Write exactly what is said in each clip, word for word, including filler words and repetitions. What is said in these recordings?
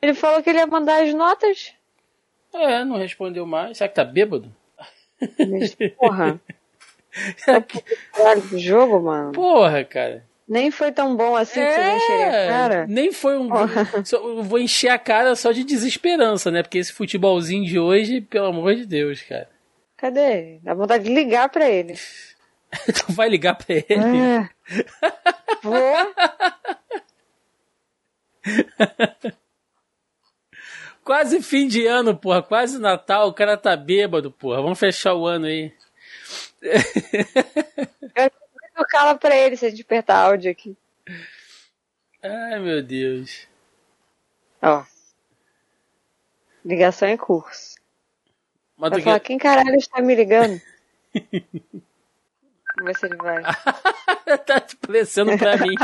Ele falou que ele ia mandar as notas. É, não respondeu mais. Será que tá bêbado? Mas, porra. Caralho do jogo, mano. Porra, cara. Nem foi tão bom assim é, que você encher a cara. Nem foi um... Só, vou encher a cara só de desesperança, né? Porque esse futebolzinho de hoje, pelo amor de Deus, cara. Cadê? Dá vontade de ligar pra ele. Tu vai ligar pra ele? É. Vou. Quase fim de ano, porra. Quase Natal. O cara tá bêbado, porra. Vamos fechar o ano aí. Eu calo pra ele se a gente apertar áudio aqui. Ai, meu Deus. Ó. Ligação em curso. Mas vai tu falar, quer... quem caralho está me ligando? Vamos ver se ele vai. Tá te parecendo pra mim.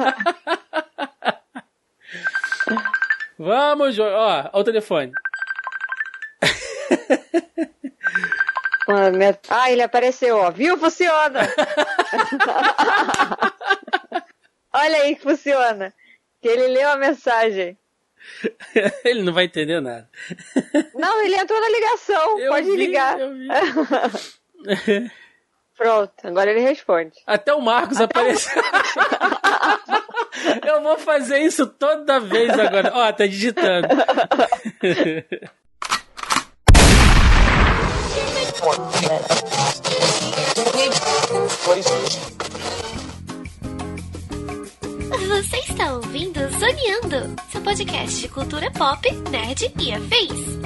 Vamos, João. Ó, ó o telefone. Ah, ele apareceu, ó. Viu? Funciona. Olha aí que funciona. Que ele leu a mensagem. Ele não vai entender nada. Não, ele entrou na ligação. Eu Pode vi, ligar. Eu vi. Pronto, agora ele responde. Até o Marcos Até apareceu. O... Eu vou fazer isso toda vez agora. Ó, tá digitando. Você está ouvindo Zoneando, seu podcast de cultura pop, nerd e afins.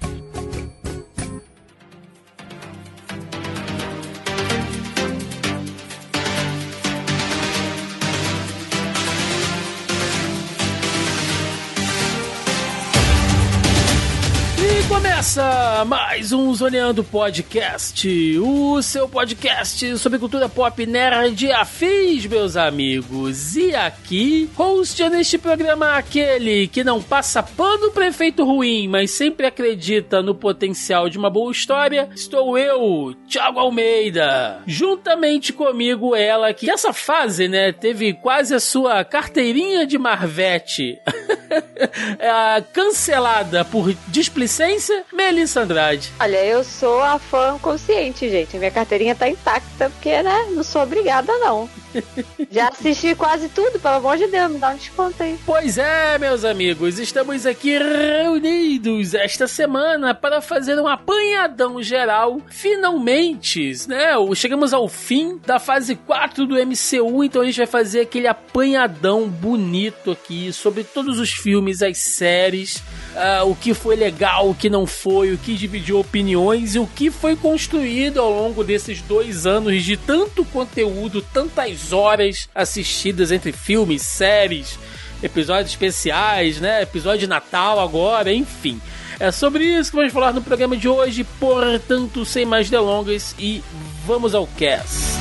Começa mais um Zoneando Podcast, o seu podcast sobre cultura pop nerd e afins, meus amigos. E aqui, host neste programa aquele que não passa pano pra efeito ruim, mas sempre acredita no potencial de uma boa história, estou eu, Thiago Almeida. Juntamente comigo ela que essa fase, né, teve quase a sua carteirinha de Marvete é, cancelada por displicência, Melissa Andrade. Olha, eu sou a fã consciente, gente. Minha carteirinha tá intacta, porque, né, não sou obrigada, não. Já assisti quase tudo, pelo amor de Deus, me dá um desconto aí. Pois é, meus amigos, estamos aqui reunidos esta semana para fazer um apanhadão geral. Finalmente, né, chegamos ao fim da fase quatro do M C U, então a gente vai fazer aquele apanhadão bonito aqui sobre todos os filmes, as séries, uh, o que foi legal, o que não foi, o que dividiu opiniões e o que foi construído ao longo desses dois anos de tanto conteúdo, tantas horas assistidas entre filmes, séries, episódios especiais, né? Episódio de Natal agora, enfim. É sobre isso que vamos falar no programa de hoje, portanto, sem mais delongas e vamos ao cast.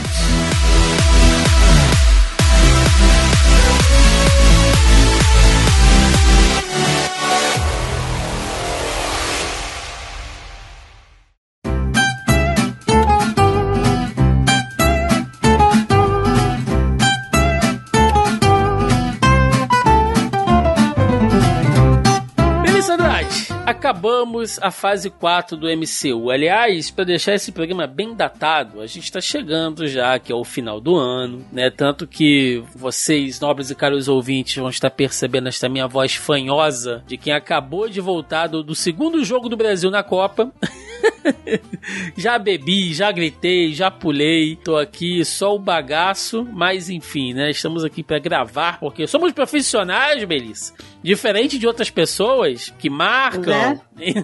Acabamos a fase quatro do M C U. Aliás, para deixar esse programa bem datado, a gente está chegando já aqui ao final do ano, né? Tanto que vocês, nobres e caros ouvintes, vão estar percebendo esta minha voz fanhosa de quem acabou de voltar do, do segundo jogo do Brasil na Copa. Já bebi, já gritei, já pulei, tô aqui só o bagaço, mas enfim, né? Estamos aqui para gravar porque somos profissionais, Melissa. Diferente de outras pessoas que marcam, né?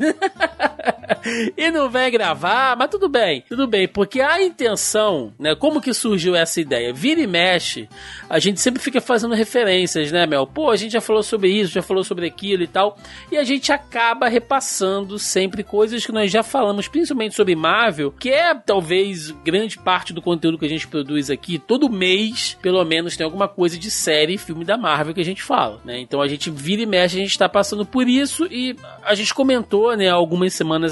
E não vem gravar, mas tudo bem, tudo bem, porque a intenção, né? Como que surgiu essa ideia? Vira e mexe, a gente sempre fica fazendo referências, né, Mel? Pô, a gente já falou sobre isso, já falou sobre aquilo e tal, e a gente acaba repassando sempre coisas que nós já falamos, principalmente sobre Marvel, que é talvez grande parte do conteúdo que a gente produz aqui. Todo mês, pelo menos, tem alguma coisa de série e filme da Marvel que a gente fala, né? Então a gente vira e mexe, a gente tá passando por isso, e a gente comentou, né, algumas semanas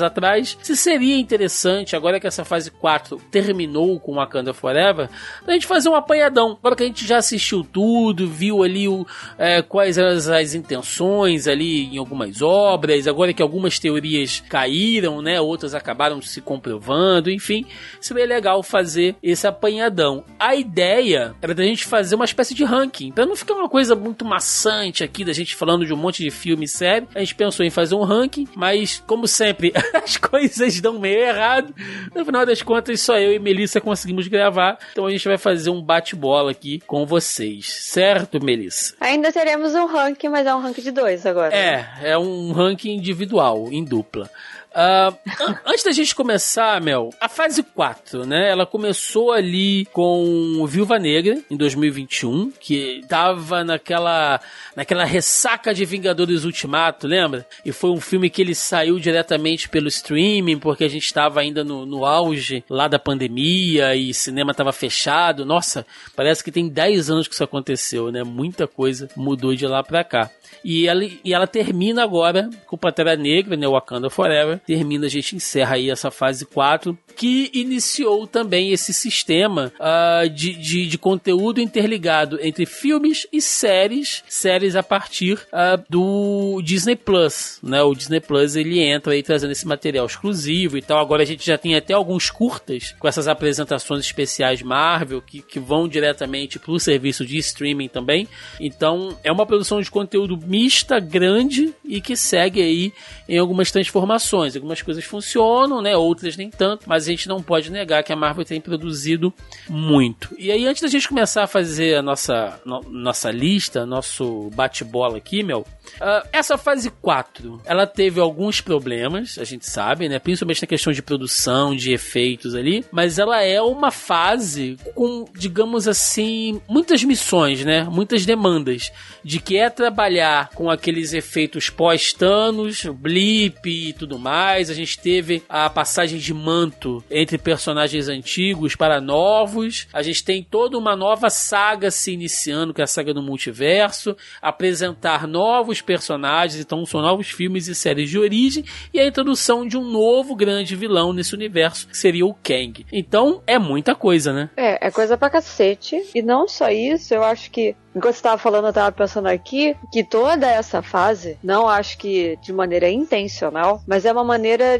atrás, se seria interessante, agora que essa fase quatro terminou com Wakanda Forever, a gente fazer um apanhadão. Agora que a gente já assistiu tudo, viu ali o, é, quais eram as, as intenções ali em algumas obras, agora que algumas teorias caíram, né, outras acabaram se comprovando, enfim, seria legal fazer esse apanhadão. A ideia era da gente fazer uma espécie de ranking, pra não ficar uma coisa muito maçante aqui, da gente falando de um monte de filme e série. A gente pensou em fazer um ranking, mas como sempre, as coisas dão meio errado. No final das contas, só eu e Melissa conseguimos gravar, então a gente vai fazer um bate-bola aqui com vocês, certo, Melissa? Ainda teremos um ranking, mas é um ranking de dois agora. É, é um ranking individual, em dupla. Uh, antes da gente começar, Mel, a fase quatro, né? Ela começou ali com Viúva Negra, em dois mil e vinte e um, que tava naquela, naquela ressaca de Vingadores Ultimato, lembra? E foi um filme que ele saiu diretamente pelo streaming, porque a gente estava ainda no, no auge lá da pandemia e cinema tava fechado. Nossa, parece que tem dez anos que isso aconteceu, né? Muita coisa mudou de lá pra cá. E ela, e ela termina agora com Pantera Negra, né, Wakanda Forever. Termina, a gente encerra aí essa fase quatro, que iniciou também esse sistema uh, de, de, de conteúdo interligado entre filmes e séries, séries a partir uh, do Disney Plus, né? O Disney Plus, ele entra aí trazendo esse material exclusivo e tal. Agora a gente já tem até alguns curtas com essas apresentações especiais Marvel que, que vão diretamente pro serviço de streaming também. Então é uma produção de conteúdo mista, grande e que segue aí em algumas transformações. Algumas coisas funcionam, né? Outras nem tanto, mas a gente não pode negar que a Marvel tem produzido muito. E aí, antes da gente começar a fazer a nossa, no, nossa lista, nosso bate-bola aqui, Mel, uh, essa fase quatro, ela teve alguns problemas, a gente sabe, né? Principalmente na questão de produção, de efeitos ali, mas ela é uma fase com, digamos assim, muitas missões, né? Muitas demandas, de que é trabalhar com aqueles efeitos pós-Thanos, blip e tudo mais. A gente teve a passagem de manto entre personagens antigos para novos. A gente tem toda uma nova saga se iniciando, que é a saga do multiverso, apresentar novos personagens, então são novos filmes e séries de origem, e a introdução de um novo grande vilão nesse universo, que seria o Kang. Então é muita coisa, né? É, é coisa pra cacete. E não só isso, eu acho que enquanto você tava falando, eu tava pensando aqui que toda essa fase, não acho que de maneira intencional, mas é uma maneira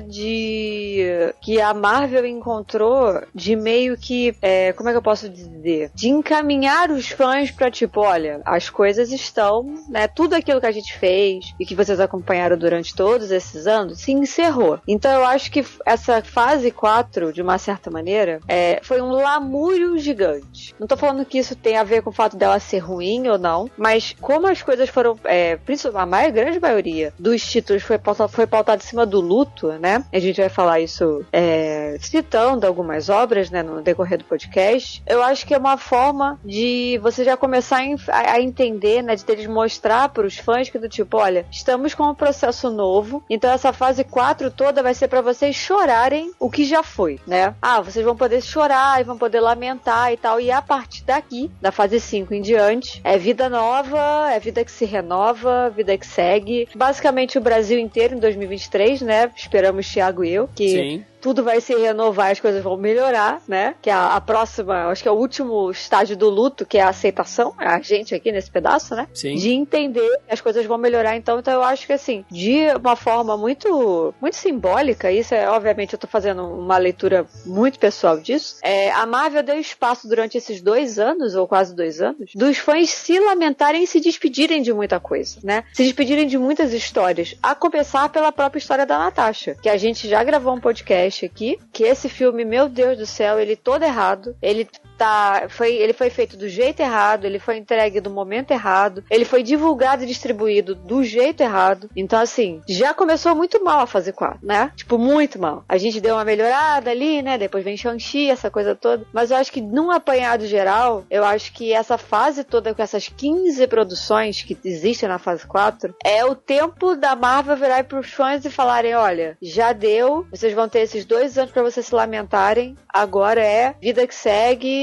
de que a Marvel encontrou de meio que, é, como é que eu posso dizer? De encaminhar os fãs pra tipo, olha, as coisas estão, né, tudo aquilo que a gente fez e que vocês acompanharam durante todos esses anos, se encerrou. Então eu acho que essa fase quatro, de uma certa maneira, é, foi um lamúrio gigante. Não tô falando que isso tem a ver com o fato dela ser ruim ou não, mas como as coisas foram, é, principalmente a maior, grande maioria dos títulos foi pautado, foi pautado em cima do luto, né? A gente vai falar isso é, citando algumas obras, né, no decorrer do podcast. Eu acho que é uma forma de você já começar a, a entender, né, de eles mostrar para os fãs que do tipo, olha, estamos com um processo novo, então essa fase quatro toda vai ser para vocês chorarem o que já foi, né? Ah, vocês vão poder chorar e vão poder lamentar e tal, e a partir daqui, da fase cinco em diante, é vida nova, é vida que se renova, vida que segue. Basicamente o Brasil inteiro em dois mil e vinte e três, né? Esperamos Thiago e eu, que Sim. tudo vai se renovar, as coisas vão melhorar, né? Que a, a próxima, acho que é o último estágio do luto, que é a aceitação, a gente aqui nesse pedaço, né? Sim. De entender que as coisas vão melhorar. Então, então eu acho que assim, de uma forma muito, muito simbólica, isso é, obviamente, eu tô fazendo uma leitura muito pessoal disso, é, a Marvel deu espaço durante esses dois anos, ou quase dois anos, dos fãs se lamentarem e se despedirem de muita coisa, né? Se despedirem de muitas histórias, a começar pela própria história da Natasha, que a gente já gravou um podcast aqui, que esse filme, meu Deus do céu, ele todo errado, ele tá, foi, ele foi feito do jeito errado, ele foi entregue do momento errado, ele foi divulgado e distribuído do jeito errado, então assim, já começou muito mal a fase quatro, né? Tipo, muito mal. A gente deu uma melhorada ali, né? Depois vem Shang-Chi, essa coisa toda, mas eu acho que num apanhado geral, eu acho que essa fase toda, com essas quinze produções que existem na fase quatro, é o tempo da Marvel virar pros fãs e falarem, olha, já deu, vocês vão ter esses dois anos pra vocês se lamentarem, agora é vida que segue,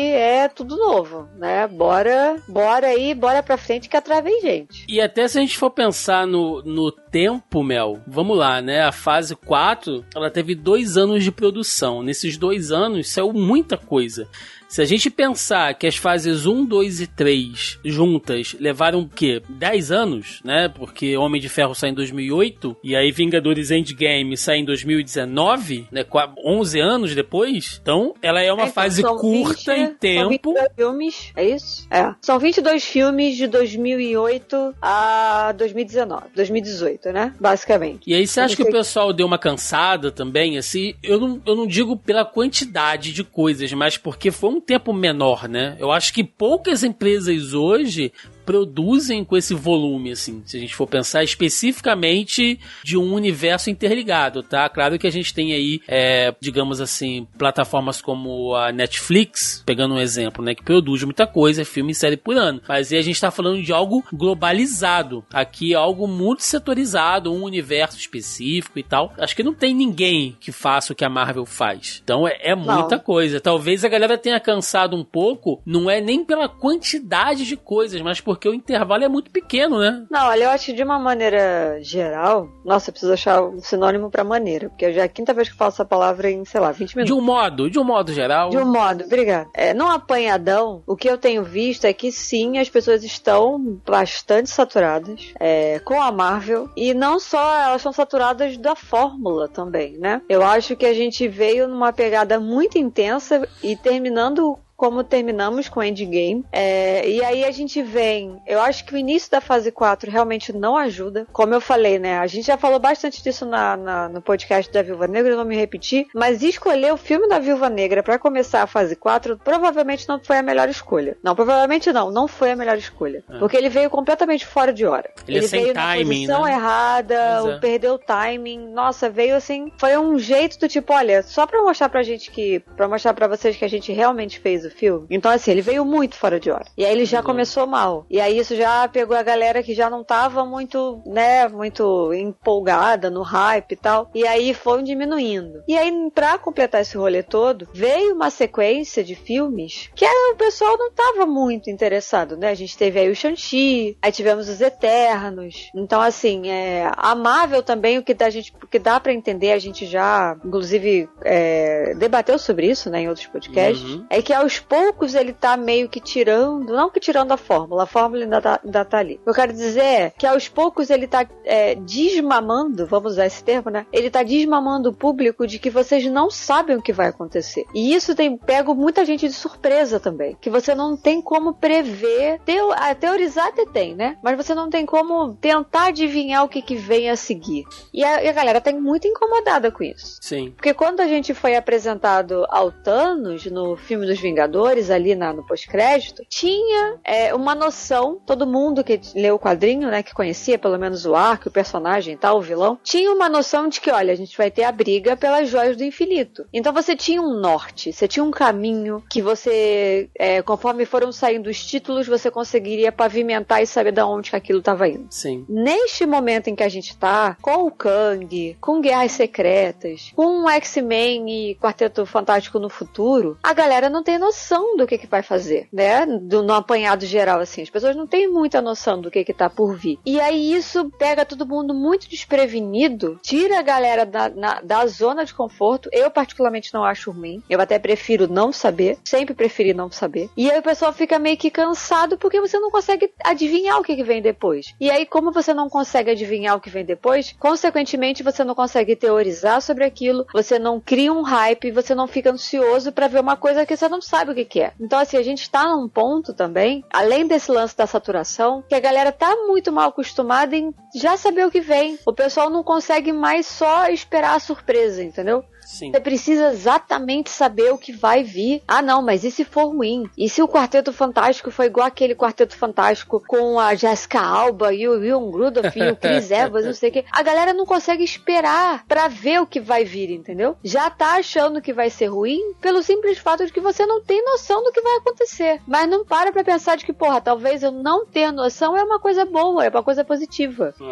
é tudo novo, né? Bora, bora aí, bora pra frente que atrás vem gente. E até se a gente for pensar no, no tempo, Mel, vamos lá, né? A fase quatro, ela teve dois anos de produção. Nesses dois anos saiu muita coisa. Se a gente pensar que as fases um, dois e três juntas levaram o quê? dez anos, né? Porque Homem de Ferro sai em dois mil e oito e aí Vingadores Endgame sai em dois mil e dezenove, né? onze anos depois. Então, ela é uma é, fase curta vinte, em tempo. São vinte e dois filmes, é isso? É. São vinte e dois filmes de dois mil e oito a dois mil e dezenove, dois mil e dezoito, né? Basicamente. E aí você acha que o pessoal deu uma cansada também, assim? Eu não, eu não digo pela quantidade de coisas, mas porque foi um tempo menor, né? Eu acho que poucas empresas hoje produzem com esse volume, assim, se a gente for pensar especificamente de um universo interligado, tá? Claro que a gente tem aí, é, digamos assim, plataformas como a Netflix, pegando um exemplo, né, que produz muita coisa, filme e série por ano, mas aí a gente tá falando de algo globalizado, aqui é algo multissetorizado, um universo específico e tal. Acho que não tem ninguém que faça o que a Marvel faz, então é, é muita não. coisa. Talvez a galera tenha cansado um pouco, não é nem pela quantidade de coisas, mas por porque o intervalo é muito pequeno, né? Não, olha, eu acho que de uma maneira geral... Nossa, eu preciso achar um sinônimo pra maneira, porque já é a quinta vez que eu falo essa palavra em, sei lá, vinte minutos. De um modo, de um modo geral. De um modo, obrigada. É, num apanhadão, o que eu tenho visto é que sim, as pessoas estão bastante saturadas é, com a Marvel, e não só elas estão saturadas da fórmula também, né? Eu acho que a gente veio numa pegada muito intensa e terminando... como terminamos com Endgame. É, e aí a gente vem... Eu acho que o início da fase quatro realmente não ajuda. Como eu falei, né? A gente já falou bastante disso na, na, no podcast da Viúva Negra, eu não me repetir. Mas escolher o filme da Viúva Negra pra começar a fase quatro provavelmente não foi a melhor escolha. Não, provavelmente não. Não foi a melhor escolha. É. Porque ele veio completamente fora de hora. Ele, ele é sem veio timing, na posição né? errada, é. perdeu o timing. Nossa, veio assim... Foi um jeito do tipo, olha, só pra mostrar pra gente que... Pra mostrar pra vocês que a gente realmente fez o filme. Então, assim, ele veio muito fora de hora. E aí ele já uhum. começou mal. E aí isso já pegou a galera que já não tava muito, né, muito empolgada no hype e tal. E aí foi diminuindo. E aí, pra completar esse rolê todo, veio uma sequência de filmes que o pessoal não tava muito interessado, né? A gente teve aí o Shang-Chi, aí tivemos os Eternos. Então, assim, é, a Marvel também, o que dá, a gente, o que dá pra entender, a gente já, inclusive, é, debateu sobre isso, né, em outros podcasts, uhum. é que aos poucos ele tá meio que tirando, não que tirando a fórmula, a fórmula ainda tá, ainda tá ali. O que eu quero dizer é que aos poucos ele tá é, desmamando, vamos usar esse termo, né? Ele tá desmamando o público de que vocês não sabem o que vai acontecer. E isso tem pego muita gente de surpresa também, que você não tem como prever, teo, a teorizar até tem, né? Mas você não tem como tentar adivinhar o que que vem a seguir. E a, e a galera tá muito incomodada com isso. Sim. Porque quando a gente foi apresentado ao Thanos no filme dos Vingadores, ali na, no pós-crédito, tinha é, uma noção, todo mundo que leu o quadrinho, né, que conhecia pelo menos o arco, o personagem e tal, o vilão, tinha uma noção de que, olha, a gente vai ter a briga pelas joias do infinito. Então você tinha um norte, você tinha um caminho que você, é, conforme foram saindo os títulos, você conseguiria pavimentar e saber de onde que aquilo estava indo. Sim. Neste momento em que a gente tá, com o Kang, com Guerras Secretas, com o X-Men e Quarteto Fantástico no futuro, a galera não tem noção do que que vai fazer, né? Do, no apanhado geral, assim. As pessoas não têm muita noção do que que tá por vir. E aí isso pega todo mundo muito desprevenido, tira a galera da, na, da zona de conforto. Eu particularmente não acho ruim. Eu até prefiro não saber. Sempre preferi não saber. E aí o pessoal fica meio que cansado porque você não consegue adivinhar o que que vem depois. E aí, como você não consegue adivinhar o que vem depois, consequentemente você não consegue teorizar sobre aquilo, você não cria um hype, você não fica ansioso pra ver uma coisa que você não sabe o que que é. Então, assim, a gente tá num ponto também, além desse lance da saturação, que a galera tá muito mal acostumada em já saber o que vem. O pessoal não consegue mais só esperar a surpresa, entendeu? Sim. Você precisa exatamente saber o que vai vir. Ah, não, mas e se for ruim? E se o Quarteto Fantástico foi igual aquele Quarteto Fantástico com a Jessica Alba e o Ian Rudolph e o Chris Evans, não sei o que. A galera não consegue esperar pra ver o que vai vir, entendeu? Já tá achando que vai ser ruim pelo simples fato de que você não tem noção do que vai acontecer. Mas não para pra pensar de que, porra, talvez eu não ter noção é uma coisa boa, é uma coisa positiva. Hum.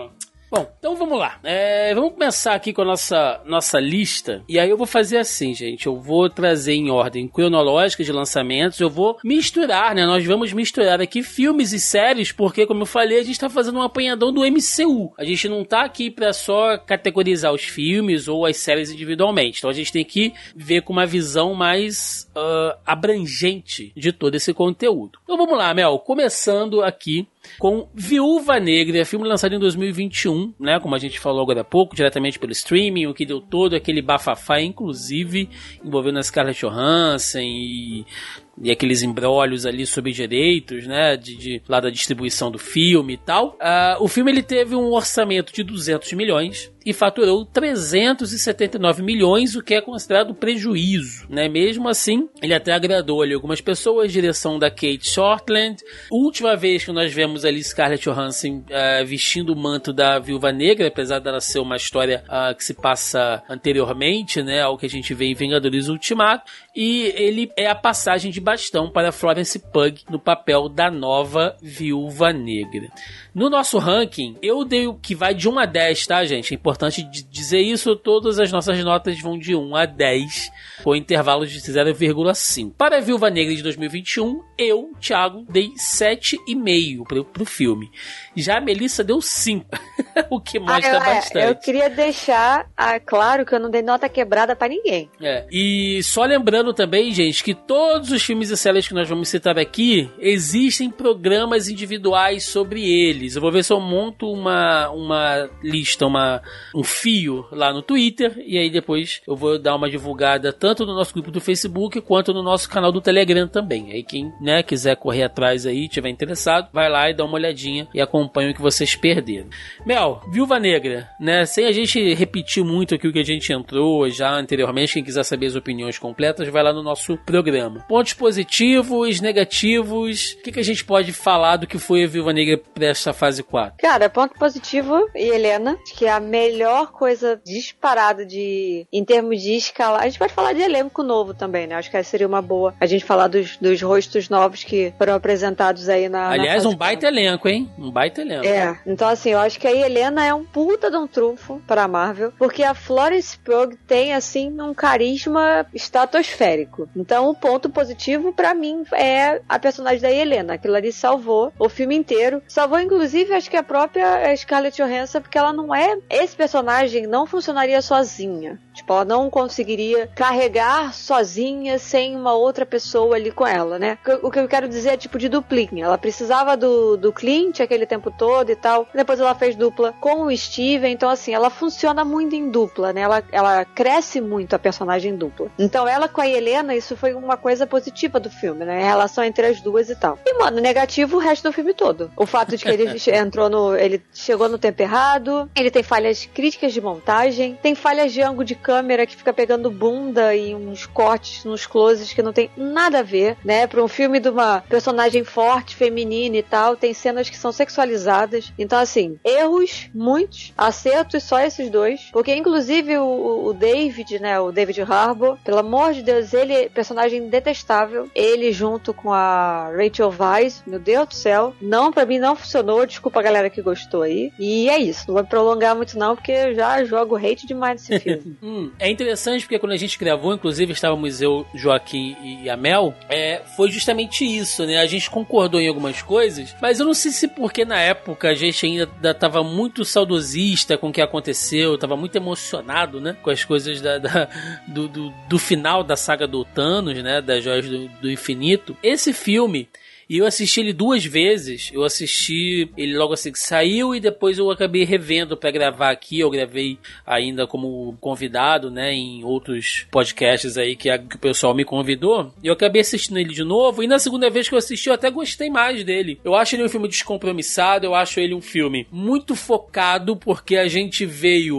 Bom, então vamos lá. É, vamos começar aqui com a nossa, nossa lista. E aí eu vou fazer assim, gente. Eu vou trazer em ordem cronológica de lançamentos. Eu vou misturar, né? Nós vamos misturar aqui filmes e séries, porque, como eu falei, a gente tá fazendo um apanhadão do M C U. A gente não tá aqui pra só categorizar os filmes ou as séries individualmente. Então a gente tem que ver com uma visão mais uh, abrangente de todo esse conteúdo. Então vamos lá, Mel. Começando aqui com Viúva Negra, filme lançado em dois mil e vinte e um, né, como a gente falou agora há pouco, diretamente pelo streaming, o que deu todo aquele bafafá, inclusive envolvendo a Scarlett Johansson e, e aqueles embrólios ali sobre direitos, né, de, de, lá da distribuição do filme e tal. Uh, o filme ele teve um orçamento de duzentos milhões e faturou trezentos e setenta e nove milhões, o que é considerado prejuízo, né? Mesmo assim, ele até agradou ali algumas pessoas, direção da Kate Shortland. Última vez que nós vemos ali Scarlett Johansson uh, vestindo o manto da Viúva Negra, apesar dela ser uma história uh, que se passa anteriormente, né, ao que a gente vê em Vingadores Ultimato, e ele é a passagem de bastão para Florence Pugh no papel da nova Viúva Negra. No nosso ranking, eu dei o que vai de um a dez, tá, gente? É importante dizer isso, todas as nossas notas vão de um a dez, com intervalo de zero vírgula cinco. Para a Viúva Negra de dois mil e vinte e um, eu, Thiago, dei sete vírgula cinco pro, pro filme. Já a Melissa deu cinco, o que mostra ah, eu, bastante. Eu queria deixar ah, claro que eu não dei nota quebrada pra ninguém. É. E só lembrando também, gente, que todos os filmes e séries que nós vamos citar aqui, existem programas individuais sobre eles. Eu vou ver se eu monto uma, uma lista, uma, um fio lá no Twitter, e aí depois eu vou dar uma divulgada tanto no nosso grupo do Facebook quanto no nosso canal do Telegram também. Aí quem, né, quiser correr atrás aí, tiver interessado, vai lá e dá uma olhadinha e acompanha o que vocês perderam. Mel, Viúva Negra, né, sem a gente repetir muito aqui o que a gente entrou já anteriormente, quem quiser saber as opiniões completas, vai lá no nosso programa. Pontos positivos, negativos, o que, que a gente pode falar do que foi a Viúva Negra para esta fase quatro? Cara, ponto positivo, e Helena, que é a melhor coisa disparada de, em termos de escalar. A gente pode falar de elenco novo também, né? Acho que seria uma boa a gente falar dos, dos rostos novos que foram apresentados aí na Aliás, na um baita quatro. Elenco, hein? Um baita elenco. É, então assim, eu acho que a Helena é um puta de um trunfo pra Marvel, porque a Florence Pugh tem, assim, um carisma estratosférico. Então, o ponto positivo pra mim é a personagem da Helena. Aquilo ali salvou o filme inteiro. Salvou, inclusive, acho que a própria Scarlett Johansson, porque ela não é... Esse personagem não funcionaria sozinha. Tipo, ela não conseguiria carregar sozinha sem uma outra pessoa ali com ela, né? O que eu quero dizer é tipo de duplinha. Ela precisava do, do Clint aquele tempo todo e tal. Depois ela fez dupla com o Steven. Então, assim, ela funciona muito em dupla, né? Ela, ela cresce muito a personagem dupla. Então, ela com a Helena, isso foi uma coisa positiva do filme, né? A relação entre as duas e tal. E, mano, negativo o resto do filme todo. O fato de que ele entrou no... Ele chegou no tempo errado. Ele tem falhas críticas de montagem. Tem falhas de ângulo de câmera que fica pegando bunda e uns cortes nos closes que não tem nada a ver, né? Pra um filme de uma personagem forte, feminina e tal, tem cenas que são sexualizadas. Então, assim, erros, muitos, acertos, só esses dois. Porque, inclusive, o, o David, né? O David Harbour, pelo amor de Deus, ele é personagem detestável. Ele junto com a Rachel Weisz, meu Deus do céu, não, pra mim não funcionou. Desculpa a galera que gostou aí. E é isso, não vou prolongar muito não, porque eu já jogo hate demais nesse filme. hum, é interessante porque quando a gente gravou, inclusive estávamos eu, Joaquim e a Mel, é, foi justamente isso, né? A gente concordou em algumas coisas, mas eu não sei se porque na época a gente ainda estava muito saudosista com o que aconteceu, estava muito emocionado, né? Com as coisas da, da, do, do, do final da saga do Thanos, né? Das Joias do, do Infinito. Esse filme... E eu assisti ele duas vezes. Eu assisti ele logo assim que saiu e depois eu acabei revendo pra gravar aqui. Eu gravei ainda como convidado, né, em outros podcasts aí que, a, que o pessoal me convidou. E eu acabei assistindo ele de novo. E na segunda vez que eu assisti eu até gostei mais dele. Eu acho ele um filme descompromissado. Eu acho ele um filme muito focado porque a gente veio de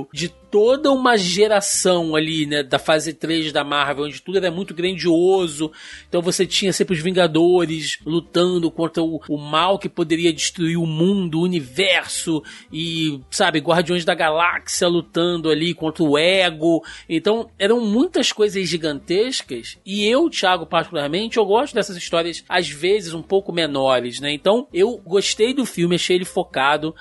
toda uma geração ali, né, da fase três da Marvel, onde tudo era muito grandioso. Então você tinha sempre os Vingadores lutando contra o, o mal que poderia destruir o mundo, o universo, e, sabe, Guardiões da Galáxia lutando ali contra o ego. Então eram muitas coisas gigantescas, e eu, Thiago, particularmente, eu gosto dessas histórias às vezes um pouco menores, né? Então eu gostei do filme, achei ele focado.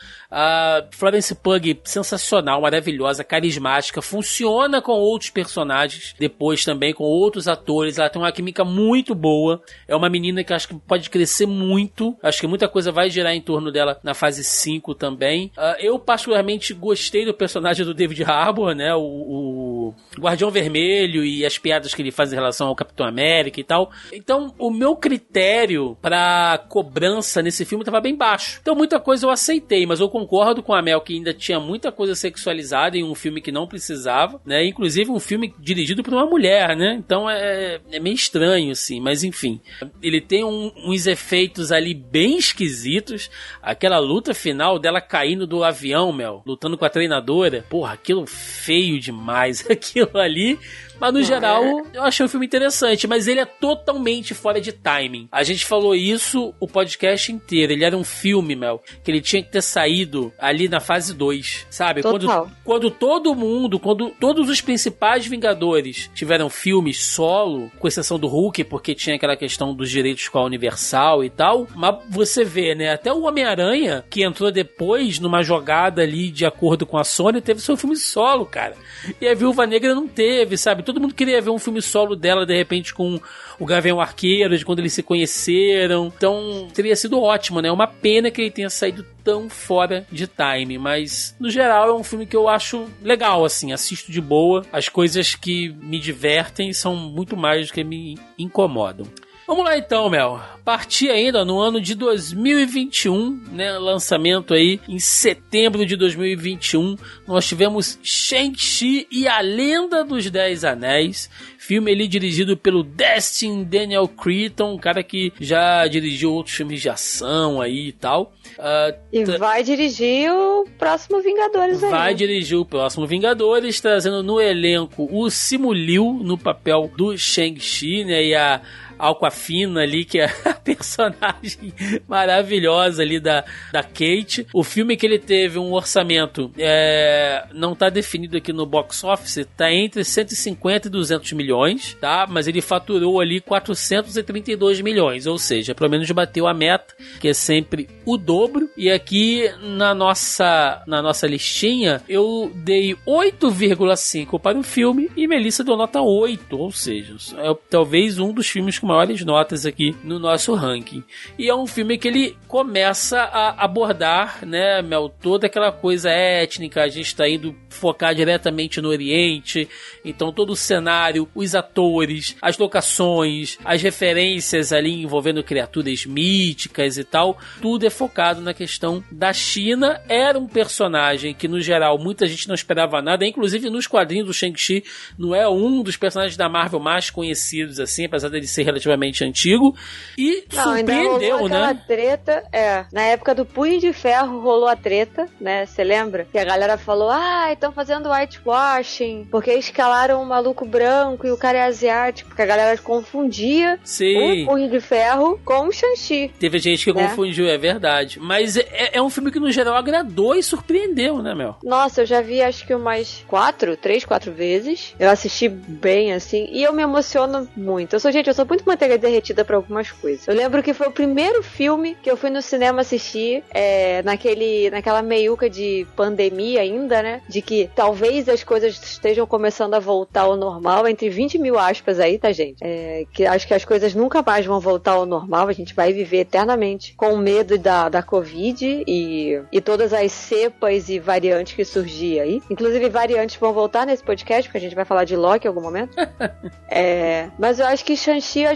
A Florence Pugh, sensacional, maravilhosa, carismática, funciona com outros personagens, depois também com outros atores, ela tem uma química muito boa, é uma menina que acho que pode crescer muito, acho que muita coisa vai girar em torno dela na fase cinco também. Uh, eu particularmente gostei do personagem do David Harbour, né, o, o Guardião Vermelho e as piadas que ele faz em relação ao Capitão América e tal. Então o meu critério pra cobrança nesse filme tava bem baixo, então muita coisa eu aceitei, mas eu concordo com a Mel que ainda tinha muita coisa sexualizada em um filme que não precisava, né? Inclusive um filme dirigido por uma mulher, né? Então é, é meio estranho, assim, mas enfim. Ele tem um, uns efeitos ali bem esquisitos. Aquela luta final dela caindo do avião, Mel, lutando com a treinadora. Porra, aquilo feio demais. Aquilo ali... Mas no geral, eu achei o filme interessante, mas ele é totalmente fora de timing. A gente falou isso o podcast inteiro. Ele era um filme, Mel, que ele tinha que ter saído ali na fase dois, sabe? Quando, quando todo mundo, quando todos os principais Vingadores tiveram filmes solo, com exceção do Hulk, porque tinha aquela questão dos direitos com a Universal e tal, mas você vê, né? Até o Homem-Aranha, que entrou depois numa jogada ali de acordo com a Sony, teve seu filme solo, cara. E a Viúva Negra não teve, sabe? Todo mundo queria ver um filme solo dela, de repente, com o Gavião Arqueiro, de quando eles se conheceram. Então, teria sido ótimo, né? Uma pena que ele tenha saído tão fora de time. Mas, no geral, é um filme que eu acho legal, assim. Assisto de boa. As coisas que me divertem são muito mais do que me incomodam. Vamos lá então, Mel. Parti ainda no ano de dois mil e vinte e um, né? Lançamento aí em setembro de dois mil e vinte e um. Nós tivemos Shang-Chi e a Lenda dos Dez Anéis. Filme ali dirigido pelo Destin Daniel Cretton, um cara que já dirigiu outros filmes de ação aí e tal. Uh, e tra- vai dirigir o próximo Vingadores aí. Vai dirigir o próximo Vingadores, trazendo no elenco o Simu Liu no papel do Shang-Chi, né? E a Awkwafina ali, que é a personagem maravilhosa ali da, da Kate. O filme que ele teve um orçamento, é, não tá definido aqui no box office, tá entre cento e cinquenta e duzentos milhões, tá? Mas ele faturou ali quatrocentos e trinta e dois milhões, ou seja, pelo menos bateu a meta, que é sempre o dobro. E aqui na nossa, na nossa listinha, eu dei oito vírgula cinco para o filme e Melissa deu nota oito, ou seja, é talvez um dos filmes com maiores notas aqui no nosso ranking. E é um filme que ele começa a abordar, né, Mel, toda aquela coisa étnica. A gente está indo focar diretamente no Oriente, então todo o cenário, os atores, as locações, as referências ali envolvendo criaturas míticas e tal, tudo é focado na questão da China. Era um personagem que no geral muita gente não esperava nada, inclusive nos quadrinhos do Shang-Chi não é um dos personagens da Marvel mais conhecidos assim, apesar dele ser relativamente antigo, e não, surpreendeu, né? Treta, é, na época do Punho de Ferro rolou a treta, né? Você lembra? Que a galera falou, ah, estão fazendo whitewashing, porque escalaram um maluco branco e o cara é asiático, porque a galera confundia Sim. o Punho de Ferro com o Shang-Chi. Teve gente que né? confundiu, é verdade. Mas é, é um filme que no geral agradou e surpreendeu, né, Mel? Nossa, eu já vi acho que umas quatro, três, quatro vezes. Eu assisti bem, assim, e eu me emociono muito. Eu sou, gente, eu sou muito manteiga derretida pra algumas coisas. Eu lembro que foi o primeiro filme que eu fui no cinema assistir, é, naquele, naquela meiuca de pandemia ainda, né? De que talvez as coisas estejam começando a voltar ao normal, entre vinte mil aspas aí, tá, gente? É, que acho que as coisas nunca mais vão voltar ao normal, a gente vai viver eternamente com medo da, da Covid e, e todas as cepas e variantes que surgiam aí. Inclusive, variantes vão voltar nesse podcast, porque a gente vai falar de Loki em algum momento. é, mas eu acho que Shang-Chi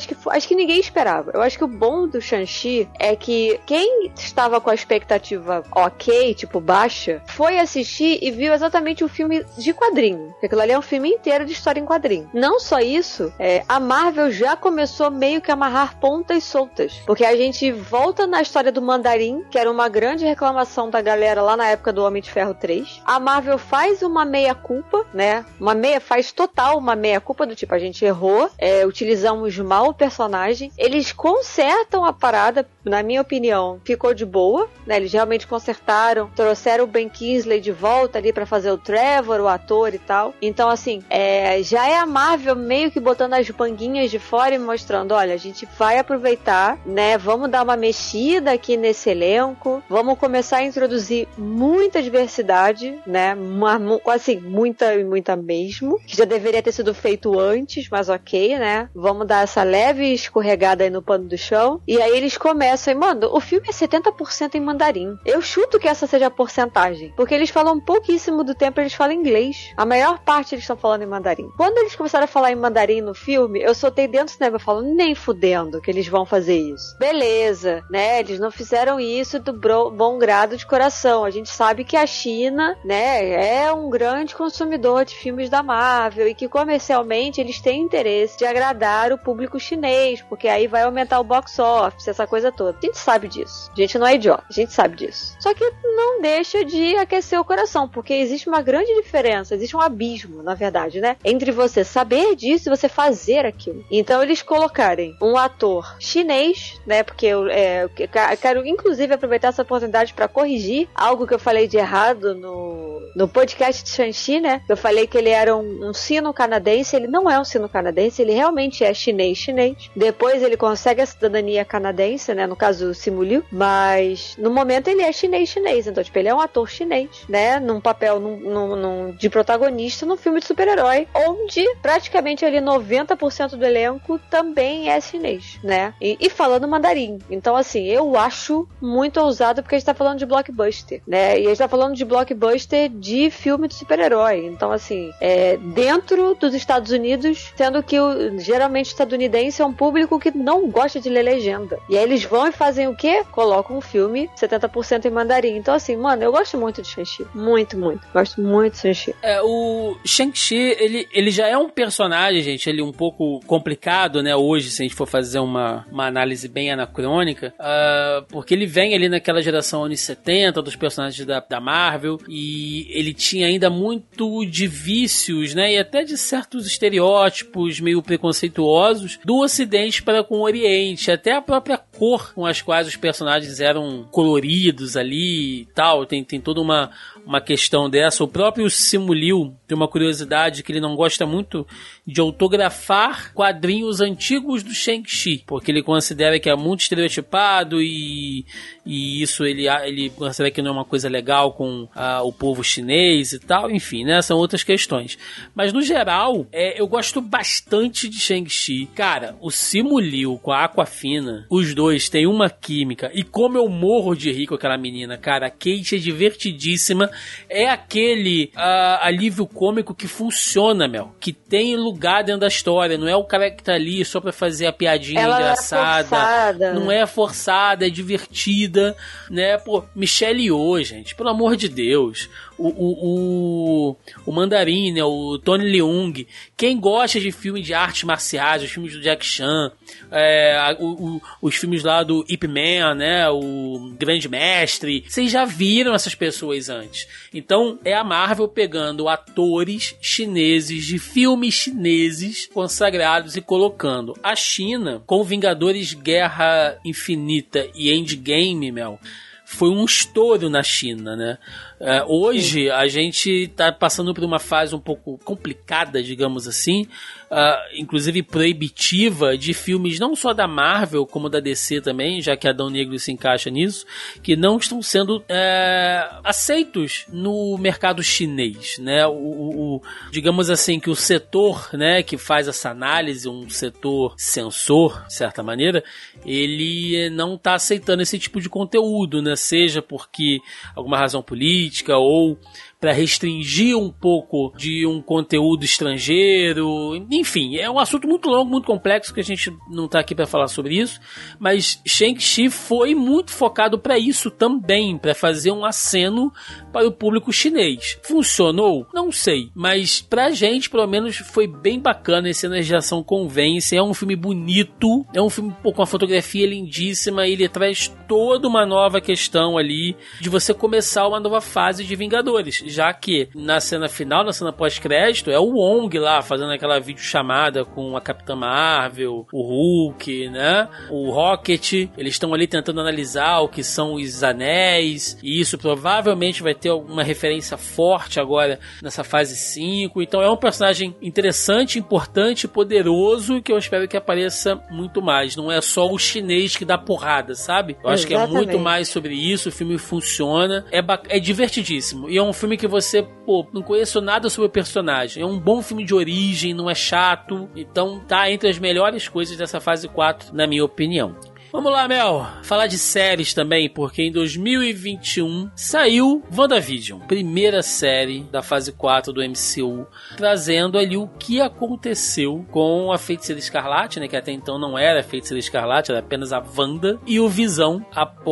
acho que, acho que ninguém esperava. Eu acho que o bom do Shang-Chi é que quem estava com a expectativa ok, tipo baixa, foi assistir e viu exatamente o filme de quadrinho. Porque aquilo ali é um filme inteiro de história em quadrinho. Não só isso, é, a Marvel já começou meio que a amarrar pontas soltas. Porque a gente volta na história do Mandarim, que era uma grande reclamação da galera lá na época do Homem de Ferro três. A Marvel faz uma meia-culpa, né? Uma meia, faz total uma meia-culpa do tipo, a gente errou, é, utilizamos mal o personagem. Eles consertam a parada, na minha opinião, ficou de boa, né? Eles realmente consertaram, trouxeram o Ben Kingsley de volta ali pra fazer o Trevor, o ator e tal. Então, assim, é, já é a Marvel meio que botando as banguinhas de fora e mostrando, olha, a gente vai aproveitar, né? Vamos dar uma mexida aqui nesse elenco, vamos começar a introduzir muita diversidade, né? Uma, assim, muita e muita mesmo, que já deveria ter sido feito antes, mas ok, né? Vamos dar essa leve escorregada aí no pano do chão. E aí eles começam, e mano, o filme é setenta por cento em mandarim. Eu chuto que essa seja a porcentagem, porque eles falam pouquíssimo do tempo, eles falam inglês. A maior parte eles estão falando em mandarim. Quando eles começaram a falar em mandarim no filme, eu soltei dentro do cinema, eu falo, nem fudendo que eles vão fazer isso. Beleza, né? Eles não fizeram isso do bom grado de coração. A gente sabe que a China, né, é um grande consumidor de filmes da Marvel e que comercialmente eles têm interesse de agradar o público chinês, porque aí vai aumentar o box office, essa coisa toda. A gente sabe disso. A gente não é idiota, a gente sabe disso. Só que não deixa de aquecer o coração, porque existe uma grande diferença, existe um abismo, na verdade, né, entre você saber disso e você fazer aquilo. Então eles colocarem um ator chinês, né, porque eu, é, eu quero inclusive aproveitar essa oportunidade para corrigir algo que eu falei de errado no, no podcast de Shang-Chi, né, eu falei que ele era um, um sino-canadense. Ele não é um sino-canadense, ele realmente é chinês-chinês. Depois ele consegue a cidadania canadense, né, no caso o Simu Liu, mas no momento ele é chinês-chinês, então tipo, ele é um ator chinês, né, num papel num, num, num, de protagonista num filme de super-herói, onde praticamente ali noventa por cento do elenco também é chinês, né, e, e falando mandarim. Então assim, eu acho muito ousado, porque a gente tá falando de blockbuster, né, e a gente tá falando de blockbuster de filme de super-herói. Então assim, é, dentro dos Estados Unidos, sendo que o, geralmente estadunidense é um público que não gosta de ler legenda. E aí eles vão e fazem o quê? Colocam um filme setenta por cento em mandarim. Então assim, mano, eu gosto muito de Shang-Chi. Muito, muito. Gosto muito de Shang-Chi. É, o Shang-Chi, ele, ele já é um personagem, gente, ele um pouco complicado, né, hoje, se a gente for fazer uma, uma análise bem anacrônica, uh, porque ele vem ali naquela geração anos setenta, dos personagens da, da Marvel, e ele tinha ainda muito de vícios, né, e até de certos estereótipos meio preconceituosos do Ocidente para com o Oriente, até a própria cor com as quais os personagens eram coloridos ali e tal, tem, tem toda uma, uma questão dessa. O próprio Simu Liu tem uma curiosidade que ele não gosta muito de autografar quadrinhos antigos do Shang-Chi, porque ele considera que é muito estereotipado e, e isso ele, ele considera que não é uma coisa legal com uh, o povo chinês e tal, enfim, né, são outras questões. Mas no geral, é, eu gosto bastante de Shang-Chi. Cara, o Simu Liu com a Awkwafina, os dois têm uma química, e como eu morro de rir com aquela menina, cara, a Kate é divertidíssima, é aquele uh, alívio cômico que funciona, Mel, que tem lugar dentro da história, não é o cara que tá ali só pra fazer a piadinha ela engraçada, é forçada. Não é forçada, é divertida, né, pô, Michelle Yeoh, gente, pelo amor de Deus, o, o, o, o Mandarim, né, o Tony Leung, quem gosta de filme de artes marciais, os filmes do Jack Chan, é, o, o, os filmes lá do Ip Man, né, o Grande Mestre, vocês já viram essas pessoas antes. Então é a Marvel pegando atores chineses de filmes chineses consagrados e colocando. A China, com Vingadores Guerra Infinita e Endgame, Mel, foi um estouro na China, né? Uh, hoje a gente está passando por uma fase um pouco complicada, digamos assim, uh, inclusive proibitiva, de filmes não só da Marvel como da D C também, já que Adão Negro se encaixa nisso, que não estão sendo uh, aceitos no mercado chinês, né? O, o, o, digamos assim, que o setor, né, que faz essa análise, um setor censor, de certa maneira, ele não está aceitando esse tipo de conteúdo, né? Seja porque alguma razão política ou para restringir um pouco de um conteúdo estrangeiro. Enfim, é um assunto muito longo, muito complexo, que a gente não tá aqui para falar sobre isso, mas Shang-Chi foi muito focado para isso também, para fazer um aceno para o público chinês. Funcionou? Não sei, mas pra gente, pelo menos, foi bem bacana. As cenas de ação convence, é um filme bonito, é um filme pô, com uma fotografia lindíssima, ele traz toda uma nova questão ali de você começar uma nova fase de Vingadores, já que na cena final, na cena pós-crédito, é o Wong lá fazendo aquela videochamada com a Capitã Marvel, o Hulk, né, o Rocket, eles estão ali tentando analisar o que são os anéis, e isso provavelmente vai ter alguma referência forte agora nessa fase cinco, então é um personagem interessante, importante, poderoso, que eu espero que apareça muito mais, não é só o chinês que dá porrada, sabe? Eu acho Exatamente. Que é muito mais sobre isso, o filme funciona, é, é divertidíssimo, e é um filme que você, pô, não conheço nada sobre o personagem, é um bom filme de origem, não é chato, então tá entre as melhores coisas dessa fase quatro, na minha opinião. Vamos lá, Mel, falar de séries também, porque em dois mil e vinte e um saiu WandaVision, primeira série da fase quatro do M C U, trazendo ali o que aconteceu com a Feiticeira Escarlate, né, que até então não era a Feiticeira Escarlate, era apenas a Wanda, e o Visão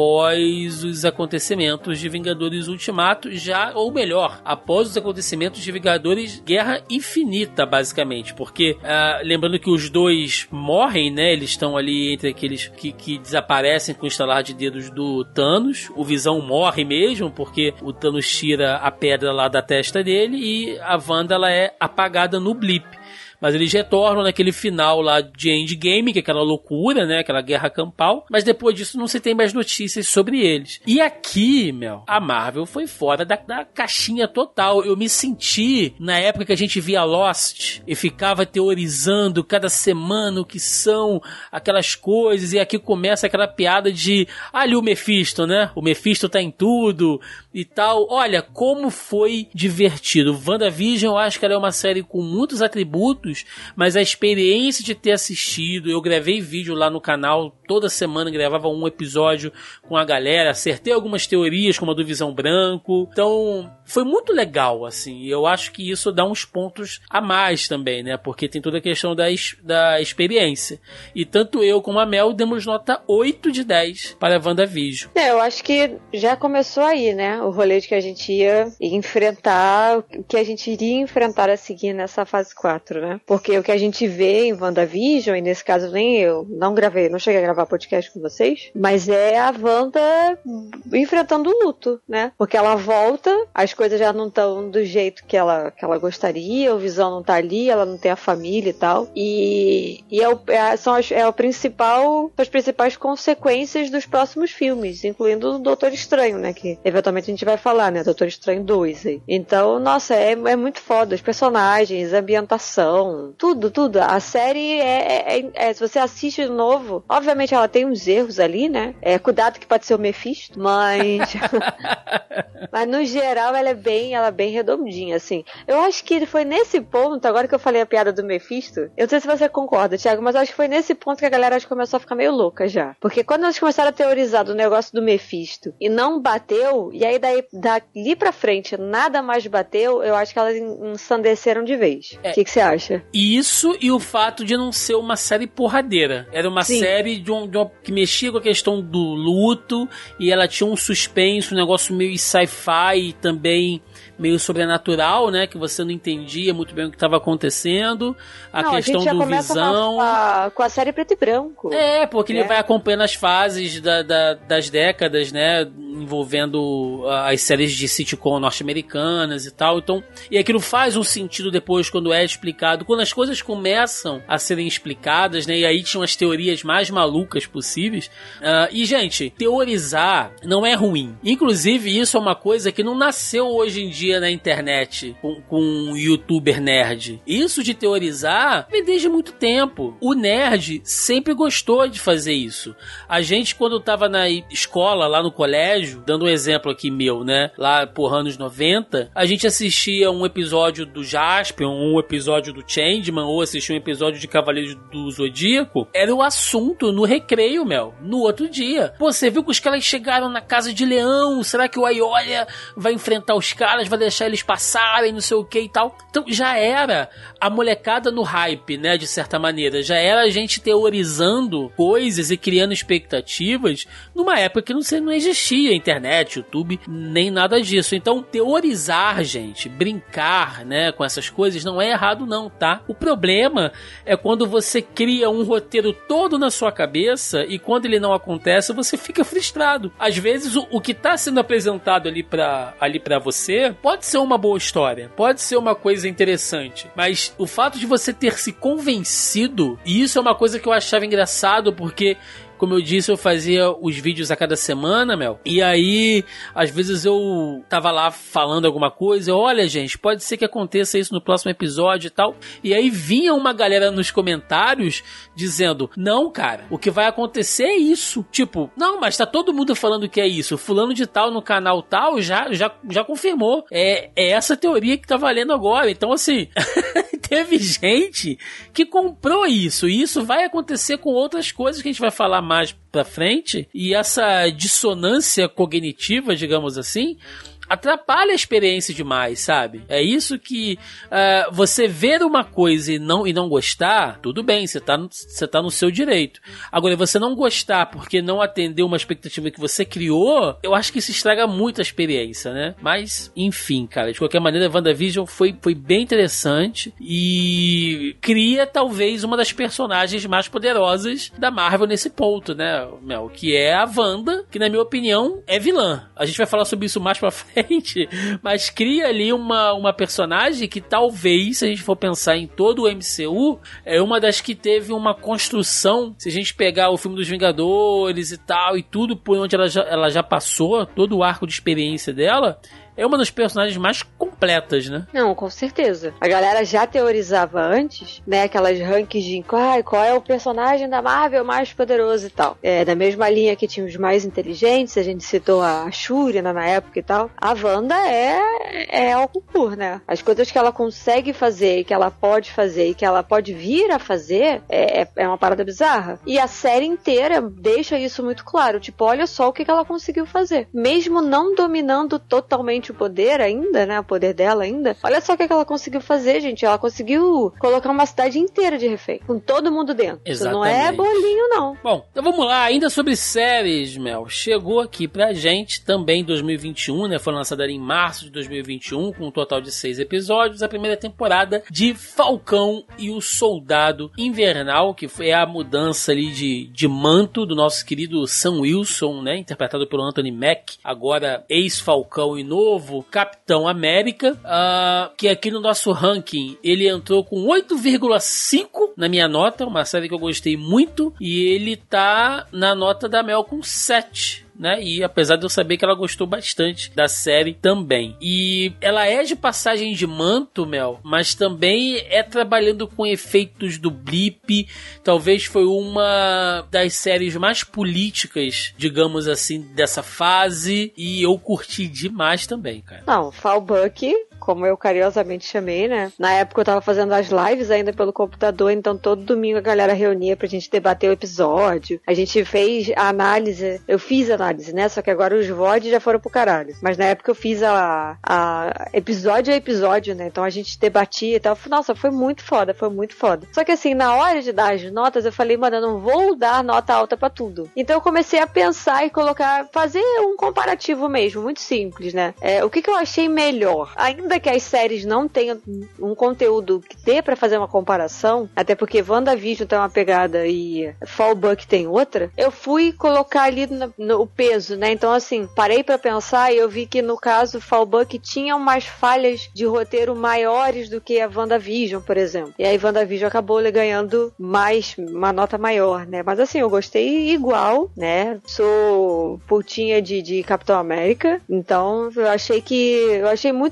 após os acontecimentos de Vingadores Ultimato, já, ou melhor, após os acontecimentos de Vingadores Guerra Infinita, basicamente, porque, uh, lembrando que os dois morrem, né, eles estão ali entre aqueles que, que que desaparecem com o estalar de dedos do Thanos. O Visão morre mesmo, porque o Thanos tira a pedra lá da testa dele e a Wanda ela é apagada no blip. Mas eles retornam naquele final lá de Endgame, que é aquela loucura, né? Aquela guerra campal. Mas depois disso não se tem mais notícias sobre eles. E aqui, Mel, a Marvel foi fora da, da caixinha total. Eu me senti, na época que a gente via Lost, e ficava teorizando cada semana o que são aquelas coisas. E aqui começa aquela piada de, ah, ali o Mephisto, né? O Mephisto tá em tudo e tal. Olha, como foi divertido. WandaVision, eu acho que ela é uma série com muitos atributos, mas a experiência de ter assistido, eu gravei vídeo lá no canal, toda semana gravava um episódio com a galera, acertei algumas teorias como a do Visão Branco, então foi muito legal, assim, eu acho que isso dá uns pontos a mais também, né, porque tem toda a questão da, da experiência, e tanto eu como a Mel demos nota oito de dez para a WandaVision. É, eu acho que já começou aí, né, o rolê de que a gente ia enfrentar, o que a gente iria enfrentar a seguir nessa fase quatro, né. Porque o que a gente vê em WandaVision, e nesse caso nem eu não gravei, não cheguei a gravar podcast com vocês, mas é a Wanda enfrentando o luto, né? Porque ela volta, as coisas já não estão do jeito que ela, que ela gostaria, o Visão não tá ali, ela não tem a família e tal, e, e é, o, é, são as, é o principal, as principais consequências dos próximos filmes, incluindo o Doutor Estranho, né? Que eventualmente a gente vai falar, né? Doutor Estranho dois aí. Então, nossa, é, é muito foda, os personagens, a ambientação, tudo, tudo. A série é, é, é, se você assiste de novo, obviamente ela tem uns erros ali, né? É, cuidado que pode ser o Mephisto, mas mas no geral ela é bem, ela é bem redondinha, assim. Eu acho que foi nesse ponto, agora que eu falei a piada do Mephisto, eu não sei se você concorda, Thiago, mas eu acho que foi nesse ponto que a galera acho que começou a ficar meio louca já. Porque quando eles começaram a teorizar do negócio do Mephisto e não bateu, e aí daí dali pra frente nada mais bateu, eu acho que elas ensandeceram de vez. O é. que, que você acha? Isso e o fato de não ser uma série porradeira. Era uma Sim. série de um, de um, que mexia com a questão do luto e ela tinha um suspense, um negócio meio sci-fi e também meio sobrenatural, né? Que você não entendia muito bem o que estava acontecendo. A não, questão a gente já do Visão. Com a, com a série preto e branco. É, porque é. ele vai acompanhando as fases da, da, das décadas, né? Envolvendo as séries de sitcom norte-americanas e tal. Então, e aquilo faz um sentido depois quando é explicado. Quando as coisas começam a serem explicadas, né? E aí tinham as teorias mais malucas possíveis. Uh, e, gente, teorizar não é ruim. Inclusive, isso é uma coisa que não nasceu hoje em dia na internet com, com um youtuber nerd. Isso de teorizar vem desde muito tempo. O nerd sempre gostou de fazer isso. A gente, quando tava na escola, lá no colégio, dando um exemplo aqui meu, né? Lá por anos noventa, a gente assistia um episódio do Jaspion, um episódio do Changeman, ou assistia um episódio de Cavaleiros do Zodíaco. Era o assunto no, Recreio, Mel, no outro dia. Pô, você viu que os caras chegaram na Casa de Leão, será que o Aiolia vai enfrentar os caras, vai deixar eles passarem, não sei o que e tal? Então já era a molecada no hype, né, de certa maneira. Já era a gente teorizando coisas e criando expectativas numa época que não, não existia internet, YouTube, nem nada disso. Então, teorizar, gente, brincar, né, com essas coisas não é errado não, tá? O problema é quando você cria um roteiro todo na sua cabeça e quando ele não acontece, você fica frustrado. Às vezes, o, o que está sendo apresentado ali pra, ali pra você pode ser uma boa história, pode ser uma coisa interessante, mas o fato de você ter se convencido, e isso é uma coisa que eu achava engraçado, porque como eu disse, eu fazia os vídeos a cada semana, Mel. E aí, às vezes eu tava lá falando alguma coisa. Olha, gente, pode ser que aconteça isso no próximo episódio e tal. E aí vinha uma galera nos comentários dizendo, não, cara, o que vai acontecer é isso. Tipo, não, mas tá todo mundo falando que é isso. Fulano de tal no canal tal já, já, já confirmou. É, é essa teoria que tá valendo agora. Então, assim... Teve gente que comprou isso, e isso vai acontecer com outras coisas que a gente vai falar mais pra frente, e essa dissonância cognitiva, digamos assim, atrapalha a experiência demais, sabe? É isso que uh, você ver uma coisa e não, e não gostar, tudo bem, você tá, você tá no seu direito. Agora, você não gostar porque não atendeu uma expectativa que você criou, eu acho que isso estraga muito a experiência, né? Mas, enfim, cara, de qualquer maneira, WandaVision foi, foi bem interessante e cria, talvez, uma das personagens mais poderosas da Marvel nesse ponto, né, Mel? Que é a Wanda, que, na minha opinião, é vilã. A gente vai falar sobre isso mais pra frente, mas cria ali uma, uma personagem que talvez, se a gente for pensar em todo o M C U, é uma das que teve uma construção, se a gente pegar o filme dos Vingadores e tal, e tudo por onde ela já, ela já passou, todo o arco de experiência dela, é uma das personagens mais completas, né? Não, com certeza. A galera já teorizava antes, né? Aquelas rankings de ah, qual é o personagem da Marvel mais poderoso e tal. É, da mesma linha que tinha os mais inteligentes, a gente citou a Shuri na época e tal. A Wanda é, é algo puro, né? As coisas que ela consegue fazer, que ela pode fazer e que ela pode vir a fazer é, é uma parada bizarra. E a série inteira deixa isso muito claro. Tipo, olha só o que ela conseguiu fazer. Mesmo não dominando totalmente o poder ainda, né? O poder dela ainda. Olha só o que ela conseguiu fazer, gente. Ela conseguiu colocar uma cidade inteira de refém. Com todo mundo dentro. Exatamente. Isso não é bolinho, não. Bom, então vamos lá. Ainda sobre séries, Mel. Chegou aqui pra gente também em dois mil e vinte e um, né? Foi lançada em março de dois mil e vinte e um, com um total de seis episódios. A primeira temporada de Falcão e o Soldado Invernal, que foi a mudança ali de, de manto do nosso querido Sam Wilson, né? Interpretado por Anthony Mack, agora ex-Falcão e novo Capitão América, uh, que aqui no nosso ranking ele entrou com oito vírgula cinco na minha nota, uma série que eu gostei muito, e ele tá na nota da Mel com sete. Né? E apesar de eu saber que ela gostou bastante da série também. E ela é de passagem de manto, Mel, mas também é trabalhando com efeitos do blip. Talvez foi uma das séries mais políticas, digamos assim, dessa fase. E eu curti demais também, cara. Não, Falbuck, como eu carinhosamente chamei, né? Na época eu tava fazendo as lives ainda pelo computador, então todo domingo a galera reunia pra gente debater o episódio. A gente fez a análise, eu fiz a análise, né? Só que agora os V O D já foram pro caralho. Mas na época eu fiz a, a episódio a episódio, né? Então a gente debatia e tal. Nossa, foi muito foda, foi muito foda. Só que assim, na hora de dar as notas, eu falei, mano, eu não vou dar nota alta pra tudo. Então eu comecei a pensar e colocar, fazer um comparativo mesmo, muito simples, né? É, o que que eu achei melhor? Ainda que as séries não tenham um conteúdo que dê pra fazer uma comparação, até porque WandaVision tem uma pegada e Falbuck tem outra, eu fui colocar ali no, no peso, né? Então, assim, parei pra pensar e eu vi que, no caso, Falbuck tinha umas falhas de roteiro maiores do que a WandaVision, por exemplo. E aí WandaVision acabou ganhando mais, uma nota maior, né? Mas, assim, eu gostei igual, né? Sou putinha de, de Capitão América, então eu achei que, eu achei muito bom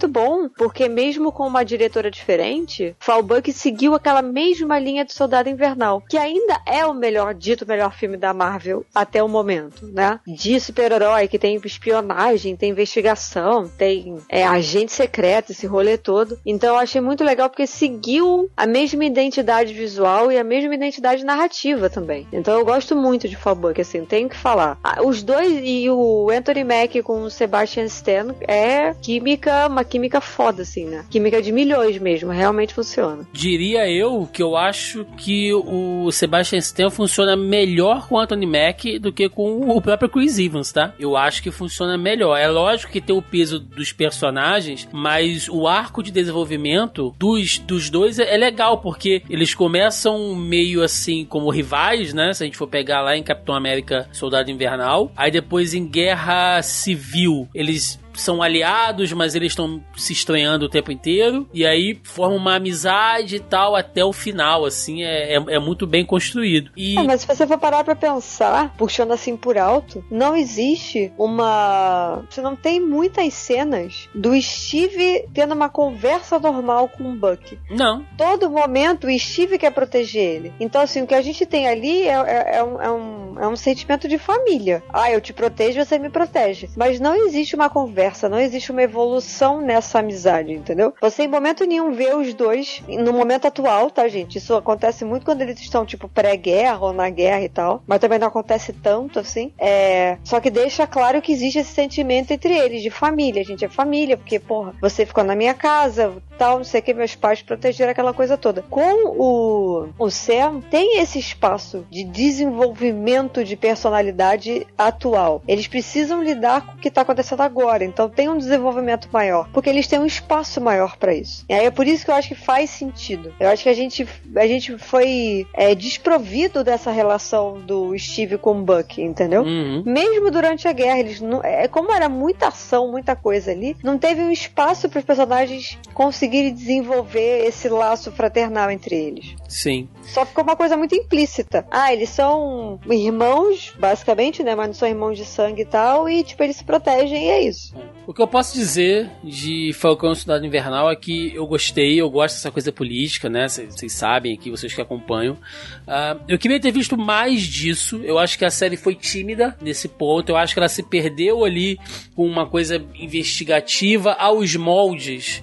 bom, porque mesmo com uma diretora diferente, Fall Buck seguiu aquela mesma linha de Soldado Invernal, que ainda é o melhor, dito melhor filme da Marvel até o momento, né? De super-herói, que tem espionagem, tem investigação, tem é, agente secreto, esse rolê todo. Então eu achei muito legal porque seguiu a mesma identidade visual e a mesma identidade narrativa também. Então eu gosto muito de Fall Buck, assim, tenho que falar. Ah, os dois, e o Anthony Mackie com o Sebastian Stan é química, uma química foda, assim, né? Química de milhões mesmo, realmente funciona. Diria eu que eu acho que o Sebastian Stan funciona melhor com o Anthony Mackie do que com o próprio Chris Evans, tá? Eu acho que funciona melhor. É lógico que tem o peso dos personagens, mas o arco de desenvolvimento dos, dos dois é, é legal, porque eles começam meio assim como rivais, né? Se a gente for pegar lá em Capitão América Soldado Invernal, aí depois em Guerra Civil eles são aliados, mas eles estão se estranhando o tempo inteiro, e aí formam uma amizade e tal até o final, assim, é, é, é muito bem construído. E... É, mas se você for parar pra pensar, puxando assim por alto, não existe uma... Você não tem muitas cenas do Steve tendo uma conversa normal com o Buck. Não. Todo momento o Steve quer proteger ele. Então, assim, o que a gente tem ali é, é, é, um, é, um, é um sentimento de família. Ah, eu te protejo, você me protege. Mas não existe uma conversa, não existe uma evolução nessa amizade, entendeu? Você em momento nenhum vê os dois no momento atual, tá, gente? Isso acontece muito quando eles estão, tipo, pré-guerra ou na guerra e tal, mas também não acontece tanto, assim. É... Só que deixa claro que existe esse sentimento entre eles, de família. A gente é família, porque, porra, você ficou na minha casa, tal, não sei o que, meus pais protegeram aquela coisa toda. Com o, o Sam, tem esse espaço de desenvolvimento de personalidade atual. Eles precisam lidar com o que tá acontecendo agora, então tem um desenvolvimento maior, porque eles têm um espaço maior pra isso. E aí é por isso que eu acho que faz sentido. Eu acho que a gente, a gente foi é, desprovido dessa relação do Steve com o Buck, entendeu? Uhum. Mesmo durante a guerra, eles não, é, como era muita ação, muita coisa ali, não teve um espaço para os personagens conseguirem desenvolver esse laço fraternal entre eles. Sim. Só ficou uma coisa muito implícita. Ah, eles são irmãos, basicamente, né? Mas não são irmãos de sangue e tal, e tipo, eles se protegem e é isso. O que eu posso dizer de Falcão e Soldado Invernal é que eu gostei, eu gosto dessa coisa política, né? Vocês sabem aqui, vocês que acompanham. Uh, eu queria ter visto mais disso. Eu acho que a série foi tímida nesse ponto. Eu acho que ela se perdeu ali com uma coisa investigativa aos moldes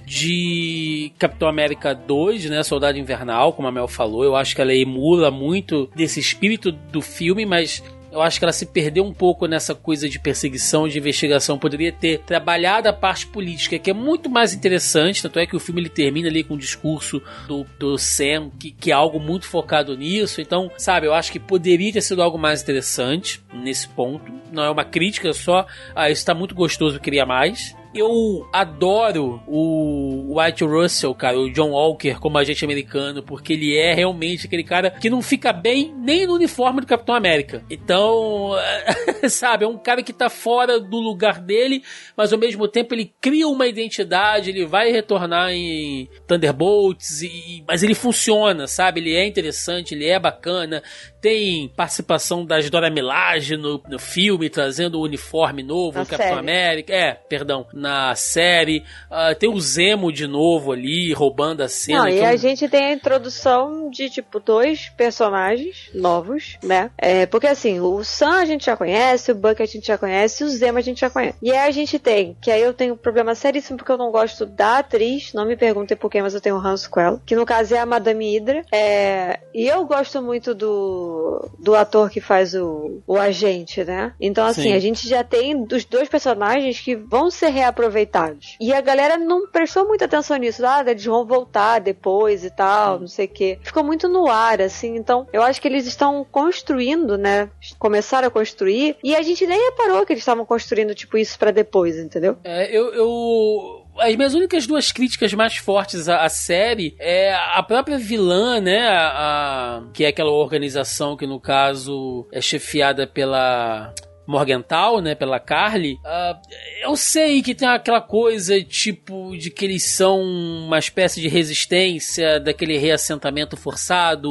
de Capitão América dois, né? Soldado Invernal, como a Mel falou. Eu acho que ela emula muito desse espírito do filme, mas eu acho que ela se perdeu um pouco nessa coisa de perseguição, de investigação. Poderia ter trabalhado a parte política, que é muito mais interessante. Tanto é que o filme ele termina ali com o discurso do, do Sam, que, que é algo muito focado nisso. Então, sabe, eu acho que poderia ter sido algo mais interessante nesse ponto. Não é uma crítica só, ah, isso tá muito gostoso, eu queria mais. Eu adoro o White Russell, cara, o John Walker como agente americano, porque ele é realmente aquele cara que não fica bem nem no uniforme do Capitão América. Então, sabe, é um cara que tá fora do lugar dele, mas ao mesmo tempo ele cria uma identidade, ele vai retornar em Thunderbolts, e, mas ele funciona, sabe? Ele é interessante, ele é bacana. Tem participação da Dora Milaje no, no filme, trazendo o uniforme novo do Capitão América. É, perdão, na série. Uh, tem o Zemo de novo ali, roubando a cena. Não, e a gente tem a introdução de, tipo, dois personagens novos, né? É, porque, assim, o Sam a gente já conhece, o Buck a gente já conhece, o Zemo a gente já conhece. E aí a gente tem, que aí eu tenho um problema seríssimo porque eu não gosto da atriz, não me perguntem por quê, mas eu tenho o ranço com ela, que no caso é a Madame Hydra. É, e eu gosto muito do do ator que faz o, o agente, né? Então, assim, Sim. a gente já tem os dois personagens que vão ser reaproveitados. E a galera não prestou muita atenção nisso. Ah, eles vão voltar depois e tal, Sim. não sei o quê. Ficou muito no ar, assim. Então, eu acho que eles estão construindo, né? Começaram a construir. E a gente nem reparou que eles estavam construindo, tipo, isso pra depois, entendeu? É, eu... eu... As minhas únicas duas críticas mais fortes à, à série é a própria vilã, né? A, a, que é aquela organização que, no caso, é chefiada pela Morgenthau, né? Pela Carly. Uh, eu sei que tem aquela coisa, tipo, de que eles são uma espécie de resistência daquele reassentamento forçado,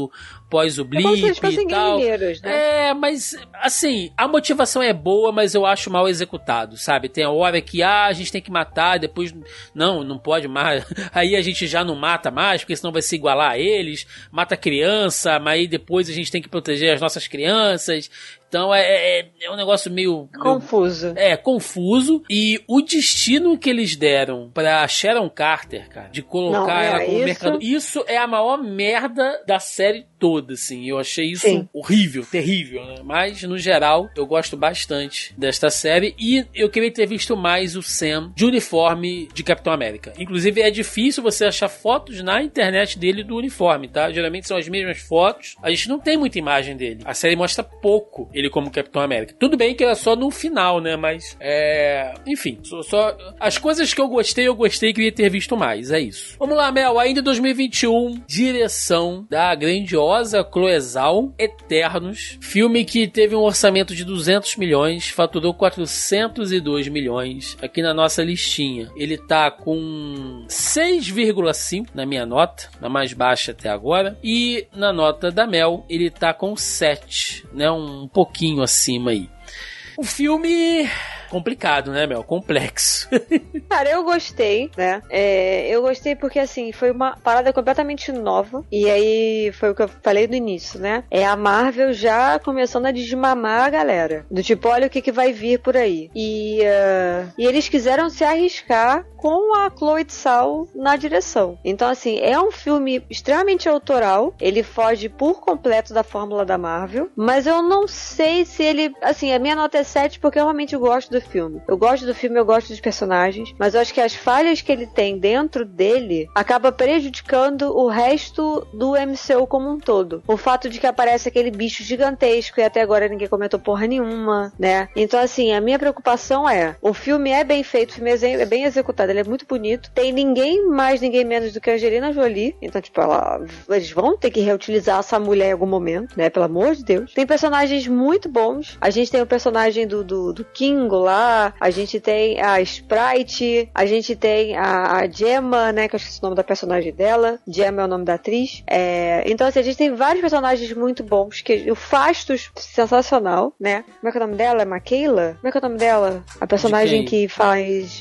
pós o blip é como se eles fossem e tal. guerrilheiros, né? É, mas, assim, a motivação é boa, mas eu acho mal executado, sabe? Tem a hora que, ah, a gente tem que matar, depois, não, não pode mais. Aí a gente já não mata mais, porque senão vai se igualar a eles. Mata criança, mas aí depois a gente tem que proteger as nossas crianças. Então é, é, é um negócio meio... Confuso. Meio, é, confuso. E o destino que eles deram pra Sharon Carter, cara, de colocar Não, é, ela como isso... mercado... Isso é a maior merda da série toda, assim. Eu achei isso Sim. horrível, terrível, né? Mas, no geral, eu gosto bastante desta série. E eu queria ter visto mais o Sam de uniforme de Capitão América. Inclusive, é difícil você achar fotos na internet dele do uniforme, tá? Geralmente são as mesmas fotos. A gente não tem muita imagem dele. A série mostra pouco ele como Capitão América. Tudo bem que era só no final, né? Mas, é... enfim, só, só... as coisas que eu gostei, eu gostei e queria ter visto mais. É isso. Vamos lá, Mel. Ainda em dois mil e vinte e um, direção da grandiosa Chloe Zhao, Eternos. Filme que teve um orçamento de duzentos milhões, faturou quatrocentos e dois milhões aqui na nossa listinha. Ele tá com seis vírgula cinco na minha nota, na mais baixa até agora. E na nota da Mel, ele tá com sete, né? Um pouquinho acima aí. O filme... complicado, né, Mel? Complexo. Cara, eu gostei, né? É, eu gostei porque, assim, foi uma parada completamente nova. E aí, foi o que eu falei no início, né? É a Marvel já começando a desmamar a galera. Do tipo, olha o que, que vai vir por aí. E, uh, e eles quiseram se arriscar com a Chloe Zhao na direção. Então, assim, é um filme extremamente autoral. Ele foge por completo da fórmula da Marvel. Mas eu não sei se ele... Assim, a minha nota é sete porque eu realmente gosto do filme. Eu gosto do filme, eu gosto dos personagens, mas eu acho que as falhas que ele tem dentro dele acaba prejudicando o resto do M C U como um todo. O fato de que aparece aquele bicho gigantesco e até agora ninguém comentou porra nenhuma, né? Então, assim, a minha preocupação é, o filme é bem feito, o filme é bem executado, ele é muito bonito, tem ninguém mais, ninguém menos do que a Angelina Jolie, então, tipo, ela, eles vão ter que reutilizar essa mulher em algum momento, né? Pelo amor de Deus. Tem personagens muito bons, a gente tem o personagem do, do, do Kingo lá, a gente tem a Sprite, a gente tem a, a Gemma, né, que eu esqueci o nome da personagem dela, Gemma é o nome da atriz, é, então assim, a gente tem vários personagens muito bons, que o Fastos, sensacional, né, como é que é o nome dela? É Michaela? Como é que é o nome dela? A personagem que faz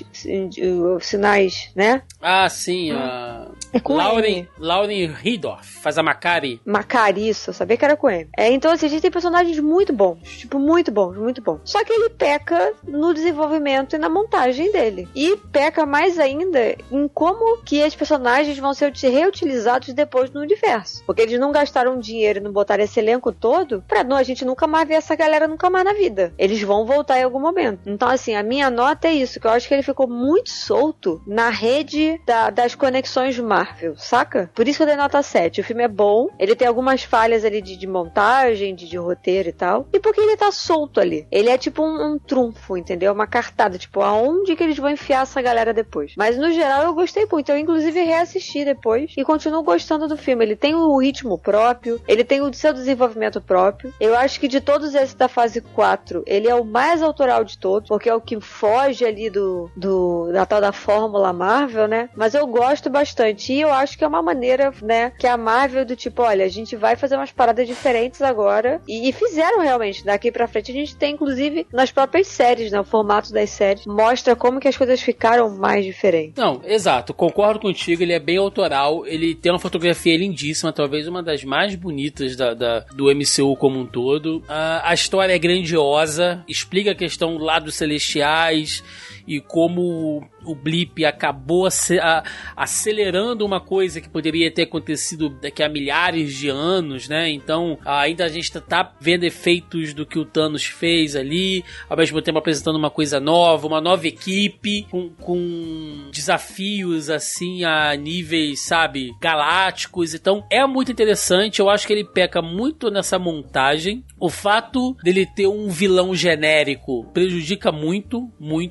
os sinais, né? Ah, sim, a... É com Lauren, Lauren Ridorf, faz a Macari. Macari, isso, eu sabia que era com ele. É, então, assim, a gente tem personagens muito bons, tipo, muito bons, muito bons. Só que ele peca no desenvolvimento e na montagem dele. E peca mais ainda em como que os personagens vão ser reutilizados depois no universo. Porque eles não gastaram dinheiro e não botaram esse elenco todo pra não, a gente nunca mais ver essa galera nunca mais na vida. Eles vão voltar em algum momento. Então, assim, a minha nota é isso, que eu acho que ele ficou muito solto na rede da, das conexões Marvel, saca? Por isso que eu dei nota sete. O filme é bom, ele tem algumas falhas ali de, de montagem, de, de roteiro e tal. E porque ele tá solto ali. Ele é tipo um, um trunfo, entendeu? Uma cartada, tipo, aonde que eles vão enfiar essa galera depois. Mas no geral eu gostei muito. Eu inclusive reassisti depois e continuo gostando do filme. Ele tem o ritmo próprio, ele tem o seu desenvolvimento próprio. Eu acho que de todos esses da fase quatro, ele é o mais autoral de todos, porque é o que foge ali do, do da tal da fórmula Marvel, né? Mas eu gosto bastante. E eu acho que é uma maneira, né, que a Marvel do tipo, olha, a gente vai fazer umas paradas diferentes agora. E, e fizeram realmente. Daqui pra frente a gente tem, inclusive, nas próprias séries, né? O formato das séries mostra como que as coisas ficaram mais diferentes. Não, exato. Concordo contigo. Ele é bem autoral. Ele tem uma fotografia lindíssima. Talvez uma das mais bonitas da, da, do M C U como um todo. A, a história é grandiosa. Explica a questão lá dos Celestiais e como o blip acabou acelerando uma coisa que poderia ter acontecido daqui a milhares de anos, né? Então, ainda a gente tá vendo efeitos do que o Thanos fez ali, ao mesmo tempo apresentando uma coisa nova, uma nova equipe, com, com desafios, assim, a níveis, sabe, galácticos. Então, é muito interessante. Eu acho que ele peca muito nessa montagem. O fato dele ter um vilão genérico prejudica muito, muito, né?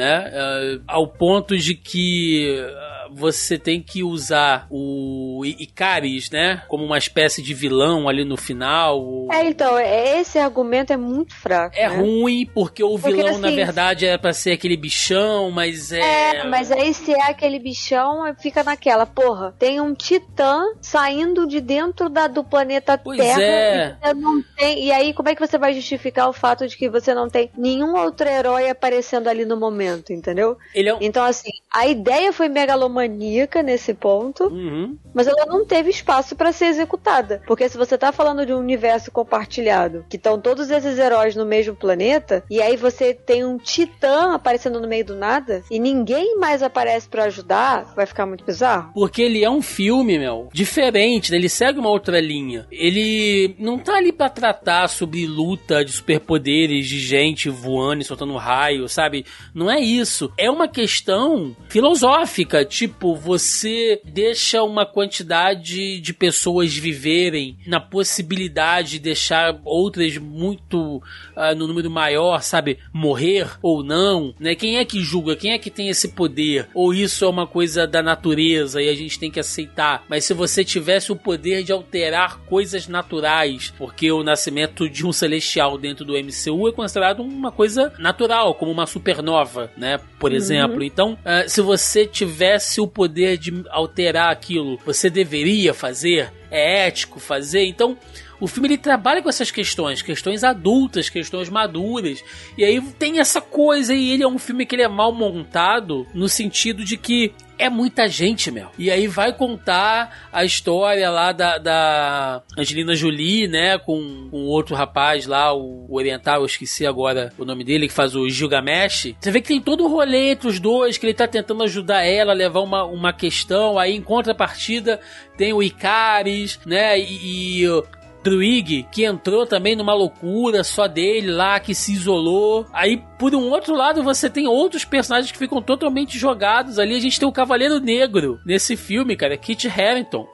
né? Uh, ao ponto de que uh, você tem que usar o Icaris, né? Como uma espécie de vilão ali no final. É, então, esse argumento é muito fraco. É né? ruim, porque o porque, vilão, assim, na verdade, é pra ser aquele bichão, mas é... É, mas aí se é aquele bichão, fica naquela, porra, tem um titã saindo de dentro da, do planeta pois Terra é. e você não tem... E aí, como é que você vai justificar o fato de que você não tem nenhum outro herói aparecendo ali no momento, entendeu? Ele é um... Então, assim, a ideia foi megalomaníaca nesse ponto, uhum. mas ela não teve espaço pra ser executada. Porque se você tá falando de um universo compartilhado, que estão todos esses heróis no mesmo planeta, e aí você tem um titã aparecendo no meio do nada, e ninguém mais aparece pra ajudar, vai ficar muito bizarro. Porque ele é um filme, meu, diferente, né? Ele segue uma outra linha. Ele não tá ali pra tratar sobre luta de superpoderes, de gente voando e soltando raio, sabe? Não é isso. É uma questão filosófica, tipo, você deixa uma quantidade de pessoas viverem na possibilidade de deixar outras muito uh, no número maior, sabe? Morrer ou não, né? Quem é que julga? Quem é que tem esse poder? Ou isso é uma coisa da natureza e a gente tem que aceitar? Mas se você tivesse o poder de alterar coisas naturais, porque o nascimento de um celestial dentro do M C U é considerado uma coisa natural, como uma supernova, né? Por uhum. exemplo. Então, uh, se você tivesse o poder de alterar aquilo, você deveria fazer? É ético fazer? Então, o filme ele trabalha com essas questões, questões adultas, questões maduras, e aí tem essa coisa, e ele é um filme que ele é mal montado no sentido de que é muita gente, meu. E aí vai contar a história lá da, da Angelina Jolie, né, com, com outro rapaz lá, o, o oriental, eu esqueci agora o nome dele, que faz o Gilgamesh. Você vê que tem todo um rolê entre os dois, que ele tá tentando ajudar ela a levar uma, uma questão, aí em contrapartida tem o Icaris, né, e... e Druig, que entrou também numa loucura só dele lá, que se isolou. Aí, por um outro lado, você tem outros personagens que ficam totalmente jogados ali. A gente tem o Cavaleiro Negro nesse filme, cara, Kit Harington.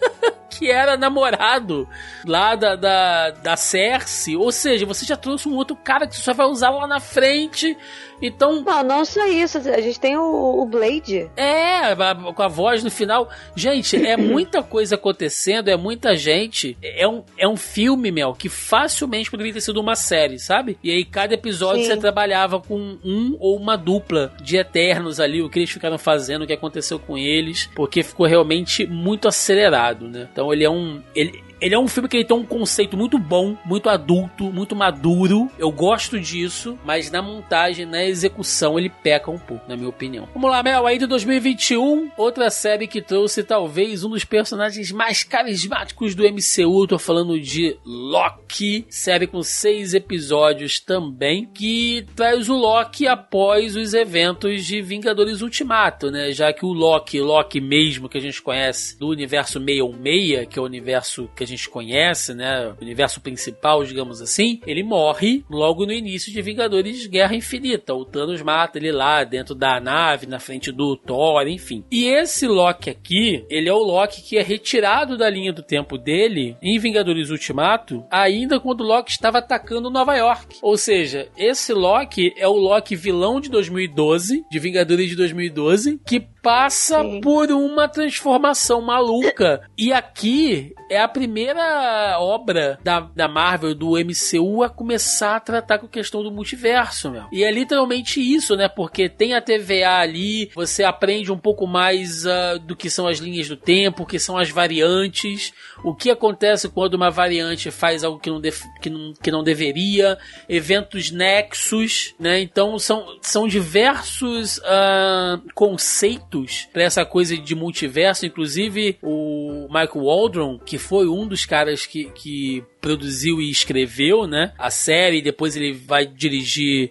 Que era namorado lá da, da, da Cersei. Ou seja, você já trouxe um outro cara que você só vai usar lá na frente. Então... Não, não só isso. A gente tem o, o Blade. É, com a voz no final. Gente, é muita coisa acontecendo, é muita gente. É um, é um filme, Mel, que facilmente poderia ter sido uma série, sabe? E aí cada episódio Sim. você trabalhava com um ou uma dupla de Eternos ali, o que eles ficaram fazendo, o que aconteceu com eles, porque ficou realmente muito acelerado, né? Então ele é um... Ele, Ele é um filme que ele tem um conceito muito bom, muito adulto, muito maduro. Eu gosto disso, mas na montagem, na execução, ele peca um pouco, na minha opinião. Vamos lá, Mel, aí de dois mil e vinte e um, outra série que trouxe talvez um dos personagens mais carismáticos do M C U. Eu tô falando de Loki, série com seis episódios também, que traz o Loki após os eventos de Vingadores Ultimato, né? Já que o Loki, Loki mesmo que a gente conhece do universo seiscentos e sessenta, que é o universo que a gente conhece, né, o universo principal, digamos assim, ele morre logo no início de Vingadores Guerra Infinita. O Thanos mata ele lá dentro da nave, na frente do Thor, enfim. E esse Loki aqui, ele é o Loki que é retirado da linha do tempo dele em Vingadores Ultimato, ainda quando o Loki estava atacando Nova York. Ou seja, esse Loki é o Loki vilão de dois mil e doze, de Vingadores de dois mil e doze, que passa Sim. por uma transformação maluca. E aqui é a primeira obra da, da Marvel, do M C U, a começar a tratar com a questão do multiverso, meu. E é literalmente isso, né? Porque tem a T V A ali, você aprende um pouco mais uh, do que são as linhas do tempo, o que são as variantes, o que acontece quando uma variante faz algo que não, def- que não, que não deveria, eventos nexos, né? Então são, são diversos uh, conceitos para essa coisa de multiverso. Inclusive o Michael Waldron, que foi um dos caras que, que produziu e escreveu, né, a série, e depois ele vai dirigir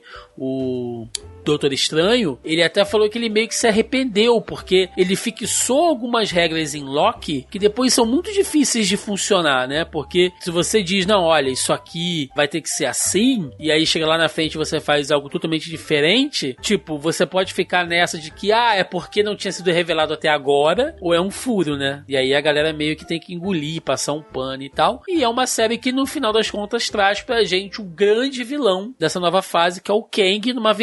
o Doutor Estranho, ele até falou que ele meio que se arrependeu, porque ele fixou algumas regras em Loki que depois são muito difíceis de funcionar, né? Porque se você diz, não, olha, isso aqui vai ter que ser assim, e aí chega lá na frente e você faz algo totalmente diferente, tipo, você pode ficar nessa de que, ah, é porque não tinha sido revelado até agora, ou é um furo, né? E aí a galera meio que tem que engolir, passar um pano e tal. E é uma série que no final das contas traz pra gente o grande vilão dessa nova fase, que é o Kang, numa versão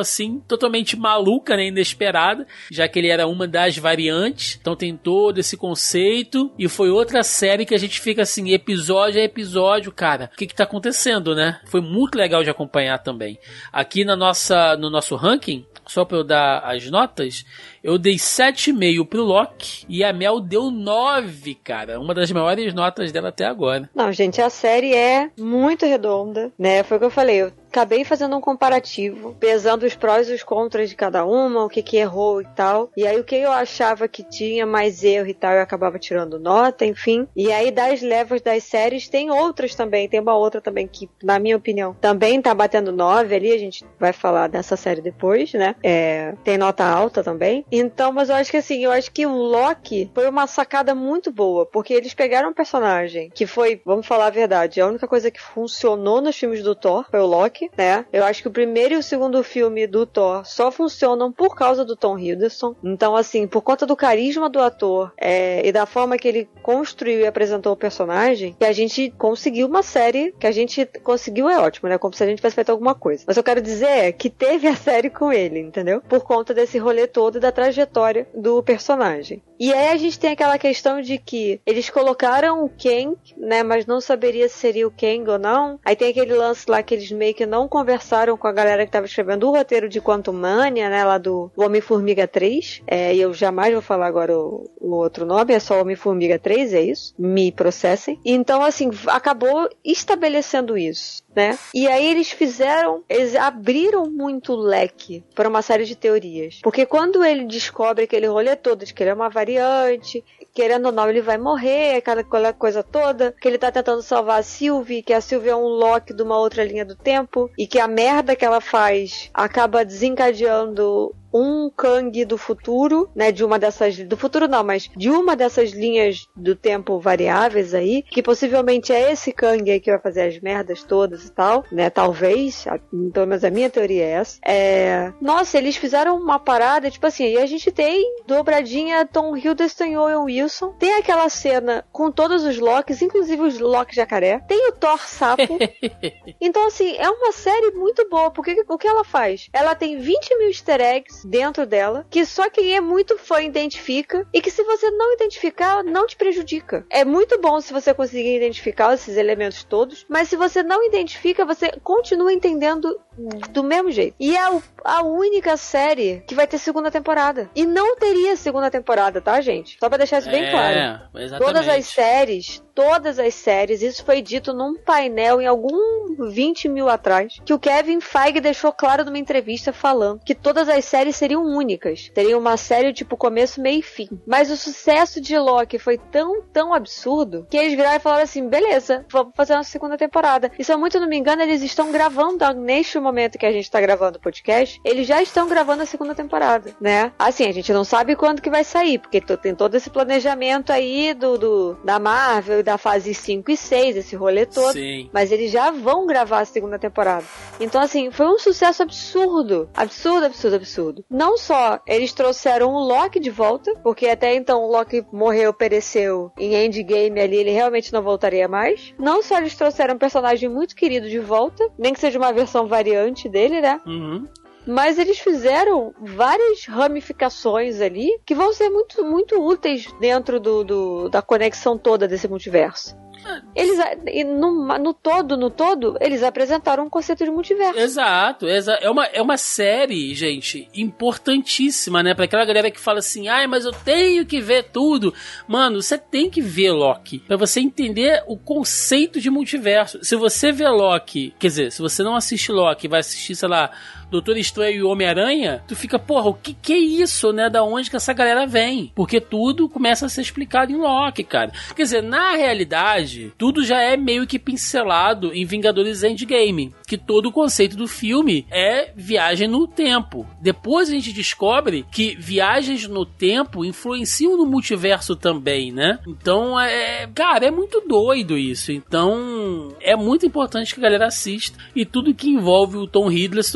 assim, totalmente maluca, né, inesperada, já que ele era uma das variantes. Então tem todo esse conceito. E foi outra série que a gente fica assim, episódio a episódio, cara, o que que tá acontecendo, né? Foi muito legal de acompanhar também. Aqui na nossa, no nosso ranking, só pra eu dar as notas, eu dei sete vírgula cinco pro Loki e a Mel deu nove, cara. Uma das maiores notas dela até agora. Não, gente, a série é muito redonda, né? Foi o que eu falei, eu acabei fazendo um comparativo, pesando os prós e os contras de cada uma, o que que errou e tal. E aí o que eu achava que tinha mais erro e tal, eu acabava tirando nota, enfim. E aí das levas das séries, tem outras também. Tem uma outra também que, na minha opinião, também tá batendo nove ali. A gente vai falar dessa série depois, né? É, tem nota alta também. Então, mas eu acho que assim, eu acho que o Loki foi uma sacada muito boa, porque eles pegaram um personagem que foi, vamos falar a verdade, a única coisa que funcionou nos filmes do Thor foi o Loki, né? Eu acho que o primeiro e o segundo filme do Thor só funcionam por causa do Tom Hiddleston. Então, assim, por conta do carisma do ator é, e da forma que ele construiu e apresentou o personagem, que a gente conseguiu uma série, que a gente conseguiu é ótimo, né? Como se a gente tivesse feito alguma coisa. Mas eu quero dizer é que teve a série com ele, entendeu? Por conta desse rolê todo e da trajetória do personagem. E aí a gente tem aquela questão de que eles colocaram o Kang, né? Mas não saberia se seria o Kang ou não. Aí tem aquele lance lá que eles meio que não conversaram com a galera que estava escrevendo o roteiro de Quantumania, né? Lá do Homem-Formiga três. É, e eu jamais vou falar agora o, o outro nome, é só Homem-Formiga três, é isso? Me processem. Então, assim, acabou estabelecendo isso, né? E aí eles fizeram, eles abriram muito o leque para uma série de teorias. Porque quando ele descobre aquele rolê todo de que ele é uma variante, querendo ou não, ele vai morrer, aquela, aquela coisa toda, que ele tá tentando salvar a Sylvie, que a Sylvie é um Loki de uma outra linha do tempo, e que a merda que ela faz acaba desencadeando um Kang do futuro, né, de uma dessas, do futuro não, mas de uma dessas linhas do tempo variáveis aí, que possivelmente é esse Kang aí que vai fazer as merdas todas e tal, né, talvez, pelo menos a minha teoria é essa. É... Nossa, eles fizeram uma parada, tipo assim, e a gente tem dobradinha Tom Hiddleston e Owen Wilson, tem aquela cena com todos os Locks, inclusive os Loki jacaré, tem o Thor sapo, então assim, é uma série muito boa, porque o que ela faz? Ela tem vinte mil easter eggs dentro dela, que só quem é muito fã identifica, e que se você não identificar, não te prejudica. É muito bom se você conseguir identificar esses elementos todos, mas se você não identifica, você continua entendendo do mesmo jeito. E é a, a única série que vai ter segunda temporada. E não teria segunda temporada, tá, gente? Só pra deixar isso bem é, claro. Exatamente. Todas as séries, todas as séries, isso foi dito num painel em algum vinte mil atrás, que o Kevin Feige deixou claro numa entrevista falando que todas as séries seriam únicas. Teria uma série tipo começo, meio e fim. Mas o sucesso de Loki foi tão, tão absurdo, que eles viraram e falaram assim, beleza, vamos fazer uma segunda temporada. E se eu muito não me engano, eles estão gravando neste momento que a gente tá gravando o podcast, eles já estão gravando a segunda temporada, né? Assim, a gente não sabe quando que vai sair, porque tem todo esse planejamento aí do, do da Marvel e da fase cinco e seis, esse rolê todo. Sim. Mas eles já vão gravar a segunda temporada. Então, assim, foi um sucesso absurdo. Absurdo, absurdo, absurdo. Não só eles trouxeram o Loki de volta, porque até então o Loki morreu, pereceu em Endgame ali, ele realmente não voltaria mais. Não só eles trouxeram um personagem muito querido de volta, nem que seja uma versão variante dele, né? Uhum. Mas eles fizeram várias ramificações ali que vão ser muito, muito úteis dentro do, do, da conexão toda desse multiverso. Eles, no, no todo, no todo, eles apresentaram um conceito de multiverso. Exato, exa- é, uma, é uma série, gente, importantíssima, né? Pra aquela galera que fala assim, ai, mas eu tenho que ver tudo. Mano, você tem que ver Loki, pra você entender o conceito de multiverso. Se você vê Loki, quer dizer, se você não assiste Loki, vai assistir, sei lá, Doutor Estranho e Homem-Aranha, tu fica, porra, o que que é isso, né? Da onde que essa galera vem? Porque tudo começa a ser explicado em Loki, cara. Quer dizer, na realidade, tudo já é meio que pincelado em Vingadores Endgame, que todo o conceito do filme é viagem no tempo. Depois a gente descobre que viagens no tempo influenciam no multiverso também, né? Então, é... cara, é muito doido isso. Então, é muito importante que a galera assista, e tudo que envolve o Tom Hiddleston é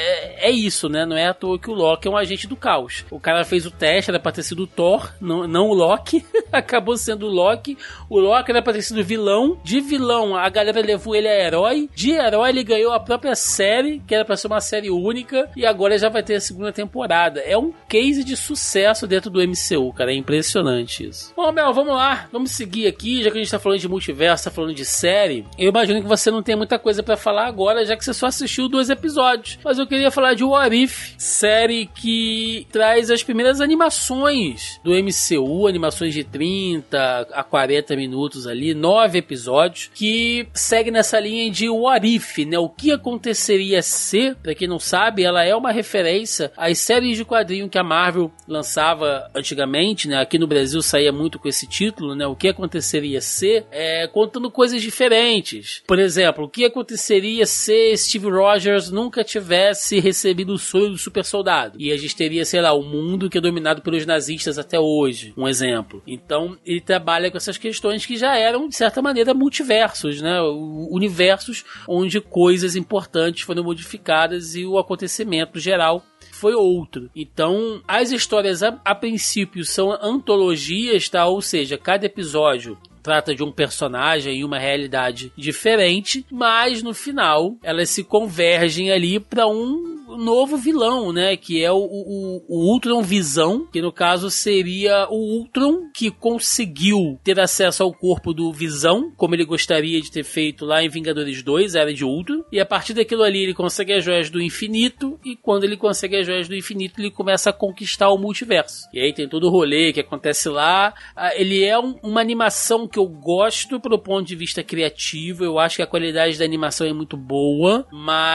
é, é isso, né? Não é à toa que o Loki é um agente do caos. O cara fez o teste, era pra ter sido o Thor, não, não o Loki. Acabou sendo o Loki. O Loki era pra ter sido vilão. De vilão, a galera levou ele a herói. De herói, ele ganhou a própria série, que era pra ser uma série única. E agora já vai ter a segunda temporada. É um case de sucesso dentro do M C U, cara. É impressionante isso. Bom, Mel, vamos lá. Vamos seguir aqui. Já que a gente tá falando de multiverso, tá falando de série. Eu imagino que você não tem muita coisa pra falar agora, já que você só assistiu dois episódios. Mas eu queria falar de What If, série que traz as primeiras animações do M C U, animações de trinta a quarenta minutos ali, nove episódios, que segue nessa linha de What If, né? O que aconteceria se, pra quem não sabe, ela é uma referência às séries de quadrinho que a Marvel lançava antigamente, né? Aqui no Brasil saía muito com esse título, né? O que aconteceria se, é, contando coisas diferentes. Por exemplo, o que aconteceria se Steve Rogers nunca tivesse recebido o sonho do super soldado? E a gente teria, sei lá, o mundo que é dominado pelos nazistas até hoje, um exemplo. Então, ele trabalha com essas questões que já eram, de certa maneira, multiversos, né? Universos onde coisas importantes foram modificadas e o acontecimento geral foi outro. Então, as histórias a, a princípio são antologias, tá? Ou seja, cada episódio trata de um personagem e uma realidade diferente, mas no final elas se convergem ali para um novo vilão, né? Que é o, o, o Ultron Visão, que no caso seria o Ultron que conseguiu ter acesso ao corpo do Visão, como ele gostaria de ter feito lá em Vingadores dois, Era de Ultron, e a partir daquilo ali ele consegue as joias do infinito, e quando ele consegue as joias do infinito ele começa a conquistar o multiverso. E aí tem todo o rolê que acontece lá. Ele é um, uma animação que eu gosto pelo ponto de vista criativo, eu acho que a qualidade da animação é muito boa,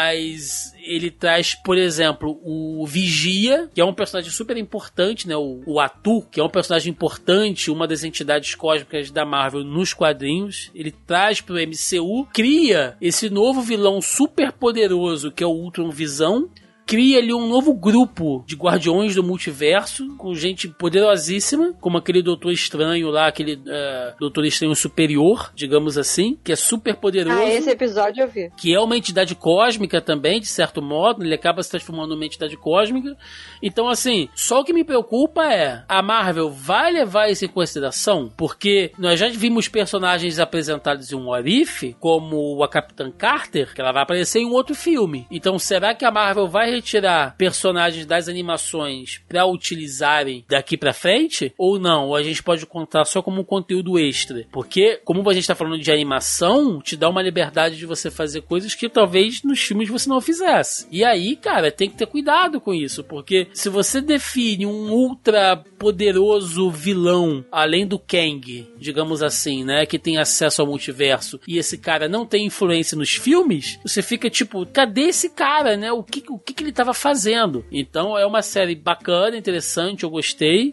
mas ele traz, por exemplo, o Vigia, que é um personagem super importante, né? O, o Atu, que é um personagem importante, uma das entidades cósmicas da Marvel nos quadrinhos. Ele traz pro M C U, cria esse novo vilão super poderoso, que é o Ultron Visão. Cria ali um novo grupo de guardiões do multiverso, com gente poderosíssima, como aquele Doutor Estranho lá, aquele uh, Doutor Estranho Superior, digamos assim, que é super poderoso. Ah, esse episódio eu vi. Que é uma entidade cósmica também, de certo modo, ele acaba se transformando numa entidade cósmica. Então, assim, só o que me preocupa é, a Marvel vai levar isso em consideração? Porque nós já vimos personagens apresentados em um What If, como a Capitã Carter, que ela vai aparecer em um outro filme. Então, será que a Marvel vai retirar personagens das animações para utilizarem daqui para frente ou não? Ou a gente pode contar só como um conteúdo extra? Porque, como a gente tá falando de animação, te dá uma liberdade de você fazer coisas que talvez nos filmes você não fizesse. E aí, cara, tem que ter cuidado com isso, porque se você define um ultra poderoso vilão, além do Kang, digamos assim, né, que tem acesso ao multiverso, e esse cara não tem influência nos filmes, você fica tipo, cadê esse cara, né? O que, o que, que ele estava fazendo? Então é uma série bacana, interessante, eu gostei,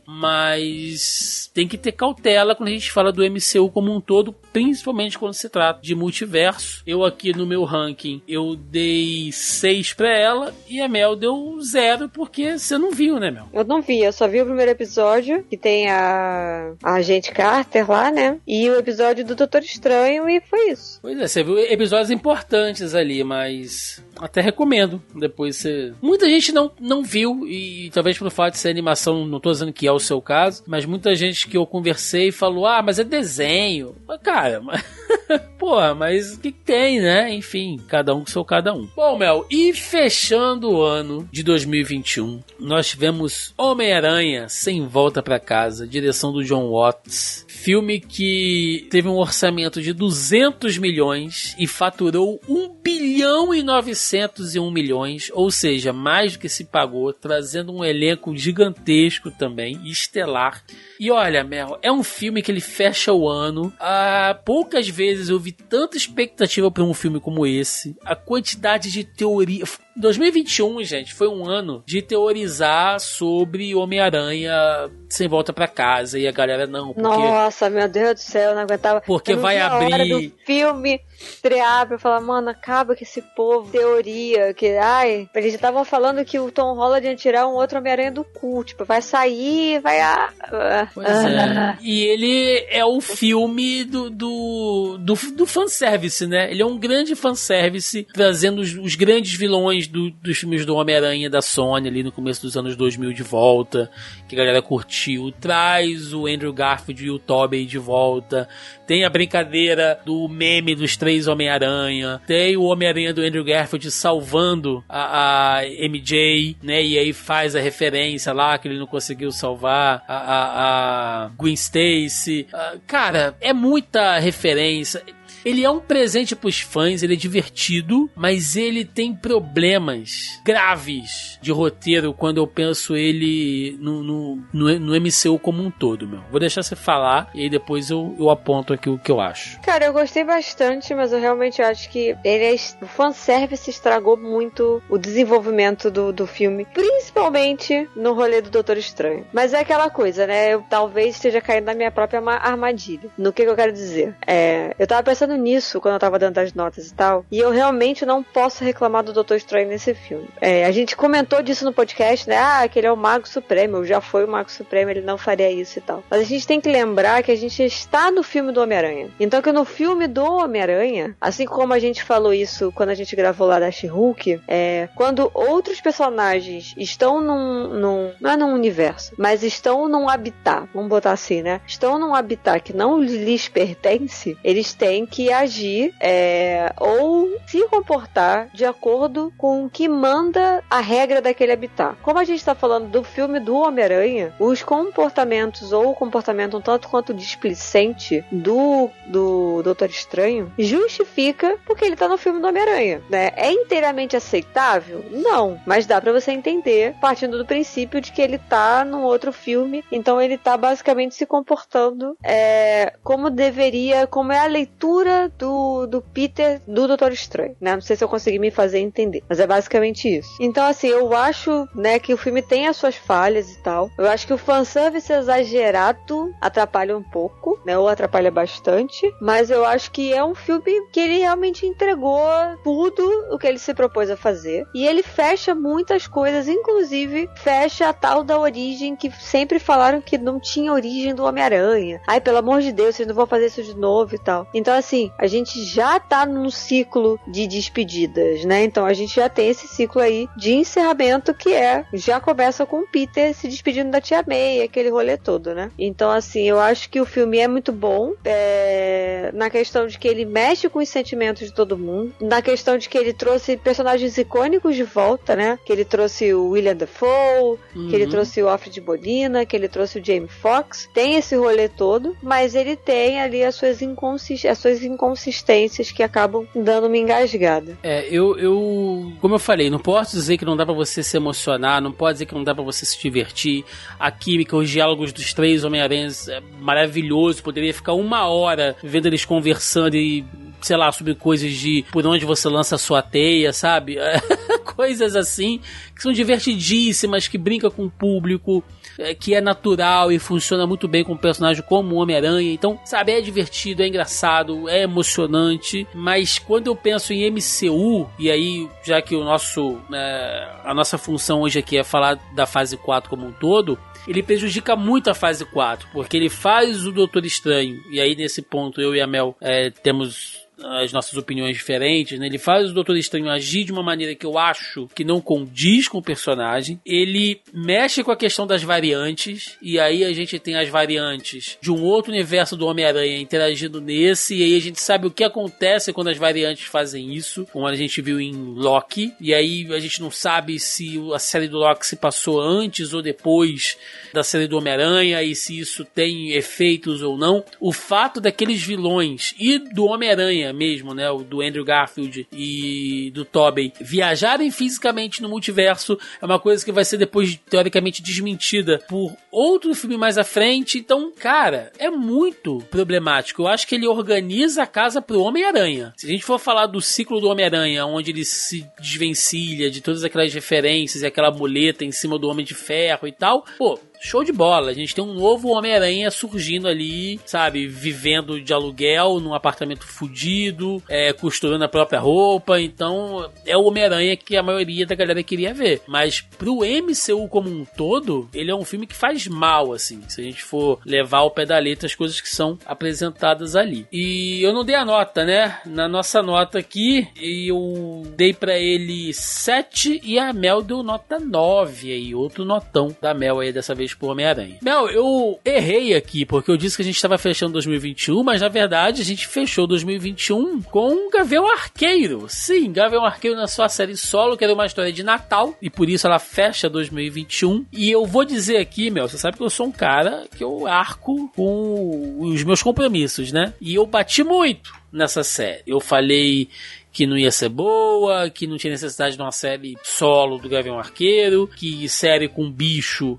mas tem que ter cautela quando a gente fala do M C U como um todo, principalmente quando se trata de multiverso. Eu aqui no meu ranking, eu dei seis pra ela e a Mel deu zero, porque você não viu, né, Mel? Eu não vi, eu só vi o primeiro episódio, que tem a, a Agente Carter lá, né? E o episódio do Doutor Estranho, e foi isso. Pois é, você viu episódios importantes ali, mas até recomendo. Depois você... Muita gente não, não viu, e talvez pelo fato de ser animação, não tô dizendo que é o seu caso, mas muita gente que eu conversei falou, ah, mas é desenho. Mas, cara, mas... Porra, mas o que, que tem, né? Enfim, cada um com seu cada um. Bom, Mel, e fechando o ano de dois mil e vinte e um, nós tivemos Homem-Aranha Sem Volta Pra Casa, direção do John Watts. Filme que teve um orçamento de duzentos milhões e faturou um bilhão e novecentos e um milhões, ou seja, mais do que se pagou, trazendo um elenco gigantesco também, estelar. E olha, Mel, é um filme que ele fecha o ano. Há poucas vezes eu vi tanta expectativa para um filme como esse. A quantidade de teoria... dois mil e vinte e um, gente, foi um ano de teorizar sobre Homem-Aranha Sem Volta Pra Casa. E a galera não, porque... Nossa, meu Deus do céu, eu não aguentava. Porque eu não vai vi a abrir... hora do filme estrear pra falar, mano, acaba com esse povo. Teoria, que, ai... Eles já estavam falando que o Tom Holland ia tirar um outro Homem-Aranha do cu. Tipo, vai sair, vai... Ah, pois é. E ele é o filme do, do, do, do fanservice, né? Ele é um grande fanservice, trazendo os, os grandes vilões fãs do, dos filmes do Homem-Aranha da Sony ali no começo dos anos dois mil de volta, que a galera curtiu. Traz o Andrew Garfield e o Tobey de volta. Tem a brincadeira do meme dos três Homem-Aranha. Tem o Homem-Aranha do Andrew Garfield salvando a, a M J, né? E aí faz a referência lá que ele não conseguiu salvar a, a, a Gwen Stacy. Uh, cara, é muita referência. Ele é um presente pros fãs, ele é divertido, mas ele tem problemas graves de roteiro quando eu penso ele no, no, no, no M C U como um todo, meu. Vou deixar você falar e aí depois eu, eu aponto aqui o que eu acho. Cara, eu gostei bastante, mas eu realmente acho que ele é, o fanservice estragou muito o desenvolvimento do, do filme, principalmente no rolê do Doutor Estranho. Mas é aquela coisa, né? Eu talvez esteja caindo na minha própria armadilha. No que, que eu quero dizer? É, eu tava pensando nisso quando eu tava dando as notas e tal, e eu realmente não posso reclamar do Doutor Estranho nesse filme. É, a gente comentou disso no podcast, né? Ah, que ele é o Mago Supremo, já foi o Mago Supremo, ele não faria isso e tal. Mas a gente tem que lembrar que a gente está no filme do Homem-Aranha. Então que no filme do Homem-Aranha, assim como a gente falou isso quando a gente gravou lá da She-Hulk, é, quando outros personagens estão num, num, não é num universo, mas estão num habitat, vamos botar assim, né? Estão num habitat que não lhes pertence, eles têm que agir é, ou se comportar de acordo com o que manda a regra daquele habitat. Como a gente está falando do filme do Homem-Aranha, os comportamentos ou o comportamento um tanto quanto displicente do, do Doutor Estranho justifica porque ele tá no filme do Homem-Aranha, né? É inteiramente aceitável? Não, mas dá pra você entender partindo do princípio de que ele tá num outro filme, então ele tá basicamente se comportando é, como deveria, como é a leitura do, do Peter do Doutor Estranho, né? Não sei se eu consegui me fazer entender, mas é basicamente isso. Então, assim, eu acho, né, que o filme tem as suas falhas e tal. Eu acho que o fanservice exagerado atrapalha um pouco, né? Ou atrapalha bastante, mas eu acho que é um filme que ele realmente entregou tudo o que ele se propôs a fazer. E ele fecha muitas coisas, inclusive fecha a tal da origem que sempre falaram que não tinha origem do Homem-Aranha. Ai, pelo amor de Deus, vocês não vão fazer isso de novo e tal. Então, assim, a gente já tá num ciclo de despedidas, né? Então a gente já tem esse ciclo aí de encerramento que é, já começa com o Peter se despedindo da Tia May, aquele rolê todo, né? Então, assim, eu acho que o filme é muito bom, é... na questão de que ele mexe com os sentimentos de todo mundo, na questão de que ele trouxe personagens icônicos de volta, né? Que ele trouxe o William Dafoe, uhum. que ele trouxe o Alfred Molina, que ele trouxe o Jamie Foxx, tem esse rolê todo, mas ele tem ali as suas inconsistências, as suas inconsistências que acabam dando uma engasgada. É, eu, eu, como eu falei, não posso dizer que não dá pra você se emocionar, não pode dizer que não dá pra você se divertir. A química, os diálogos dos três Homem-Aranhas é maravilhoso, poderia ficar uma hora vendo eles conversando e, sei lá, sobre coisas de por onde você lança a sua teia, sabe? Coisas assim, que são divertidíssimas, que brinca com o público, que é natural e funciona muito bem com um personagem como o Homem-Aranha. Então, sabe, é divertido, é engraçado, é emocionante, mas quando eu penso em M C U, e aí, já que o nosso, né, a nossa função hoje aqui é falar da fase quatro como um todo, ele prejudica muito a fase quatro, porque ele faz o Doutor Estranho, e aí nesse ponto eu e a Mel é, temos as nossas opiniões diferentes, né? Ele faz o Doutor Estranho agir de uma maneira que eu acho que não condiz com o personagem. Ele mexe com a questão das variantes, e aí a gente tem as variantes de um outro universo do Homem-Aranha interagindo nesse, e aí a gente sabe o que acontece quando as variantes fazem isso, como a gente viu em Loki, e aí a gente não sabe se a série do Loki se passou antes ou depois da série do Homem-Aranha, e se isso tem efeitos ou não. O fato daqueles vilões e do Homem-Aranha mesmo, né, o do Andrew Garfield e do Tobey, viajarem fisicamente no multiverso é uma coisa que vai ser depois teoricamente desmentida por outro filme mais à frente. Então, cara, é muito problemático. Eu acho que ele organiza a casa pro Homem-Aranha. Se a gente for falar do ciclo do Homem-Aranha, onde ele se desvencilha de todas aquelas referências e aquela muleta em cima do Homem de Ferro e tal, pô, show de bola. A gente tem um novo Homem-Aranha surgindo ali, sabe? Vivendo de aluguel num apartamento fudido, é, costurando a própria roupa. Então, é o Homem-Aranha que a maioria da galera queria ver. Mas pro M C U como um todo, ele é um filme que faz mal, assim, se a gente for levar ao pé da letra as coisas que são apresentadas ali. E eu não dei a nota, né? Na nossa nota aqui, eu dei pra ele sete e a Mel deu nota nove aí, outro notão da Mel aí, dessa vez pro Homem-Aranha. Mel, eu errei aqui, porque eu disse que a gente estava fechando dois mil e vinte e um, mas na verdade a gente fechou dois mil e vinte e um com Gavião Arqueiro. Sim, Gavião Arqueiro na sua série solo, que era uma história de Natal, e por isso ela fecha dois mil e vinte e um. E eu vou dizer aqui, Mel, você sabe que eu sou um cara que eu arco com os meus compromissos, né? E eu bati muito nessa série. Eu falei que não ia ser boa, que não tinha necessidade de uma série solo do Gavião Arqueiro, que série com bicho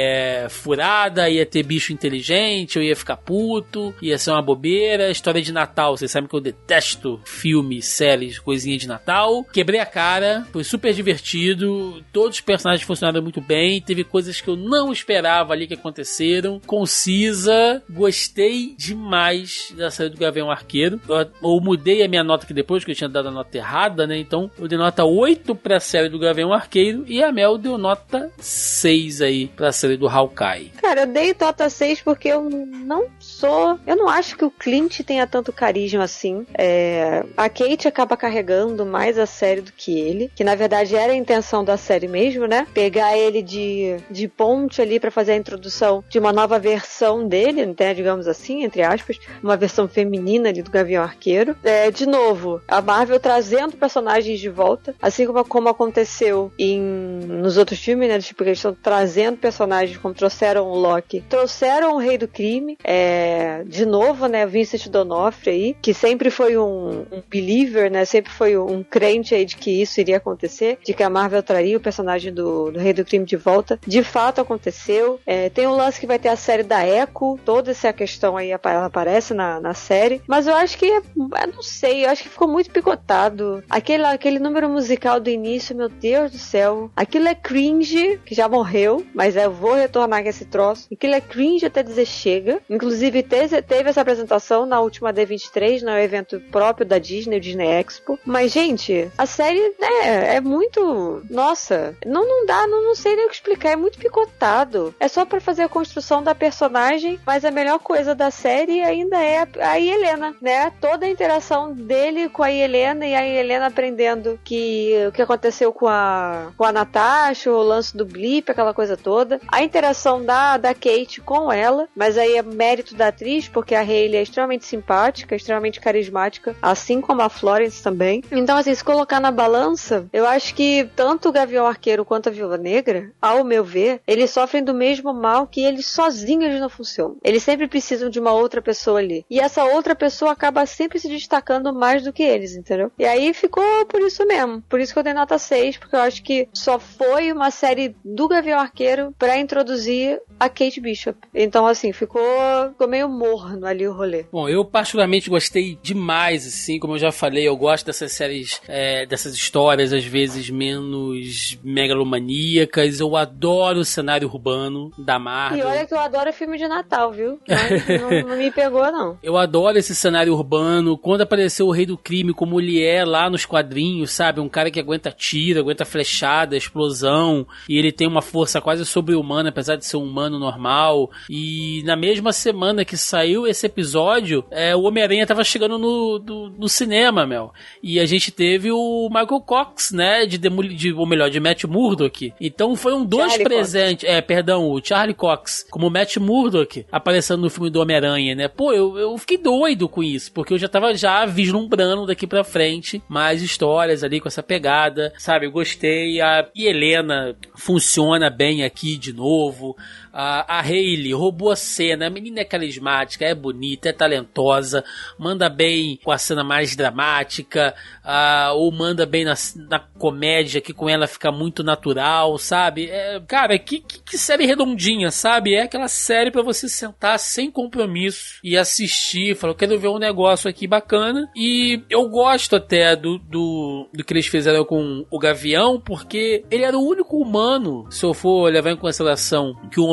é furada, ia ter bicho inteligente, eu ia ficar puto, ia ser uma bobeira. História de Natal, vocês sabem que eu detesto filmes, séries, coisinha de Natal. Quebrei a cara, foi super divertido, todos os personagens funcionaram muito bem, teve coisas que eu não esperava ali que aconteceram. Concisa, gostei demais da série do Gavião Arqueiro. Eu, eu mudei a minha nota aqui depois, que eu tinha dado a nota errada, né? Então eu dei nota oito pra série do Gavião Arqueiro e a Mel deu nota seis aí pra série do Hawkeye. Cara, eu dei nota seis porque eu não sou... Eu não acho que o Clint tenha tanto carisma assim. É... A Kate acaba carregando mais a série do que ele, que na verdade era a intenção da série mesmo, né? Pegar ele de, de ponte ali pra fazer a introdução de uma nova versão dele, né? Digamos assim, entre aspas, uma versão feminina ali do Gavião Arqueiro. É, de novo, a Marvel trazendo personagens de volta, assim como, como aconteceu em, nos outros filmes, né? Tipo, eles estão trazendo personagens, como trouxeram o Loki, trouxeram o Rei do Crime, é, de novo, né? Vincent D'Onofrio aí, que sempre foi um, um believer, né? Sempre foi um, um crente aí de que isso iria acontecer, de que a Marvel traria o personagem do, do Rei do Crime de volta. De fato aconteceu. É, tem um lance que vai ter a série da Echo, toda essa questão aí ela aparece na, na série, mas eu acho que, eu não sei, eu acho que ficou muito picotado. Aquele, aquele número musical do início, meu Deus do céu, aquilo é cringe, que já morreu, mas eu vou retornar com esse troço. Aquilo é cringe até dizer chega. Inclusive teve, teve essa apresentação na última D vinte e três, no evento próprio da Disney, o Disney Expo. Mas, gente, a série, né, é muito... Nossa, não, não dá, não, não sei nem o que explicar, é muito picotado. É só pra fazer a construção da personagem, mas a melhor coisa da série ainda é a Helena, né? Toda a interação dele com a Helena, e a Helena aprendendo que o que aconteceu com a, com a Natasha, o lance do blip, aquela coisa toda. A interação da, da Kate com ela, mas aí é mérito da atriz, porque a Hayley é extremamente simpática, extremamente carismática, assim como a Florence também. Então, assim, se colocar na balança, eu acho que tanto o Gavião Arqueiro quanto a Viúva Negra, ao meu ver, eles sofrem do mesmo mal, que eles sozinhos eles não funcionam. Eles sempre precisam de uma outra pessoa ali. E essa outra pessoa acaba sempre se destacando mais do que eles, entendeu? E aí ficou por isso mesmo. Por isso que eu dei nota seis, porque eu acho que só foi uma série do Gavião Arqueiro pra introduzir a Kate Bishop. Então, assim, ficou, ficou meio morno ali o rolê. Bom, eu particularmente gostei demais, assim, como eu já falei, eu gosto dessas séries, é, dessas histórias, às vezes, menos megalomaníacas. Eu adoro o cenário urbano da Marvel. E olha que eu adoro filme de Natal, viu? Mas não, não me pegou, não. Eu adoro esse cenário urbano. Quando apareceu o Rei do Crime, como ele é lá nos quadrinhos, sabe? Um cara que aguenta tiro, aguenta flechada, explosão, e ele tem uma força quase sobre-humana, apesar de ser um humano normal. E na mesma semana que saiu esse episódio, é, o Homem-Aranha tava chegando no, do, no cinema, Mel. E a gente teve o Michael Cox, né? De, Demoli- de ou melhor, de Matt Murdock. Então foram dois Charlie presentes. Cox. É, perdão, o Charlie Cox, como Matt Murdock, aparecendo no filme do Homem-Aranha, né? Pô, eu, eu fiquei doido com isso, porque eu já tava já vislumbrando daqui pra frente mais histórias ali com essa pegada, sabe? Eu gostei. A e Helena funciona bem aqui de novo. A, a Hayley roubou a cena. A menina é carismática, é bonita, é talentosa, manda bem com a cena mais dramática, uh, ou manda bem na, na comédia, que com ela fica muito natural, sabe? É, cara, que, que, que série redondinha, sabe? É aquela série pra você sentar sem compromisso e assistir, falar, eu quero ver um negócio aqui bacana. E eu gosto até do, do, do que eles fizeram com o Gavião, porque ele era o único humano, se eu for levar em consideração que o Homem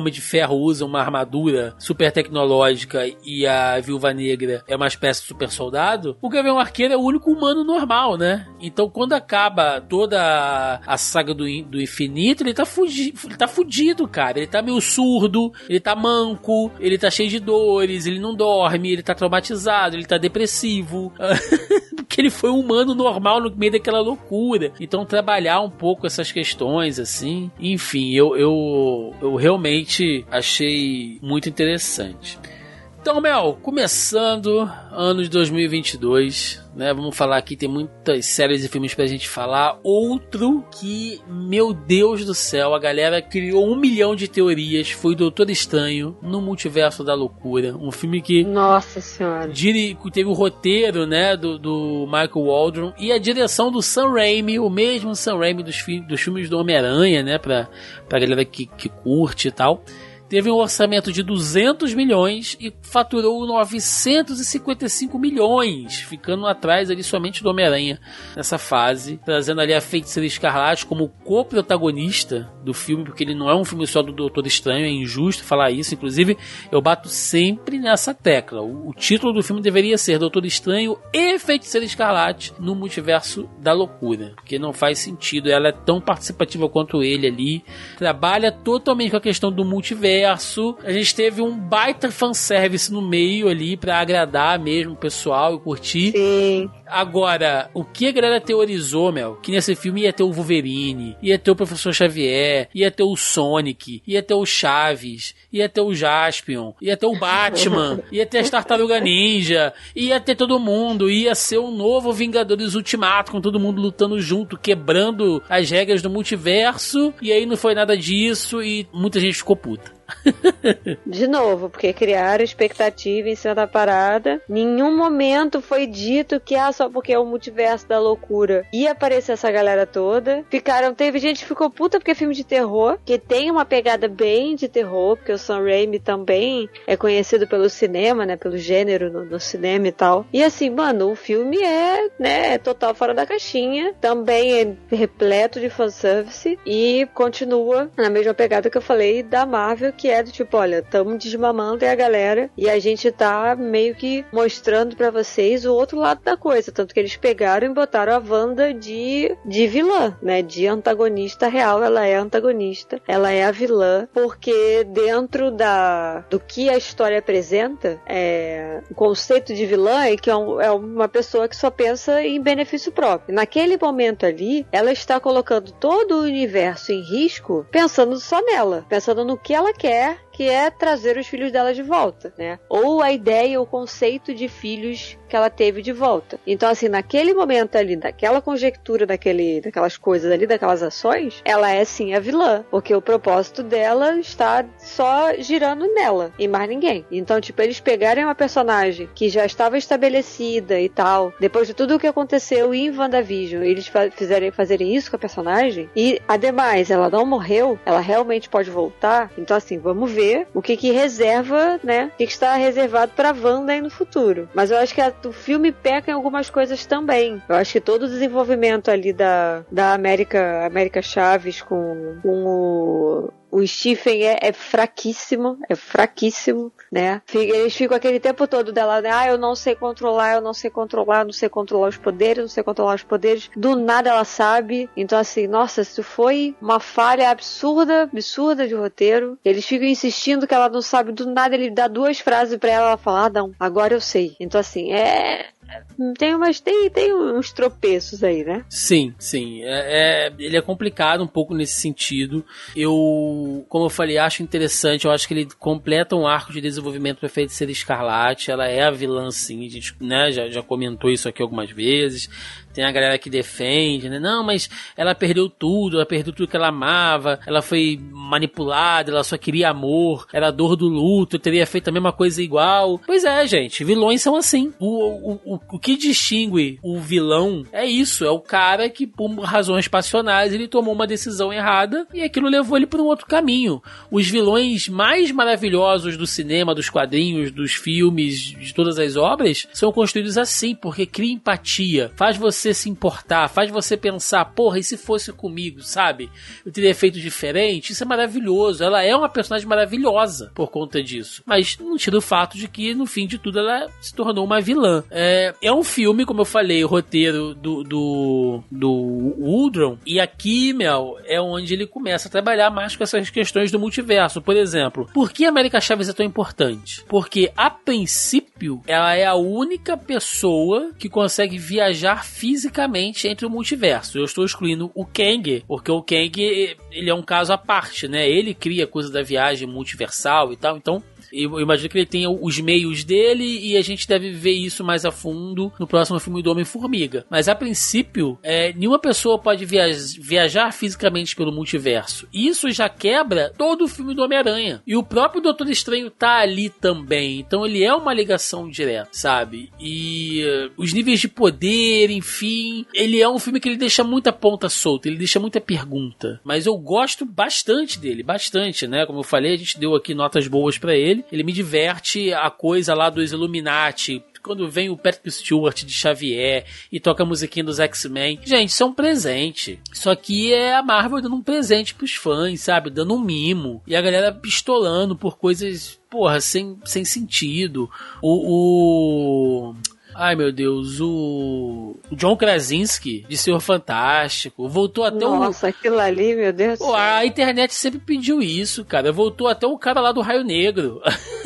Homem de Ferro usa uma armadura super tecnológica e a Viúva Negra é uma espécie de super soldado, o Gavião Arqueiro é o único humano normal, né? Então quando acaba toda a saga do, do infinito, ele tá, fugi, ele tá fudido, cara. Ele tá meio surdo, ele tá manco, ele tá cheio de dores, ele não dorme, ele tá traumatizado, ele tá depressivo. Porque ele foi um humano normal no meio daquela loucura. Então trabalhar um pouco essas questões, assim, enfim, eu, eu, eu realmente achei muito interessante. Então, Mel, começando ano de dois mil e vinte e dois, né? Vamos falar aqui, tem muitas séries e filmes pra gente falar. Outro que, meu Deus do céu, a galera criou um milhão de teorias, foi Doutor Estranho no Multiverso da Loucura. Um filme que... Nossa Senhora! Dire... Teve o roteiro, né, do, do Michael Waldron e a direção do Sam Raimi, o mesmo Sam Raimi dos, fi... dos filmes do Homem-Aranha, né, pra, pra galera que, que curte e tal. Teve um orçamento de duzentos milhões e faturou novecentos e cinquenta e cinco milhões, ficando atrás ali somente do Homem-Aranha nessa fase, trazendo ali a Feiticeira Escarlate como co-protagonista do filme, porque ele não é um filme só do Doutor Estranho, é injusto falar isso. Inclusive, eu bato sempre nessa tecla. O, o título do filme deveria ser Doutor Estranho e Feiticeira Escarlate no Multiverso da Loucura, porque não faz sentido. Ela é tão participativa quanto ele ali, trabalha totalmente com a questão do multiverso. A gente teve um baita fanservice no meio ali pra agradar mesmo o pessoal e curtir. Sim. Agora, o que a galera teorizou, Mel, que nesse filme ia ter o Wolverine, ia ter o Professor Xavier, ia ter o Sonic, ia ter o Chaves, ia ter o Jaspion, ia ter o Batman, ia ter as Tartaruga Ninja, ia ter todo mundo, ia ser um novo Vingadores Ultimato, com todo mundo lutando junto, quebrando as regras do multiverso, e aí não foi nada disso e muita gente ficou puta. De novo, porque criaram expectativa em cima da parada. Nenhum momento foi dito que ah, só porque é o Multiverso da Loucura ia aparecer essa galera toda. Ficaram, teve gente que ficou puta porque é filme de terror, que tem uma pegada bem de terror, porque o Sam Raimi também é conhecido pelo cinema, né, pelo gênero no, no cinema e tal. E assim, mano, o filme é, né, é total fora da caixinha, também é repleto de fanservice e continua na mesma pegada que eu falei da Marvel, que é do tipo, olha, tamo desmamando a galera e a gente tá meio que mostrando pra vocês o outro lado da coisa, tanto que eles pegaram e botaram a Wanda de, de vilã, né, de antagonista real. Ela é antagonista, ela é a vilã, porque dentro da, do que a história apresenta, é, o conceito de vilã é que é, um, é uma pessoa que só pensa em benefício próprio. Naquele momento ali, ela está colocando todo o universo em risco, pensando só nela, pensando no que ela quer, que é trazer os filhos dela de volta, né? Ou a ideia, o conceito de filhos que ela teve de volta. Então, assim, naquele momento ali, daquela conjectura, daquele, daquelas coisas ali, daquelas ações, ela é sim a vilã, porque o propósito dela está só girando nela e mais ninguém. Então, tipo, eles pegarem uma personagem que já estava estabelecida e tal, depois de tudo o que aconteceu em WandaVision, eles fa- fizerem, fazerem isso com a personagem, e, ademais, ela não morreu, ela realmente pode voltar. Então, assim, vamos ver o que que reserva, né? O que que está reservado pra Wanda aí no futuro. Mas eu acho que a, o filme peca em algumas coisas também. Eu acho que todo o desenvolvimento ali da, da América, América Chaves com, com o... O Stephen é, é fraquíssimo, é fraquíssimo, né? Eles ficam aquele tempo todo dela, né? Ah, eu não sei controlar, eu não sei controlar, eu não sei controlar os poderes, eu não sei controlar os poderes. Do nada ela sabe. Então, assim, nossa, isso foi uma falha absurda, absurda de roteiro. Eles ficam insistindo que ela não sabe. Do nada ele dá duas frases pra ela, ela fala, ah, não, agora eu sei. Então, assim, é... Tem, umas, tem, tem uns tropeços aí, né? Sim, sim. É, é, ele é complicado um pouco nesse sentido. Eu, como eu falei, acho interessante. Eu acho que ele completa um arco de desenvolvimento pra Feiticeira Escarlate. Ela é a vilã, sim. A gente, né, já, já comentou isso aqui algumas vezes. Tem a galera que defende, né? Não, mas ela perdeu tudo, ela perdeu tudo que ela amava, ela foi manipulada, ela só queria amor, era a dor do luto, teria feito a mesma coisa igual. Pois é, gente, vilões são assim. O, o, o o que distingue o vilão é isso, é o cara que, por razões passionais, ele tomou uma decisão errada e aquilo levou ele para um outro caminho. Os vilões mais maravilhosos do cinema, dos quadrinhos, dos filmes, de todas as obras, são construídos assim, porque cria empatia, faz você se importar, faz você pensar, porra, e se fosse comigo, sabe? Eu teria feito diferente? Isso é maravilhoso. Ela é uma personagem maravilhosa por conta disso. Mas não tira o fato de que, no fim de tudo, ela se tornou uma vilã. É, é um filme, como eu falei, o roteiro do, do, do Waldron, e aqui, Mel, é onde ele começa a trabalhar mais com essas questões do multiverso. Por exemplo, por que a América Chaves é tão importante? Porque, a princípio, ela é a única pessoa que consegue viajar fisicamente entre o multiverso. Eu estou excluindo o Kang, porque o Kang, ele é um caso à parte, né? Ele cria coisa da viagem multiversal e tal, então eu imagino que ele tenha os meios dele e a gente deve ver isso mais a fundo no próximo filme do Homem-Formiga. Mas a princípio, é, nenhuma pessoa pode viaj- viajar fisicamente pelo multiverso. E isso já quebra todo o filme do Homem-Aranha. E o próprio Doutor Estranho tá ali também. Então ele é uma ligação direta, sabe? E uh, os níveis de poder, enfim, ele é um filme que ele deixa muita ponta solta, ele deixa muita pergunta. Mas eu gosto bastante dele, bastante, né? Como eu falei, a gente deu aqui notas boas pra ele. Ele me diverte a coisa lá dos Illuminati, quando vem o Patrick Stewart de Xavier e toca a musiquinha dos X-Men. Gente, isso é um presente. Isso aqui é a Marvel dando um presente pros fãs, sabe? Dando um mimo. E a galera pistolando por coisas, porra, sem, sem sentido. O... o... Ai, meu Deus, o John Krasinski, de Senhor Fantástico, voltou até Nossa, o... Nossa, aquilo ali, meu Deus. Pô, a internet sempre pediu isso, cara. Voltou até o cara lá do Raio Negro.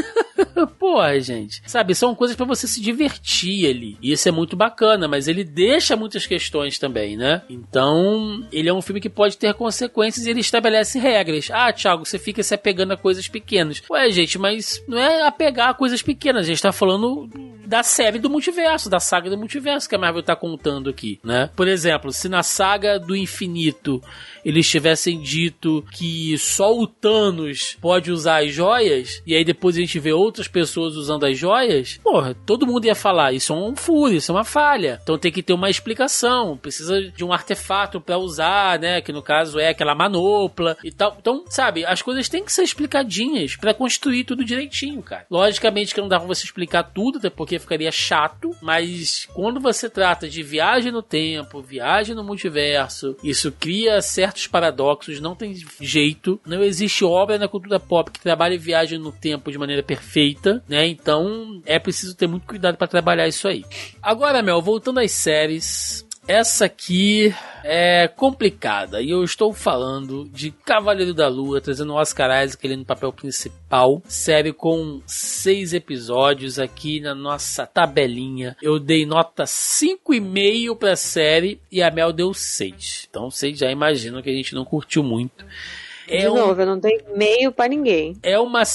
Porra, gente. Sabe, são coisas pra você se divertir ali. E isso é muito bacana, mas ele deixa muitas questões também, né? Então, ele é um filme que pode ter consequências e ele estabelece regras. Ah, Thiago, você fica se apegando a coisas pequenas. Ué, gente, mas não é apegar a coisas pequenas. A gente tá falando da série do multiverso, da saga do multiverso que a Marvel tá contando aqui, né? Por exemplo, se na saga do infinito eles tivessem dito que só o Thanos pode usar as joias, e aí depois a gente vê outras pessoas usando as joias, porra, todo mundo ia falar, isso é um furo, isso é uma falha. Então tem que ter uma explicação, precisa de um artefato pra usar, né? Que no caso é aquela manopla e tal. Então, sabe, as coisas têm que ser explicadinhas pra construir tudo direitinho, cara. Logicamente que não dá pra você explicar tudo, até porque ficaria chato, mas quando você trata de viagem no tempo, viagem no multiverso, isso cria certos paradoxos, não tem jeito, não existe obra na cultura pop que trabalhe viagem no tempo de maneira perfeita, né? Então é preciso ter muito cuidado para trabalhar isso aí. Agora, Mel, voltando às séries, essa aqui é complicada e eu estou falando de Cavaleiro da Lua, trazendo o Oscar Isaac ali no papel principal, série com seis episódios aqui na nossa tabelinha. Eu dei nota cinco e meio pra série e a Mel deu seis. Então vocês já imaginam que a gente não curtiu muito. De é novo, um... eu não dei meio pra ninguém. É uma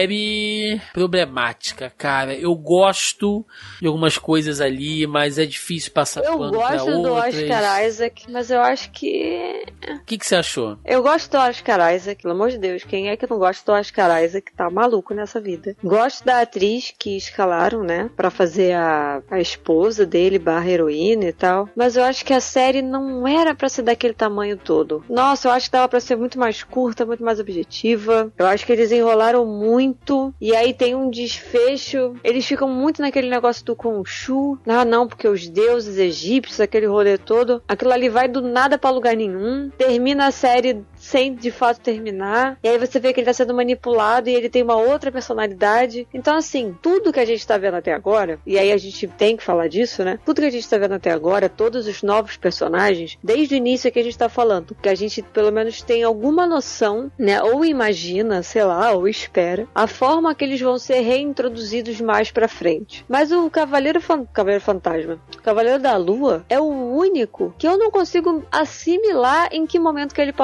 série problemática, cara. Eu gosto de algumas coisas ali, mas é difícil passar eu pano pra outras. Eu gosto do Oscar Isaac, mas eu acho que... O que, que você achou? Eu gosto do Oscar Isaac, pelo amor de Deus. Quem é que não gosta do Oscar Isaac? Tá maluco nessa vida. Gosto da atriz que escalaram, né? Pra fazer a, a esposa dele, barra heroína e tal. Mas eu acho que a série não era pra ser daquele tamanho todo. Nossa, eu acho que dava pra ser muito mais curta, muito mais objetiva. Eu acho que eles enrolaram muito e aí tem um desfecho. Eles ficam muito naquele negócio do Khonshu. Ah, não, porque os deuses egípcios, aquele rolê todo. Aquilo ali vai do nada pra lugar nenhum. Termina a série sem de fato terminar. E aí você vê que ele tá sendo manipulado e ele tem uma outra personalidade. Então, assim, tudo que a gente tá vendo até agora, e aí a gente tem que falar disso, né? Tudo que a gente tá vendo até agora, todos os novos personagens, desde o início que a gente tá falando, que a gente pelo menos tem alguma noção, né? Ou imagina, sei lá, ou espera, a forma que eles vão ser reintroduzidos mais pra frente. Mas o Cavaleiro, Fan... Cavaleiro Fantasma, o Cavaleiro da Lua, é o único que eu não consigo assimilar em que momento que ele possa ser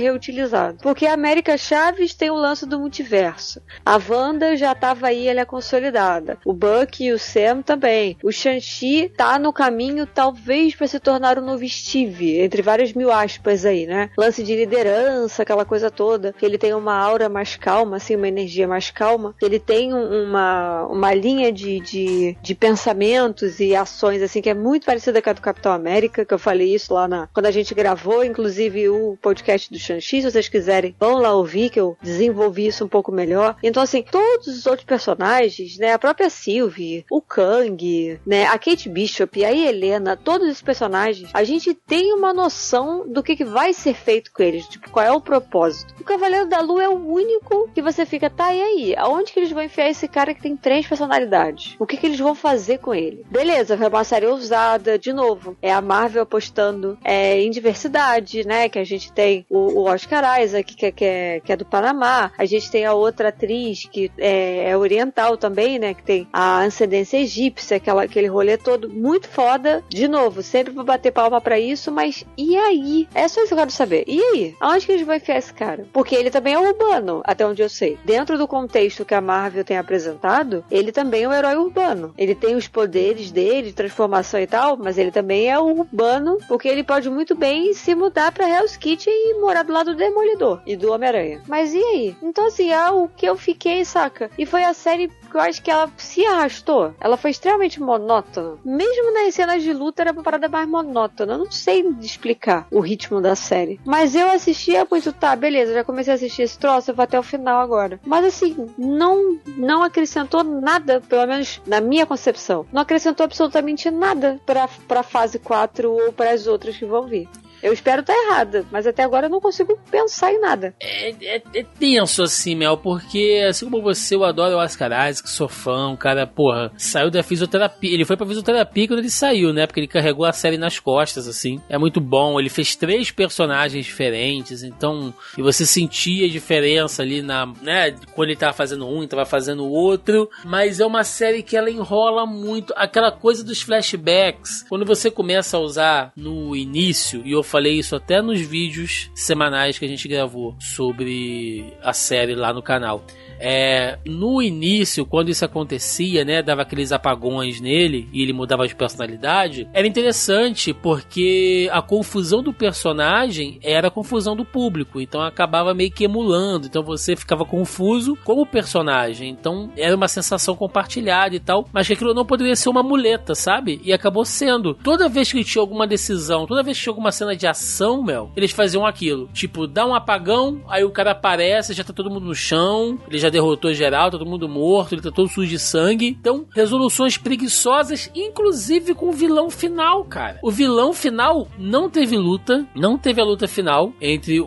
reutilizado. Porque a América Chaves tem o lance do multiverso. A Wanda já tava aí, ela é consolidada. O Bucky e o Sam também. O Shang-Chi tá no caminho, talvez, pra se tornar o novo Steve, entre várias mil aspas aí, né? Lance de liderança, aquela coisa toda. Que ele tem uma aura mais calma, assim, uma energia mais calma. Que ele tem um, uma, uma linha de, de, de pensamentos e ações, assim, que é muito parecida com a do Capitão América, que eu falei isso lá na, quando a gente gravou, inclusive o podcast do Shang-Chi, se vocês quiserem, vão lá ouvir, que eu desenvolvi isso um pouco melhor. Então, assim, todos os outros personagens, né, a própria Sylvie, o Kang, né, a Kate Bishop, a Helena, todos esses personagens, a gente tem uma noção do que, que vai ser feito com eles, tipo, qual é o propósito. O Cavaleiro da Lua é o único que você fica, tá, e aí? Aonde que eles vão enfiar esse cara que tem três personalidades? O que que eles vão fazer com ele? Beleza, foi uma série ousada, de novo, é a Marvel apostando é, em diversidade, né, que a gente tem o, o Oscar Isaac, que, que, é, que é do Panamá, a gente tem a outra atriz que é, é oriental também, né, que tem a ascendência egípcia, aquela, aquele rolê todo, muito foda, de novo, sempre vou bater palma pra isso, mas e aí? É só isso que eu quero saber, e aí? Aonde que eles vão enfiar esse cara? Porque ele também é urbano, até onde eu sei. Dentro do contexto que a Marvel tem apresentado, ele também é um herói urbano. Ele tem os poderes dele, transformação e tal, mas ele também é urbano, porque ele pode muito bem se mudar pra Hell's Kitchen e morar do lado do Demolidor e do Homem-Aranha. Mas e aí? Então, assim, é o que eu fiquei, saca? E foi a série que eu acho que ela se arrastou. Ela foi extremamente monótona. Mesmo nas cenas de luta, era uma parada mais monótona. Eu não sei explicar o ritmo da série. Mas eu assistia muito, tá, beleza, já comecei a assistir esse troço, eu vou até o final agora. Mas, assim, não, não acrescentou nada, pelo menos na minha concepção. Não acrescentou absolutamente nada pra, pra fase quatro ou para as outras que vão vir. Eu espero estar errada, mas até agora eu não consigo pensar em nada. É, é, é tenso assim, Mel, porque assim como você, eu adoro o Oscar Isaac, sou fã, o cara, porra, saiu da fisioterapia. Ele foi pra fisioterapia quando ele saiu, né? Porque ele carregou a série nas costas, assim. É muito bom, ele fez três personagens diferentes, então, e você sentia a diferença ali na, né? Quando ele tava fazendo um, ele tava fazendo o outro, mas é uma série que ela enrola muito, aquela coisa dos flashbacks, quando você começa a usar no início, e eu falei isso até nos vídeos semanais que a gente gravou sobre a série lá no canal. É, no início, quando isso acontecia, né, dava aqueles apagões nele e ele mudava de personalidade, era interessante porque a confusão do personagem era a confusão do público, então acabava meio que emulando, então você ficava confuso com o personagem, então era uma sensação compartilhada e tal, mas que aquilo não poderia ser uma muleta, sabe? E acabou sendo. Toda vez que tinha alguma decisão, toda vez que tinha alguma cena de ação, Mel, eles faziam aquilo, tipo, dá um apagão, aí o cara aparece, já tá todo mundo no chão, ele já derrotou geral, todo mundo morto, ele tá todo sujo de sangue. Então, resoluções preguiçosas, inclusive com o vilão final, cara. O vilão final não teve luta, não teve a luta final entre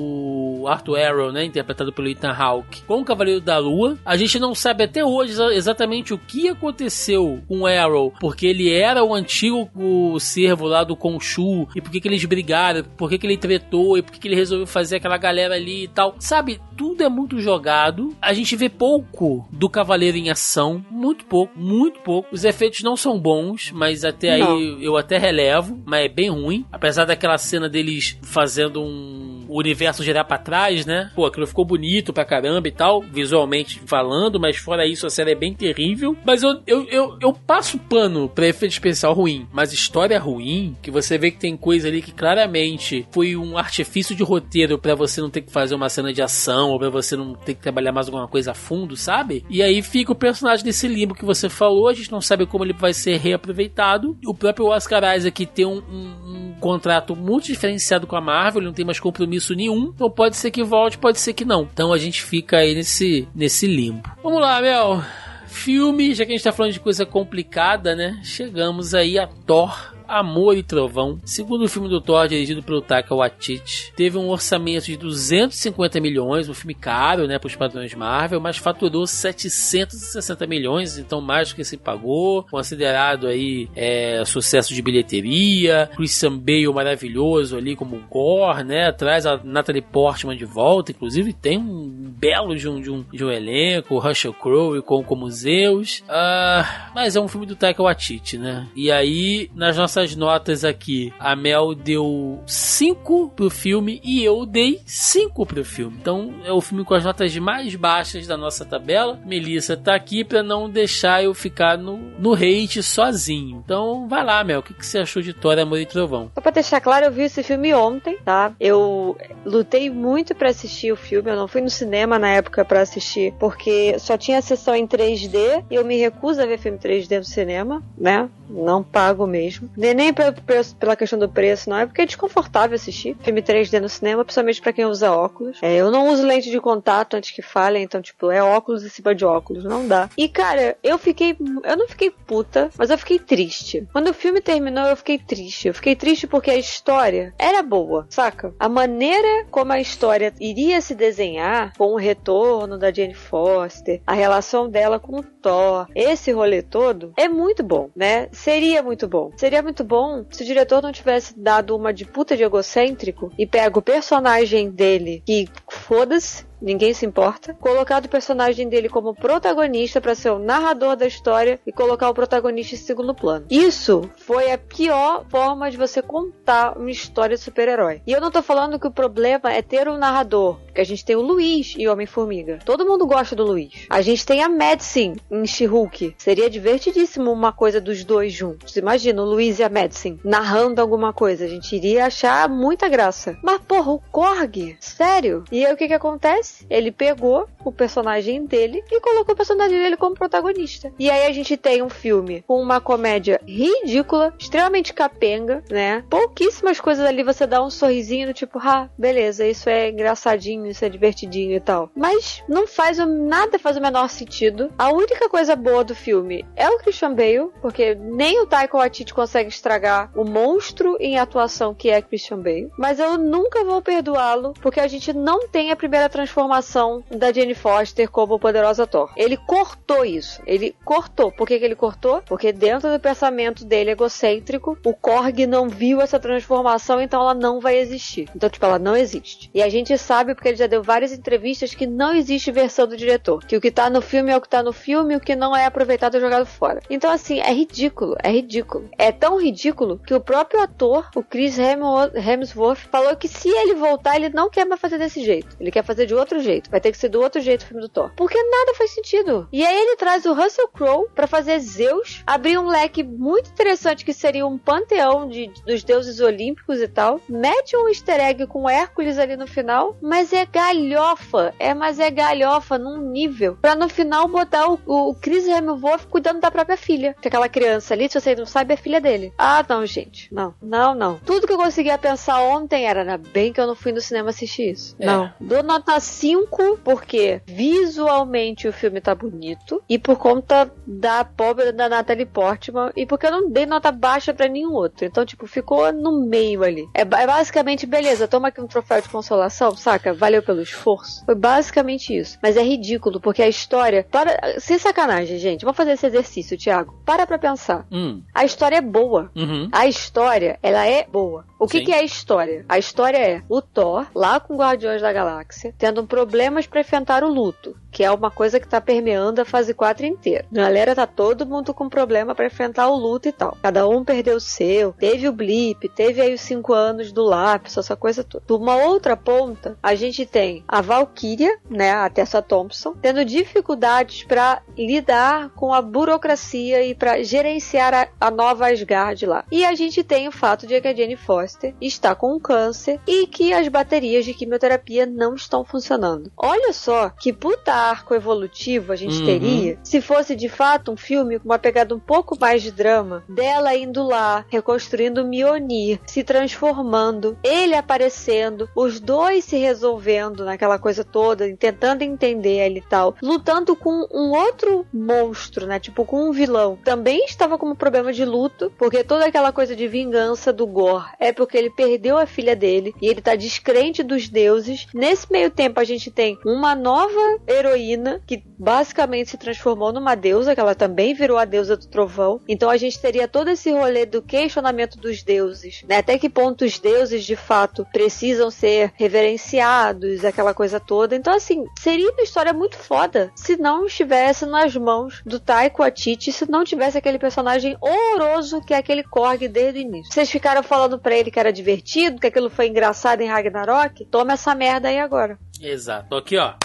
o, o Arthur Arrow, né, interpretado pelo Ethan Hawke, com o Cavaleiro da Lua. A gente não sabe até hoje exatamente o que aconteceu com o Arrow, porque ele era o antigo o servo lá do Khonshu, e por que que eles brigaram, por que que ele tretou, e por que que ele resolveu fazer aquela galera ali e tal. Sabe, tudo é muito jogado. A gente vê pouco do Cavaleiro em ação, muito pouco, muito pouco. Os efeitos não são bons, mas até não. Aí eu até relevo, mas é bem ruim. Apesar daquela cena deles fazendo um o universo girar pra trás, né? Pô, aquilo ficou bonito pra caramba e tal, visualmente falando, mas fora isso a série é bem terrível. Mas eu, eu, eu, eu passo pano pra efeito especial ruim, mas história ruim, que você vê que tem coisa ali que claramente foi um artifício de roteiro pra você não ter que fazer uma cena de ação, ou pra você não ter que trabalhar mais alguma coisa a fundo, sabe? E aí fica o personagem nesse limbo que você falou, a gente não sabe como ele vai ser reaproveitado. O próprio Oscar Isaac tem um, um, um contrato muito diferenciado com a Marvel, ele não tem mais compromisso nenhum, então pode ser que volte, pode ser que não. Então a gente fica aí nesse, nesse limbo. Vamos lá, Mel. Filme, já que a gente tá falando de coisa complicada, né? Chegamos aí a Thor, Amor e Trovão, segundo filme do Thor, dirigido pelo Taika Waititi. Teve um orçamento de duzentos e cinquenta milhões, um filme caro, né, para os padrões Marvel, mas faturou setecentos e sessenta milhões, então mais do que se pagou, considerado aí é, sucesso de bilheteria. Christian Bale maravilhoso ali como Gore, né, traz a Natalie Portman de volta, inclusive tem um belo de um, de um, de um elenco, Russell Crowe como, como Zeus, uh, mas é um filme do Taika Waititi, né, e aí nas nossas nossas notas aqui, a Mel deu cinco pro filme e eu dei cinco pro filme. Então é o filme com as notas mais baixas da nossa tabela. Melissa tá aqui pra não deixar eu ficar no, no hate sozinho. Então vai lá, Mel, o que, que você achou de Thor, Amor e Trovão? Só pra deixar claro, eu vi esse filme ontem, tá? Eu lutei muito pra assistir o filme, eu não fui no cinema na época pra assistir, porque só tinha a sessão em três D e eu me recuso a ver filme três D no cinema, né? Não pago mesmo. Nem pela questão do preço, não. É porque é desconfortável assistir filme três D no cinema, principalmente pra quem usa óculos. É, eu não uso lente de contato antes que falem, então, tipo, é óculos em cima de óculos. Não dá. E, cara, eu fiquei... Eu não fiquei puta, mas eu fiquei triste. Quando o filme terminou, eu fiquei triste. Eu fiquei triste porque a história era boa, saca? A maneira como a história iria se desenhar, com o retorno da Jane Foster, a relação dela com o Thor, esse rolê todo, é muito bom, né? Seria muito bom. Seria muito bom se o diretor não tivesse dado uma de puta de egocêntrico e pega o personagem dele, que foda-se, ninguém se importa, colocado o personagem dele como protagonista para ser o narrador da história e colocar o protagonista em segundo plano. Isso foi a pior forma de você contar uma história de super-herói. E eu não tô falando que o problema é ter um narrador, porque a gente tem o Luiz em Homem-Formiga. Todo mundo gosta do Luiz. A gente tem a Madison em She-Hulk. Seria divertidíssimo uma coisa dos dois juntos. Imagina o Luiz e a Madison narrando alguma coisa. A gente iria achar muita graça. Mas, porra, o Korg? Sério? E aí o que que acontece? Ele pegou o personagem dele e colocou o personagem dele como protagonista. E aí a gente tem um filme com uma comédia ridícula, extremamente capenga, né? Pouquíssimas coisas ali você dá um sorrisinho do tipo, ah, beleza, isso é engraçadinho, isso é divertidinho e tal. Mas não faz o, nada faz o menor sentido. A única coisa boa do filme é o Christian Bale, porque nem o Taika Waititi consegue estragar o monstro em atuação que é Christian Bale. Mas eu nunca vou perdoá-lo, porque a gente não tem a primeira transformação da Jane Foster como poderosa Thor. Ele cortou isso. Ele cortou. Por que que ele cortou? Porque dentro do pensamento dele egocêntrico, o Korg não viu essa transformação, então ela não vai existir. Então, tipo, ela não existe. E a gente sabe, porque ele já deu várias entrevistas, que não existe versão do diretor. Que o que tá no filme é o que tá no filme, e o que não é aproveitado é jogado fora. Então, assim, é ridículo. É ridículo. É tão ridículo que o próprio ator, o Chris Hemsworth, falou que se ele voltar, ele não quer mais fazer desse jeito. Ele quer fazer de outro jeito. Vai ter que ser do outro jeito o filme do Thor. Porque nada faz sentido. E aí ele traz o Russell Crowe pra fazer Zeus, abrir um leque muito interessante que seria um panteão de, dos deuses olímpicos e tal. Mete um easter egg com Hércules ali no final, mas é galhofa. É, mas é galhofa num nível pra no final botar o, o Chris Hemsworth cuidando da própria filha. Que aquela criança ali, se você não sabe, é filha dele. Ah, não, gente. Não, não, não. Tudo que eu conseguia pensar ontem era, ainda bem que eu não fui no cinema assistir isso. É. Não. Dou nota cinco, porque visualmente o filme tá bonito e por conta da pobre da Natalie Portman e porque eu não dei nota baixa pra nenhum outro. Então, tipo, ficou no meio ali. É, é basicamente, beleza, toma aqui um troféu de consolação, saca? Valeu pelo esforço. Foi basicamente isso. Mas é ridículo, porque a história... Para... Sem sacanagem, gente. Vamos fazer esse exercício, Thiago. Para pra pensar. Hum. A história é boa. Uhum. A história, ela é boa. O que, que é a história? A história é o Thor, lá com Guardiões da Galáxia, tendo problemas pra enfrentar o luto, que é uma coisa que tá permeando a fase quatro inteira. A galera tá todo mundo com problema pra enfrentar o luto e tal. Cada um perdeu o seu, teve o blip, teve aí os cinco anos do lápis, essa coisa toda. De uma outra ponta, a gente tem a Valkyria, né, a Tessa Thompson, tendo dificuldades pra lidar com a burocracia e pra gerenciar a, a nova Asgard lá. E a gente tem o fato de que a Jane Foster está com um câncer e que as baterias de quimioterapia não estão funcionando. Olha só que puta arco evolutivo a gente uhum. teria se fosse de fato um filme com uma pegada um pouco mais de drama, dela indo lá, reconstruindo o Mjolnir, se transformando, ele aparecendo, os dois se resolvendo naquela coisa toda, tentando entender ele e tal, lutando com um outro monstro, né, tipo com um vilão, também estava com um problema de luto, porque toda aquela coisa de vingança do Gore é porque ele perdeu a filha dele e ele tá descrente dos deuses. Nesse meio tempo a gente tem uma nova heroína heroína que basicamente se transformou numa deusa, que ela também virou a deusa do trovão. Então a gente teria todo esse rolê do questionamento dos deuses, né? Até que ponto os deuses de fato precisam ser reverenciados, aquela coisa toda. Então assim, seria uma história muito foda se não estivesse nas mãos do Taika Waititi, se não tivesse aquele personagem horroroso que é aquele Korg desde o início. Vocês ficaram falando pra ele que era divertido, que aquilo foi engraçado em Ragnarok? Toma essa merda aí agora. Exato. Aqui, ó.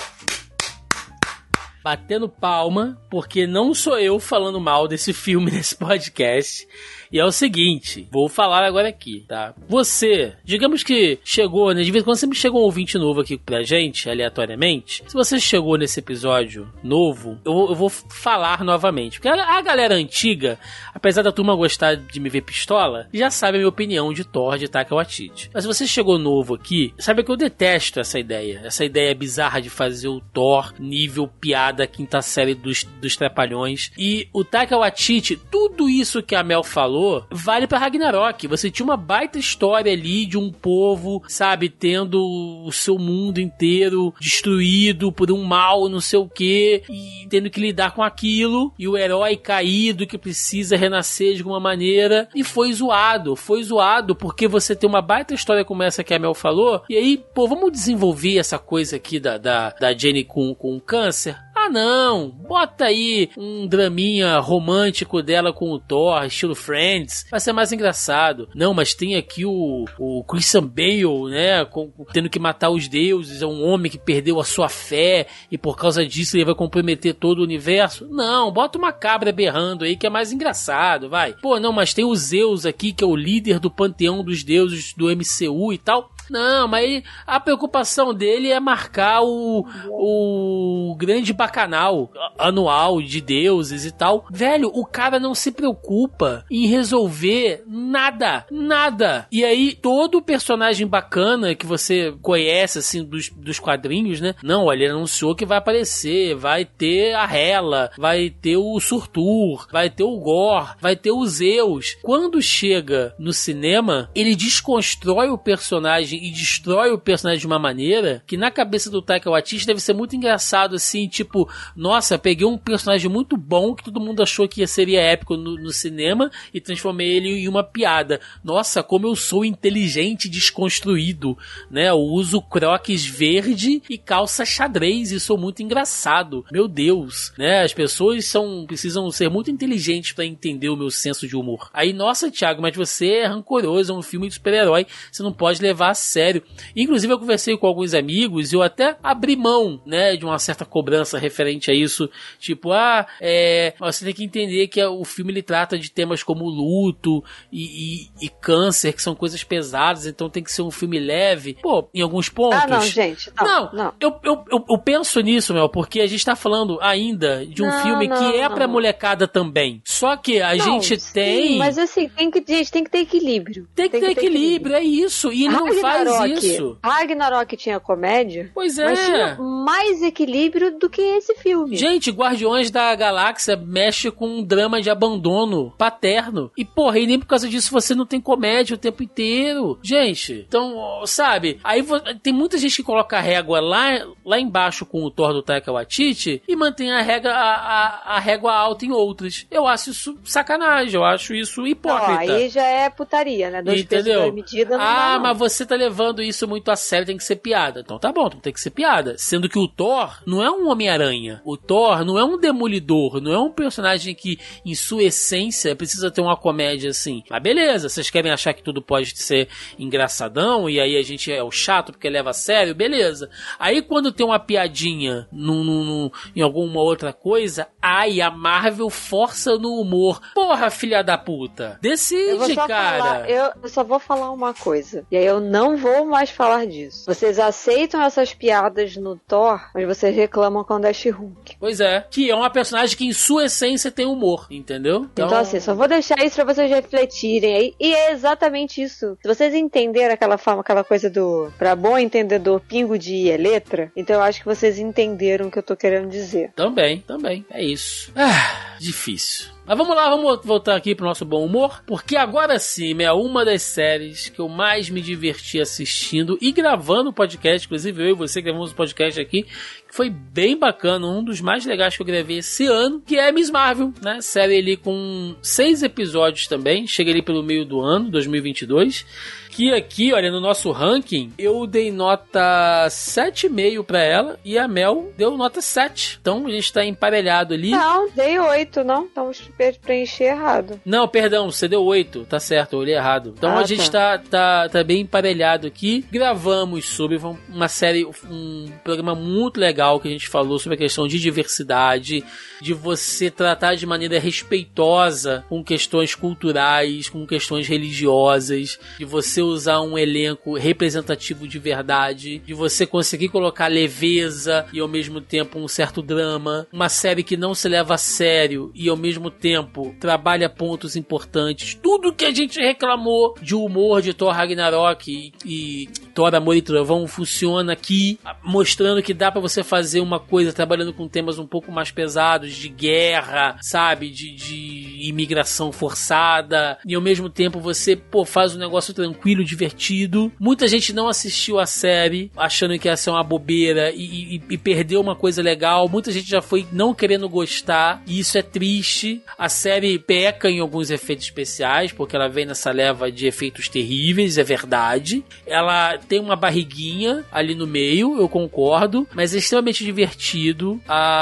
Batendo palma, porque não sou eu falando mal desse filme nesse podcast. E é o seguinte, vou falar agora aqui, tá? Você, digamos que chegou, né? De vez em quando sempre chega um ouvinte novo aqui pra gente, aleatoriamente. Se você chegou nesse episódio novo, eu, eu vou falar novamente. Porque a, a galera antiga, apesar da turma gostar de me ver pistola, já sabe a minha opinião de Thor, de Taika Waititi. Mas se você chegou novo aqui, sabe que eu detesto essa ideia. Essa ideia bizarra de fazer o Thor nível piada quinta série dos, dos Trapalhões. E o Taika Waititi, tudo isso que a Mel falou, vale pra Ragnarok. Você tinha uma baita história ali de um povo, sabe, tendo o seu mundo inteiro destruído por um mal, não sei o que, e tendo que lidar com aquilo, e o herói caído que precisa renascer de alguma maneira, e foi zoado, foi zoado porque você tem uma baita história como essa que a Mel falou, e aí, pô, vamos desenvolver essa coisa aqui da, da, da Jenny com, com câncer? Ah não, bota aí um draminha romântico dela com o Thor, estilo Friends, vai ser mais engraçado. Não, mas tem aqui o, o Christian Bale, né, com, tendo que matar os deuses, é um homem que perdeu a sua fé e por causa disso ele vai comprometer todo o universo. Não, bota uma cabra berrando aí que é mais engraçado, vai. Pô, não, mas tem o Zeus aqui que é o líder do panteão dos deuses do M C U e tal. Não, mas a preocupação dele é marcar o, o grande bacanal anual de deuses e tal. Velho, o cara não se preocupa em resolver nada, nada. E aí, todo personagem bacana que você conhece, assim, dos, dos quadrinhos, né? Não, olha, ele anunciou que vai aparecer, vai ter a Hela, vai ter o Surtur, vai ter o Gore, vai ter o Zeus. Quando chega no cinema, ele desconstrói o personagem e destrói o personagem de uma maneira que na cabeça do Taika Waititi deve ser muito engraçado, assim, tipo, nossa, peguei um personagem muito bom que todo mundo achou que seria épico no, no cinema e transformei ele em uma piada. Nossa, como eu sou inteligente e desconstruído, né? Eu uso croques verde e calça xadrez e sou muito engraçado. Meu Deus, né? As pessoas são, precisam ser muito inteligentes pra entender o meu senso de humor. Aí, nossa, Thiago, mas você é rancoroso, é um filme de super-herói, você não pode levar a sério. Inclusive eu conversei com alguns amigos e eu até abri mão, né, de uma certa cobrança referente a isso, tipo, ah, é, você tem que entender que o filme ele trata de temas como luto e, e, e câncer, que são coisas pesadas, então tem que ser um filme leve. Pô, em alguns pontos... Ah, não, gente, não. Não, não. Eu, eu, eu, eu penso nisso, Mel, porque a gente tá falando ainda de um não, filme não, que é não. pra molecada também. Só que a não, gente sim, tem... mas assim, tem que, gente, tem que ter equilíbrio. Tem que, tem ter, que ter equilíbrio, equilíbrio, é isso. E ele não faz isso. Ragnarok tinha comédia, pois é. Mas tinha mais equilíbrio do que esse filme. Gente, Guardiões da Galáxia mexe com um drama de abandono paterno. E porra, e nem por causa disso você não tem comédia o tempo inteiro. Gente, então, sabe? Aí tem muita gente que coloca a régua lá, lá embaixo com o Thor do Taika Waititi e mantém a, régua, a, a, a régua alta em outras. Eu acho isso sacanagem, eu acho isso hipócrita. Não, aí já é putaria, né? Dois pesos, duas medidas, não ah, dá, não. mas você tá levando isso muito a sério, tem que ser piada. Então tá bom, então tem que ser piada. Sendo que o Thor não é um Homem-Aranha. O Thor não é um Demolidor. Não é um personagem que, em sua essência, precisa ter uma comédia assim. Mas beleza, vocês querem achar que tudo pode ser engraçadão e aí a gente é o chato porque leva a sério? Beleza. Aí quando tem uma piadinha no, no, no, em alguma outra coisa, ai, a Marvel força no humor. Porra, filha da puta. Decide, cara. Falar, eu, eu só vou falar uma coisa. E aí eu não vou mais falar disso. Vocês aceitam essas piadas no Thor, mas vocês reclamam quando é She-Hulk. Pois é. Que é uma personagem que em sua essência tem humor, entendeu? Então, então assim, só vou deixar isso pra vocês refletirem aí. E é exatamente isso. Se vocês entenderam aquela forma, aquela coisa do pra bom entendedor, pingo de I é letra, então eu acho que vocês entenderam o que eu tô querendo dizer. Também, também. É isso. Ah, difícil. Mas vamos lá, vamos voltar aqui pro nosso bom humor, porque agora sim é uma das séries que eu mais me diverti assistindo e gravando o podcast, inclusive eu e você gravamos o podcast aqui, que foi bem bacana, um dos mais legais que eu gravei esse ano, que é Miss Marvel, né? Série ali com seis episódios também, chega ali pelo meio do ano, dois mil e vinte e dois. Que aqui, olha, no nosso ranking, eu dei nota sete vírgula cinco pra ela e a Mel deu nota sete. Então a gente tá emparelhado ali. Não, dei oito, não. Então preenchi errado. Não, perdão, você deu oito, tá certo, eu olhei errado. Então ah, a gente tá. Tá, tá, tá bem emparelhado aqui. Gravamos sobre uma série, um programa muito legal que a gente falou sobre a questão de diversidade, de você tratar de maneira respeitosa com questões culturais, com questões religiosas, de você usar um elenco representativo de verdade, de você conseguir colocar leveza e ao mesmo tempo um certo drama, uma série que não se leva a sério e ao mesmo tempo trabalha pontos importantes, tudo que a gente reclamou de humor de Thor Ragnarok e, e Thor Amor e Trovão funciona aqui, mostrando que dá pra você fazer uma coisa trabalhando com temas um pouco mais pesados, de guerra, sabe, de, de imigração forçada, e ao mesmo tempo você, pô, faz um negócio tranquilo, divertido. Muita gente não assistiu a série achando que ia ser uma bobeira e, e, e perdeu uma coisa legal. Muita gente já foi não querendo gostar e isso é triste. A série peca em alguns efeitos especiais porque ela vem nessa leva de efeitos terríveis, é verdade. Ela tem uma barriguinha ali no meio, eu concordo, mas é extremamente divertido.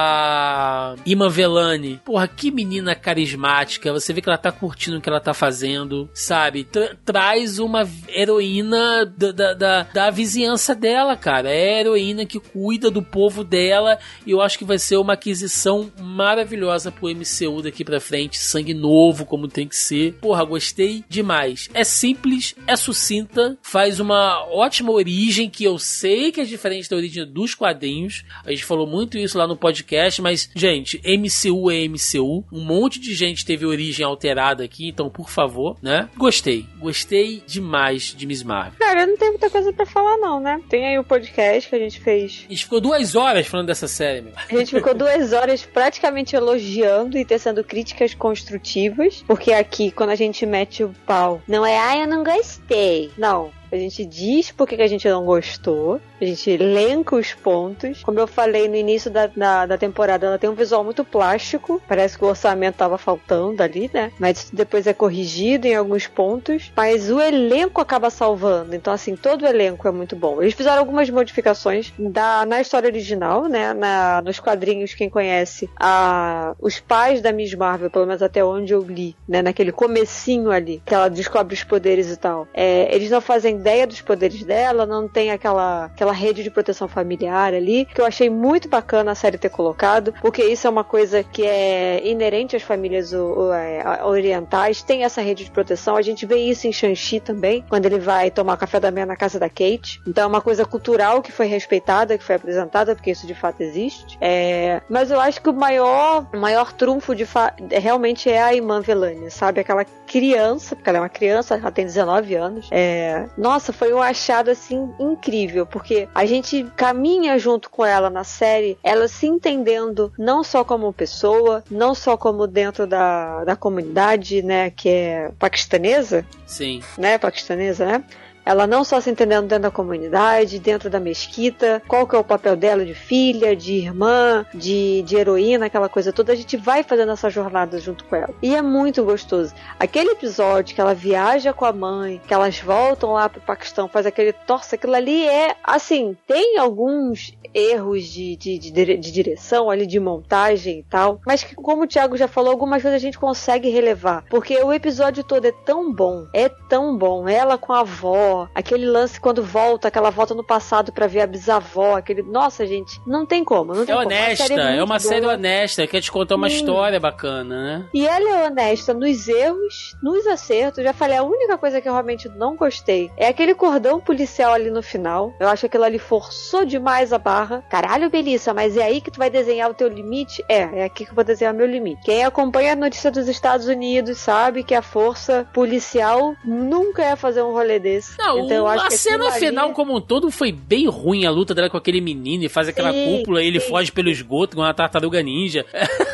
A Iman Vellani, porra, que menina carismática. Você vê que ela tá curtindo o que ela tá fazendo, sabe? Tra- traz uma heroína da, da, da, da vizinhança dela, cara. É a heroína que cuida do povo dela e eu acho que vai ser uma aquisição maravilhosa pro M C U daqui pra frente. Sangue novo, como tem que ser. Porra, gostei demais. É simples, é sucinta, faz uma ótima origem que eu sei que é diferente da origem dos quadrinhos. A gente falou muito isso lá no podcast, mas, gente, M C U é M C U. Um monte de gente teve origem alterada aqui, então, por favor, né? Gostei. Gostei demais de Miss Marvel. Cara, eu não tenho muita coisa pra falar, não, né? Tem aí o podcast que a gente fez. A gente ficou duas horas falando dessa série, meu. A gente ficou duas horas praticamente elogiando e tecendo críticas construtivas, porque aqui, quando a gente mete o pau, não é, ah, eu não gostei. Não. A gente diz por que a gente não gostou, a gente elenca os pontos. Como eu falei no início da, da, da temporada, ela tem um visual muito plástico, parece que o orçamento tava faltando ali, né? Mas isso depois é corrigido em alguns pontos, mas o elenco acaba salvando. Então, assim, todo o elenco é muito bom. Eles fizeram algumas modificações da, na história original, né? Na, nos quadrinhos, quem conhece, a, os pais da Miss Marvel, pelo menos até onde eu li, né? Naquele comecinho ali, que ela descobre os poderes e tal. É, eles não fazem ideia dos poderes dela, não tem aquela, aquela rede de proteção familiar ali, que eu achei muito bacana a série ter colocado, porque isso é uma coisa que é inerente às famílias o, o, é, orientais, tem essa rede de proteção, a gente vê isso em Shang-Chi também, quando ele vai tomar café da manhã na casa da Kate, então é uma coisa cultural que foi respeitada, que foi apresentada, porque isso de fato existe, é, mas eu acho que o maior, o maior trunfo de fa- realmente é a Iman Vellani, sabe, aquela criança, porque ela é uma criança, ela tem dezenove anos, é, nossa, foi um achado, assim, incrível, porque a gente caminha junto com ela na série, ela se entendendo não só como pessoa, não só como dentro da, da comunidade, né, que é paquistanesa. Sim. Né, paquistanesa, né? Ela não só se entendendo dentro da comunidade, dentro da mesquita, qual que é o papel dela de filha, de irmã, de, de heroína, aquela coisa toda, a gente vai fazendo essa jornada junto com ela. E é muito gostoso. Aquele episódio que ela viaja com a mãe, que elas voltam lá pro Paquistão, faz aquele torce, aquilo ali é, assim, tem alguns erros de, de, de, de direção ali, de montagem e tal, mas que, como o Thiago já falou, algumas vezes a gente consegue relevar, porque o episódio todo é tão bom, é tão bom, ela com a avó, aquele lance quando volta, aquela volta no passado pra ver a bisavó, aquele... Nossa, gente, não tem como, não tem é como. honesta, é, é uma boa. série honesta, quer te contar uma Sim. história bacana, né? E ela é honesta nos erros, nos acertos. Já falei, a única coisa que eu realmente não gostei é aquele cordão policial ali no final. Eu acho que aquilo ali forçou demais a barra. Caralho, Belissa, mas é aí que tu vai desenhar o teu limite? É, é aqui que eu vou desenhar o meu limite. Quem acompanha a notícia dos Estados Unidos sabe que a força policial nunca ia fazer um rolê desse. Não, então, eu acho a que cena ali... final como um todo foi bem ruim, a luta dela com aquele menino e faz aquela sim, cúpula e ele sim. foge pelo esgoto com uma tartaruga ninja.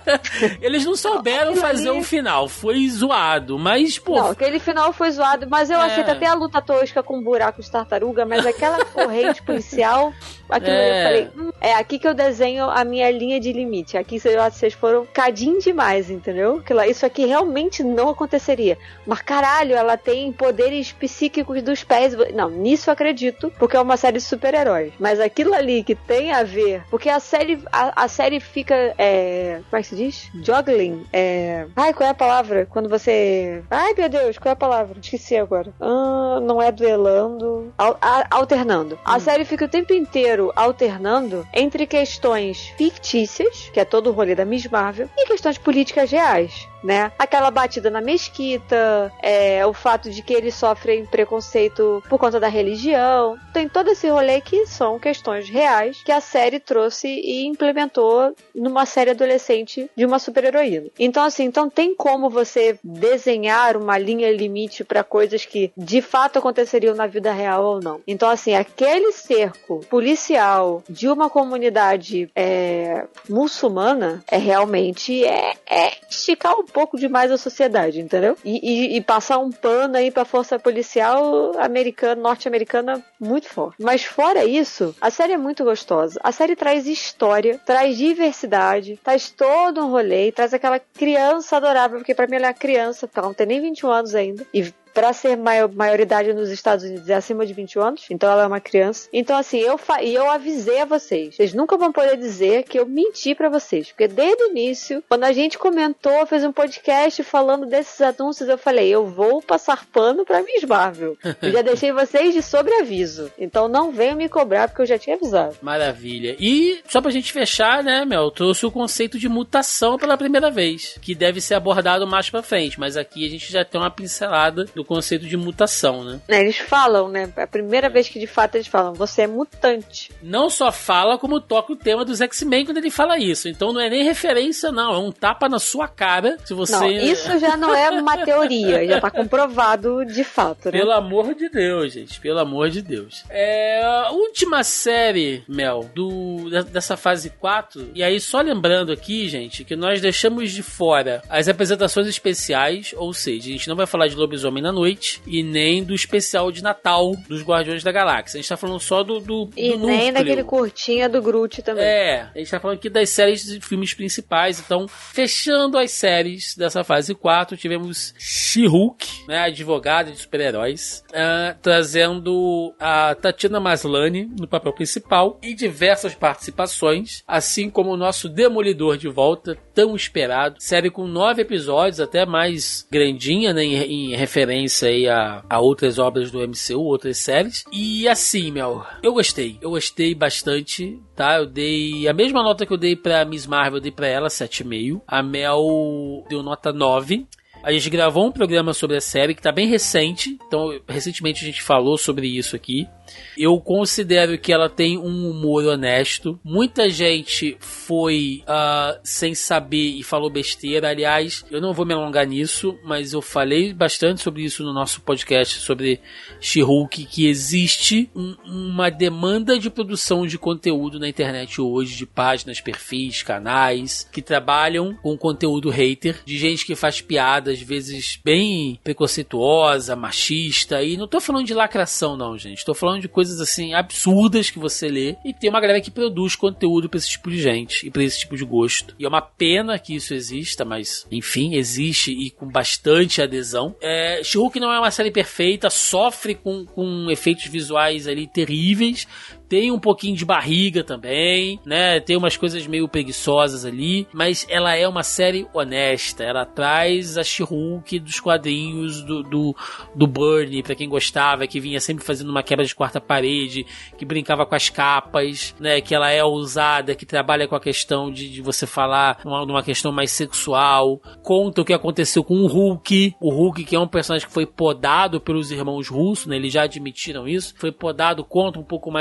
Eles não souberam fazer o um final, foi zoado, mas, pô... Não, aquele final foi zoado, mas eu é. achei que até a luta tosca com um buraco de tartaruga, mas aquela corrente policial, aquilo é. eu falei, hum, é aqui que eu desenho a minha linha de limite, aqui vocês foram cadinho demais, entendeu? Isso aqui realmente não aconteceria. Mas caralho, ela tem poderes psíquicos dos pés. Não, nisso eu acredito, porque é uma série de super-heróis. Mas aquilo ali que tem a ver, porque a série a, a série fica é, como é que se diz? Juggling. É... Ai, qual é a palavra? Quando você... Ai, meu Deus, qual é a palavra? Esqueci agora. Ah, não é duelando. Al, a, alternando. Hum. A série fica o tempo inteiro alternando entre questões fictícias, que é todo o rolê da Miss Marvel, e questões políticas reais, né? Aquela batida na mesquita, é, o fato de que eles sofrem preconceito por conta da religião. Tem todo esse rolê que são questões reais que a série trouxe e implementou numa série adolescente de uma super-heroína. Então, assim, então tem como você desenhar uma linha limite para coisas que de fato aconteceriam na vida real ou não. Então, assim, aquele cerco policial de uma comunidade é, muçulmana é realmente é, é esticar um pouco demais a sociedade, entendeu? E, e, e passar um pano aí pra força policial americana, norte-americana muito forte. Mas fora isso, a série é muito gostosa. A série traz história, traz diversidade, traz todo um rolê, traz aquela criança adorável, porque pra mim ela é criança, porque ela não tem nem vinte e um anos ainda, e pra ser maior, maioridade nos Estados Unidos é acima de vinte anos, então ela é uma criança. Então assim, eu, fa- eu avisei a vocês, vocês nunca vão poder dizer que eu menti pra vocês, porque desde o início, quando a gente comentou, fez um podcast falando desses anúncios, eu falei, eu vou passar pano pra Miss Marvel. Eu já deixei vocês de sobreaviso, então não venham me cobrar, porque eu já tinha avisado. Maravilha. E só pra gente fechar, né, Mel, trouxe o conceito de mutação pela primeira vez, que deve ser abordado mais pra frente, mas aqui a gente já tem uma pincelada do conceito de mutação, né? Eles falam, né? É a primeira vez que de fato eles falam, você é mutante. Não só fala, como toca o tema dos X-Men quando ele fala isso. Então não é nem referência, não. É um tapa na sua cara. Se você... Não, isso já não é uma teoria. Já tá comprovado de fato, né? Pelo amor de Deus, gente. Pelo amor de Deus. É a última série, Mel, do, dessa fase quatro. E aí, só lembrando aqui, gente, que nós deixamos de fora as apresentações especiais. Ou seja, a gente não vai falar de Lobisomem na Noite e nem do especial de Natal dos Guardiões da Galáxia. A gente tá falando só do, do, do E núcleo. nem daquele curtinha do Groot também. É, a gente tá falando aqui das séries de filmes principais. Então, fechando as séries dessa fase quatro, tivemos She-Hulk, né, advogada de super-heróis, uh, trazendo a Tatiana Maslany no papel principal e diversas participações, assim como o nosso Demolidor de volta, tão esperado. Série com nove episódios, até mais grandinha, né, em, em referência aí a, a outras obras do M C U, outras séries. E assim, Mel, eu gostei. Eu gostei bastante, tá? Eu dei a mesma nota que eu dei pra Miss Marvel, eu dei pra ela sete vírgula cinco. A Mel deu nota nove. A gente gravou um programa sobre a série que tá bem recente, então recentemente a gente falou sobre isso aqui. Eu considero que ela tem um humor honesto. Muita gente foi uh, sem saber e falou besteira. Aliás, eu não vou me alongar nisso, mas eu falei bastante sobre isso no nosso podcast sobre She-Hulk, que existe um, uma demanda de produção de conteúdo na internet hoje, de páginas, perfis, canais, que trabalham com conteúdo hater, de gente que faz piada às vezes bem preconceituosa, machista, e não tô falando de lacração não, gente, tô falando de coisas assim absurdas que você lê, e tem uma galera que produz conteúdo pra esse tipo de gente e pra esse tipo de gosto, e é uma pena que isso exista, mas enfim, existe e com bastante adesão. é, She-Hulk não é uma série perfeita, sofre com, com efeitos visuais ali terríveis, tem um pouquinho de barriga também, né? Tem umas coisas meio preguiçosas ali, mas ela é uma série honesta. Ela traz a She-Hulk dos quadrinhos do, do, do Bernie, pra quem gostava, que vinha sempre fazendo uma quebra de quarta parede, que brincava com as capas, né? Que ela é ousada, que trabalha com a questão de, de você falar numa, numa questão mais sexual. Conta o que aconteceu com o Hulk. O Hulk, que é um personagem que foi podado pelos irmãos russos, né? Eles já admitiram isso. Foi podado, conta um pouco mais aqui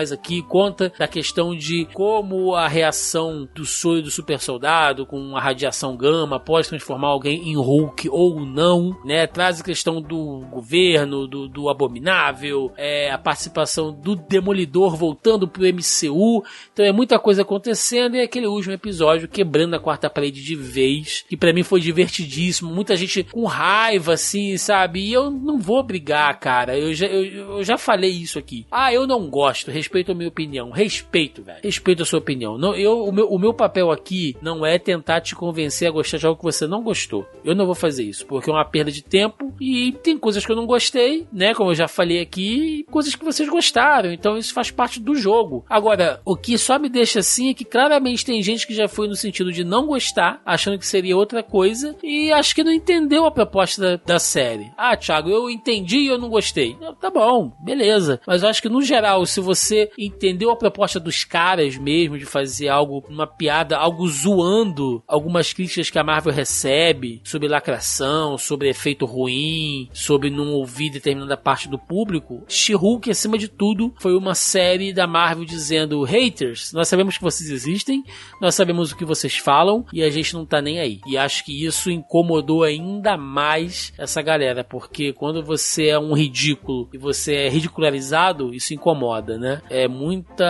ali conta da questão de como a reação do soro do super soldado com a radiação gama pode transformar alguém em Hulk ou não, né? Traz a questão do governo, do, do abominável, é, a participação do Demolidor voltando pro M C U. Então é muita coisa acontecendo, e aquele último episódio quebrando a quarta parede de vez, que pra mim foi divertidíssimo, muita gente com raiva, assim, sabe? E eu não vou brigar, cara, eu já, eu, eu já falei isso aqui. Ah, eu não gosto, respeito a minha opinião, respeito, velho, respeito a sua opinião. Não, eu, o, meu, o meu papel aqui não é tentar te convencer a gostar de algo que você não gostou. Eu não vou fazer isso, porque é uma perda de tempo, e tem coisas que eu não gostei, né, como eu já falei aqui, e coisas que vocês gostaram, então isso faz parte do jogo. Agora, o que só me deixa assim é que claramente tem gente que já foi no sentido de não gostar, achando que seria outra coisa, e acho que não entendeu a proposta da, da série. Ah, Thiago, eu entendi e eu não gostei. Tá bom, beleza. Mas eu acho que no geral, se você entendeu a proposta dos caras mesmo, de fazer algo, uma piada, algo zoando algumas críticas que a Marvel recebe sobre lacração, sobre efeito ruim, sobre não ouvir determinada parte do público, She-Hulk, acima de tudo, foi uma série da Marvel dizendo: haters, nós sabemos que vocês existem, nós sabemos o que vocês falam e a gente não tá nem aí. E acho que isso incomodou ainda mais essa galera, porque quando você é um ridículo e você é ridicularizado, isso incomoda, né? É muita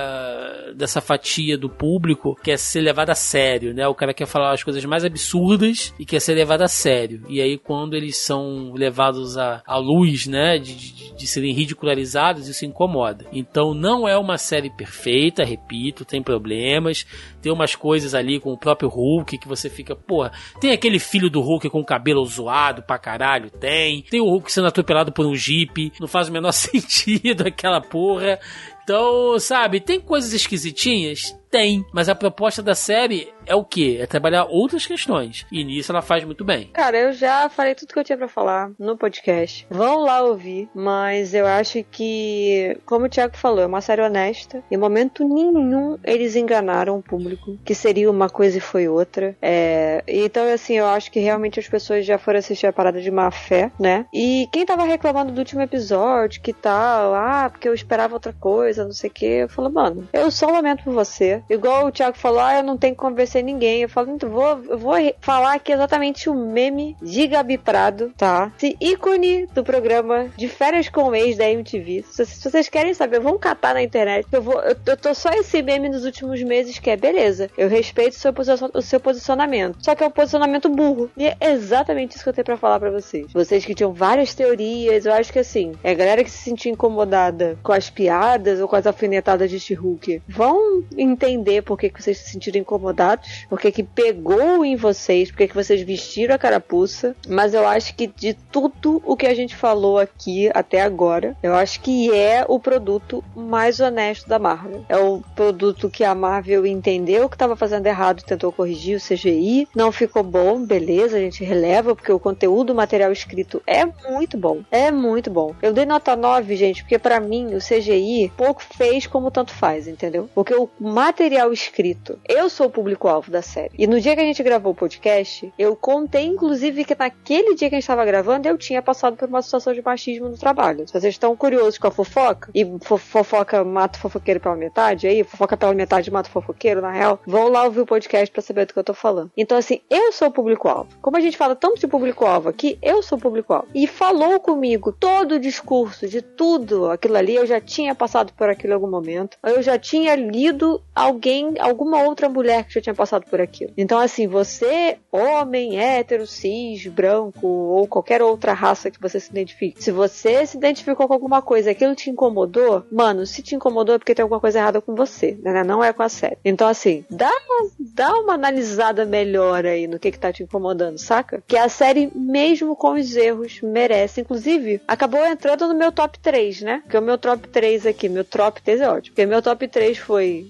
dessa fatia do público quer ser levado a sério, né? O cara quer falar as coisas mais absurdas e quer ser levado a sério. E aí quando eles são levados à, à luz, né? De, de, de serem ridicularizados, isso incomoda. Então não é uma série perfeita, repito, tem problemas, tem umas coisas ali com o próprio Hulk que você fica, porra, tem aquele filho do Hulk com o cabelo zoado pra caralho, tem, tem o Hulk sendo atropelado por um Jeep, não faz o menor sentido aquela porra. Então, sabe, tem coisas esquisitinhas? Tem, mas a proposta da série é o quê? É trabalhar outras questões. E nisso ela faz muito bem. Cara, eu já falei tudo que eu tinha pra falar no podcast. Vão lá ouvir, mas eu acho que, como o Thiago falou, é uma série honesta. Em momento nenhum eles enganaram o público, que seria uma coisa e foi outra. É... Então, assim, eu acho que realmente as pessoas já foram assistir a parada de má fé, né? E quem tava reclamando do último episódio, que tal, ah, porque eu esperava outra coisa, não sei o que, eu falo, mano, eu só lamento por você. Igual o Thiago falou, ah, eu não tenho que convencer ninguém. Eu falo, então vou, eu vou falar aqui exatamente o meme de Gabi Prado, tá? Esse ícone do programa de férias com o ex da M T V. Se, se vocês querem saber, vão catar na internet. Eu, vou, eu, eu tô só esse meme nos últimos meses que é, beleza, eu respeito o seu, o seu posicionamento. Só que é um posicionamento burro. E é exatamente isso que eu tenho pra falar pra vocês. Vocês que tinham várias teorias, eu acho que assim, é a galera que se sentia incomodada com as piadas ou com as alfinetadas de She-Hulk, vão entender entender por que, que vocês se sentiram incomodados, por que, que pegou em vocês, por que, que vocês vestiram a carapuça, mas eu acho que de tudo o que a gente falou aqui até agora, eu acho que é o produto mais honesto da Marvel. É o produto que a Marvel entendeu que estava fazendo errado, tentou corrigir o C G I, não ficou bom, beleza, a gente releva, porque o conteúdo, o material escrito é muito bom, é muito bom. Eu dei nota nove, gente, porque pra mim o C G I pouco fez como tanto faz, entendeu? Porque o material material escrito. Eu sou o público-alvo da série. E no dia que a gente gravou o podcast, eu contei, inclusive, que naquele dia que a gente estava gravando, eu tinha passado por uma situação de machismo no trabalho. Se vocês estão curiosos com a fofoca, e fo- fofoca mata o fofoqueiro pela metade, aí, fofoca pela metade mata o fofoqueiro, na real, vão lá ouvir o podcast pra saber do que eu tô falando. Então, assim, eu sou o público-alvo. Como a gente fala tanto de público-alvo aqui, eu sou o público-alvo. E falou comigo todo o discurso de tudo aquilo ali, eu já tinha passado por aquilo em algum momento. Eu já tinha lido alguém, alguma outra mulher que já tinha passado por aquilo. Então, assim, você, homem, hétero, cis, branco, ou qualquer outra raça que você se identifique, se você se identificou com alguma coisa, aquilo te incomodou, mano, se te incomodou é porque tem alguma coisa errada com você, né? Não é com a série. Então, assim, dá, dá uma analisada melhor aí no que que tá te incomodando, saca? Que a série, mesmo com os erros, merece. Inclusive, acabou entrando no meu top três, né? Porque o meu top três aqui, meu top três é ótimo. Porque meu top três foi o Homem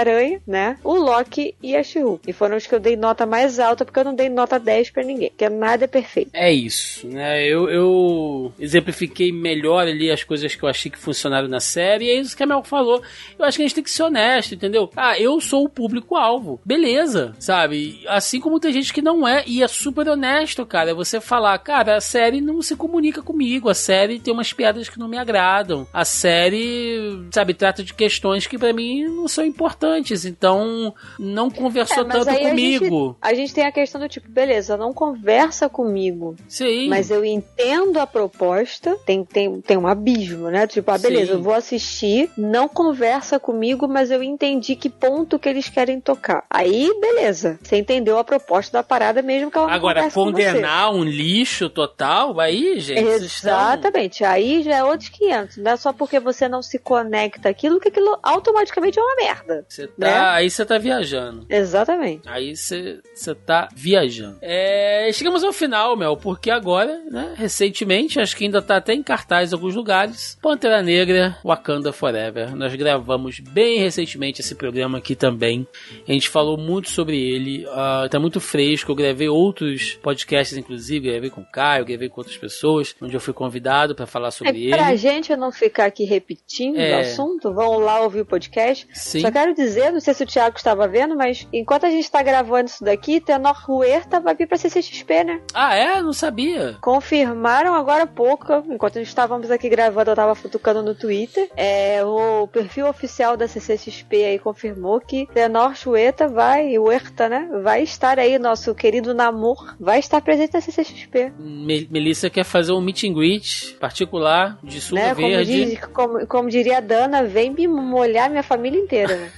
Homem-Aranha, né? O Loki e a She-Hulk. E foram os que eu dei nota mais alta, porque eu não dei nota dez pra ninguém, porque nada é perfeito. É isso, né? Eu, eu exemplifiquei melhor ali as coisas que eu achei que funcionaram na série, e é isso que a Mel falou. Eu acho que a gente tem que ser honesto, entendeu? Ah, eu sou o público-alvo. Beleza, sabe? Assim como tem gente que não é, e é super honesto, cara. É você falar, cara, a série não se comunica comigo, a série tem umas piadas que não me agradam, a série, sabe, trata de questões que pra mim não são importantes, então não conversou é, mas tanto comigo. A gente, a gente tem a questão do tipo, beleza, não conversa comigo. Sim. Mas eu entendo a proposta, tem, tem, tem um abismo, né? Tipo, ah, beleza, Sim. eu vou assistir, não conversa comigo, mas eu entendi que ponto que eles querem tocar. Aí, beleza, você entendeu a proposta da parada mesmo que ela não Agora, condenar com você. Um lixo total, aí, gente... Exatamente, estão... aí já é outros quinhentos. Não é só porque você não se conecta aquilo que aquilo automaticamente é uma merda. Você tá, né? Aí você tá viajando. Exatamente. Aí você tá viajando. É, chegamos ao final, Mel, porque agora, né, recentemente, acho que ainda tá até em cartaz em alguns lugares, Pantera Negra, Wakanda Forever. Nós gravamos bem recentemente esse programa aqui também. A gente falou muito sobre ele, uh, tá muito fresco. Eu gravei outros podcasts, inclusive, gravei com o Caio, gravei com outras pessoas, onde eu fui convidado pra falar sobre é, ele. Pra gente não ficar aqui repetindo é... o assunto, vão lá ouvir o podcast. Sim. Só quero dizer, não sei se o Thiago estava vendo, mas enquanto a gente tá gravando isso daqui, Tenor Huerta vai vir pra C C X P, né? Ah, é? Não sabia. Confirmaram agora há pouco, enquanto nós estávamos aqui gravando, eu tava futucando no Twitter. É, o perfil oficial da C C X P aí confirmou que Tenor Huerta vai, Huerta, né? Vai estar aí, nosso querido Namor, vai estar presente na C C X P. Me- Melissa quer fazer um meet and greet particular de sunga né? verde. Como, diz, como, como diria a Dana, vem me molhar minha família inteira, né?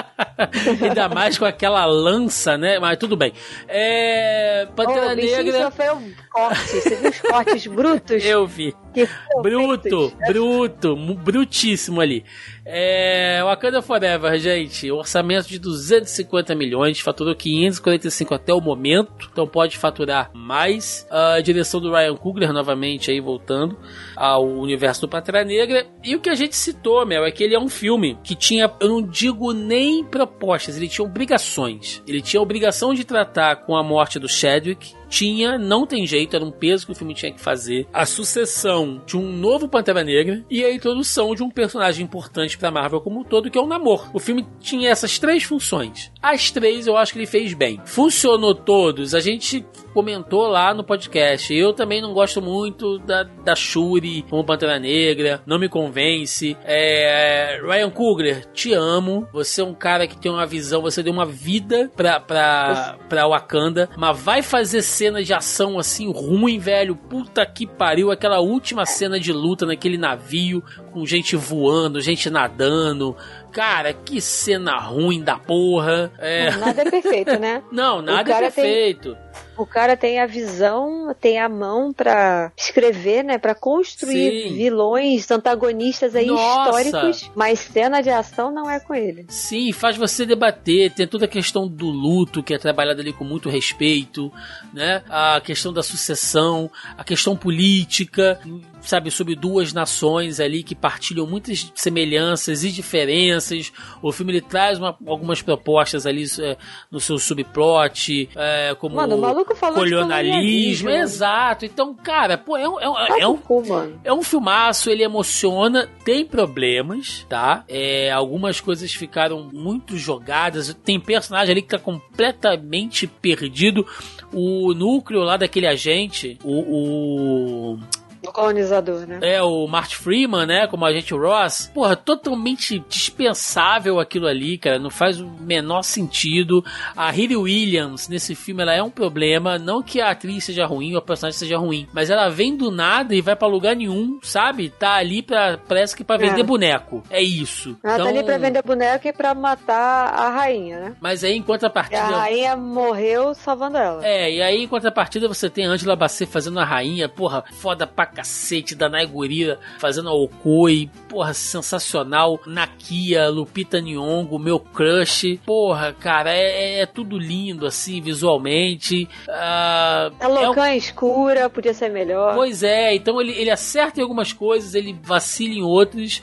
Ainda mais com aquela lança, né? Mas tudo bem. É... Pantera oh, Negra... sofreu um corte. Você viu os cortes brutos? Eu vi. Bruto, bruto, brutíssimo ali. É, Wakanda Forever, gente, orçamento de duzentos e cinquenta milhões, faturou quinhentos e quarenta e cinco até o momento, então pode faturar mais. A direção do Ryan Coogler, novamente aí voltando ao universo do Pantera Negra. E o que a gente citou, Mel, é que ele é um filme que tinha, eu não digo nem propostas, ele tinha obrigações. Ele tinha a obrigação de tratar com a morte do Chadwick. Tinha, não tem jeito, era um peso que o filme tinha que fazer. A sucessão de um novo Pantera Negra e a introdução de um personagem importante pra Marvel como um todo, que é o Namor. O filme tinha essas três funções. As três eu acho que ele fez bem. Funcionou todos, a gente comentou lá no podcast. Eu também não gosto muito da, da Shuri como Pantera Negra, não me convence. É, Ryan Coogler, te amo. Você é um cara que tem uma visão, você deu uma vida pra, pra, pra Wakanda, mas vai fazer cena de ação assim ruim, velho. Puta que pariu. Aquela última cena de luta naquele navio com gente voando, gente nadando. Cara, que cena ruim da porra. É... Nada é perfeito, né? Não, nada é perfeito. Tem... O cara tem a visão, tem a mão pra escrever, né? Pra construir Sim. vilões, antagonistas aí Nossa. históricos, mas cena de ação não é com ele. Sim, faz você debater, tem toda a questão do luto, que é trabalhada ali com muito respeito, né? A questão da sucessão, a questão política, sabe, sobre duas nações ali que partilham muitas semelhanças e diferenças. O filme ele traz uma, algumas propostas ali é, no seu subplot, é, como Mano, o maluco falou colonialismo. Exato. Então, cara, pô, é um, é um, é um, é um filmaço, ele emociona, tem problemas, tá? É, algumas coisas ficaram muito jogadas, tem personagem ali que tá completamente perdido. O núcleo lá daquele agente, o... o... O colonizador, né? É, o Martin Freeman, né? Como agente Ross. Porra, totalmente dispensável aquilo ali, cara. Não faz o menor sentido. A Hayley Williams, nesse filme, ela é um problema. Não que a atriz seja ruim ou a personagem seja ruim. Mas ela vem do nada e vai pra lugar nenhum, sabe? Tá ali pra, parece que pra vender é. boneco. É isso. Ela então... tá ali pra vender boneco e pra matar a rainha, né? Mas aí, em contrapartida... A rainha morreu salvando ela. É, e aí, em contrapartida, você tem a Angela Bassett fazendo a rainha. Porra, foda pra cacete, da Naigurira fazendo a Okoi, porra, sensacional. Nakia, Lupita Nyong'o, meu crush, porra, cara, é, é tudo lindo, assim, visualmente. Uh, a Locan é um... escura, podia ser melhor. Pois é, então ele, ele acerta em algumas coisas, ele vacila em outras.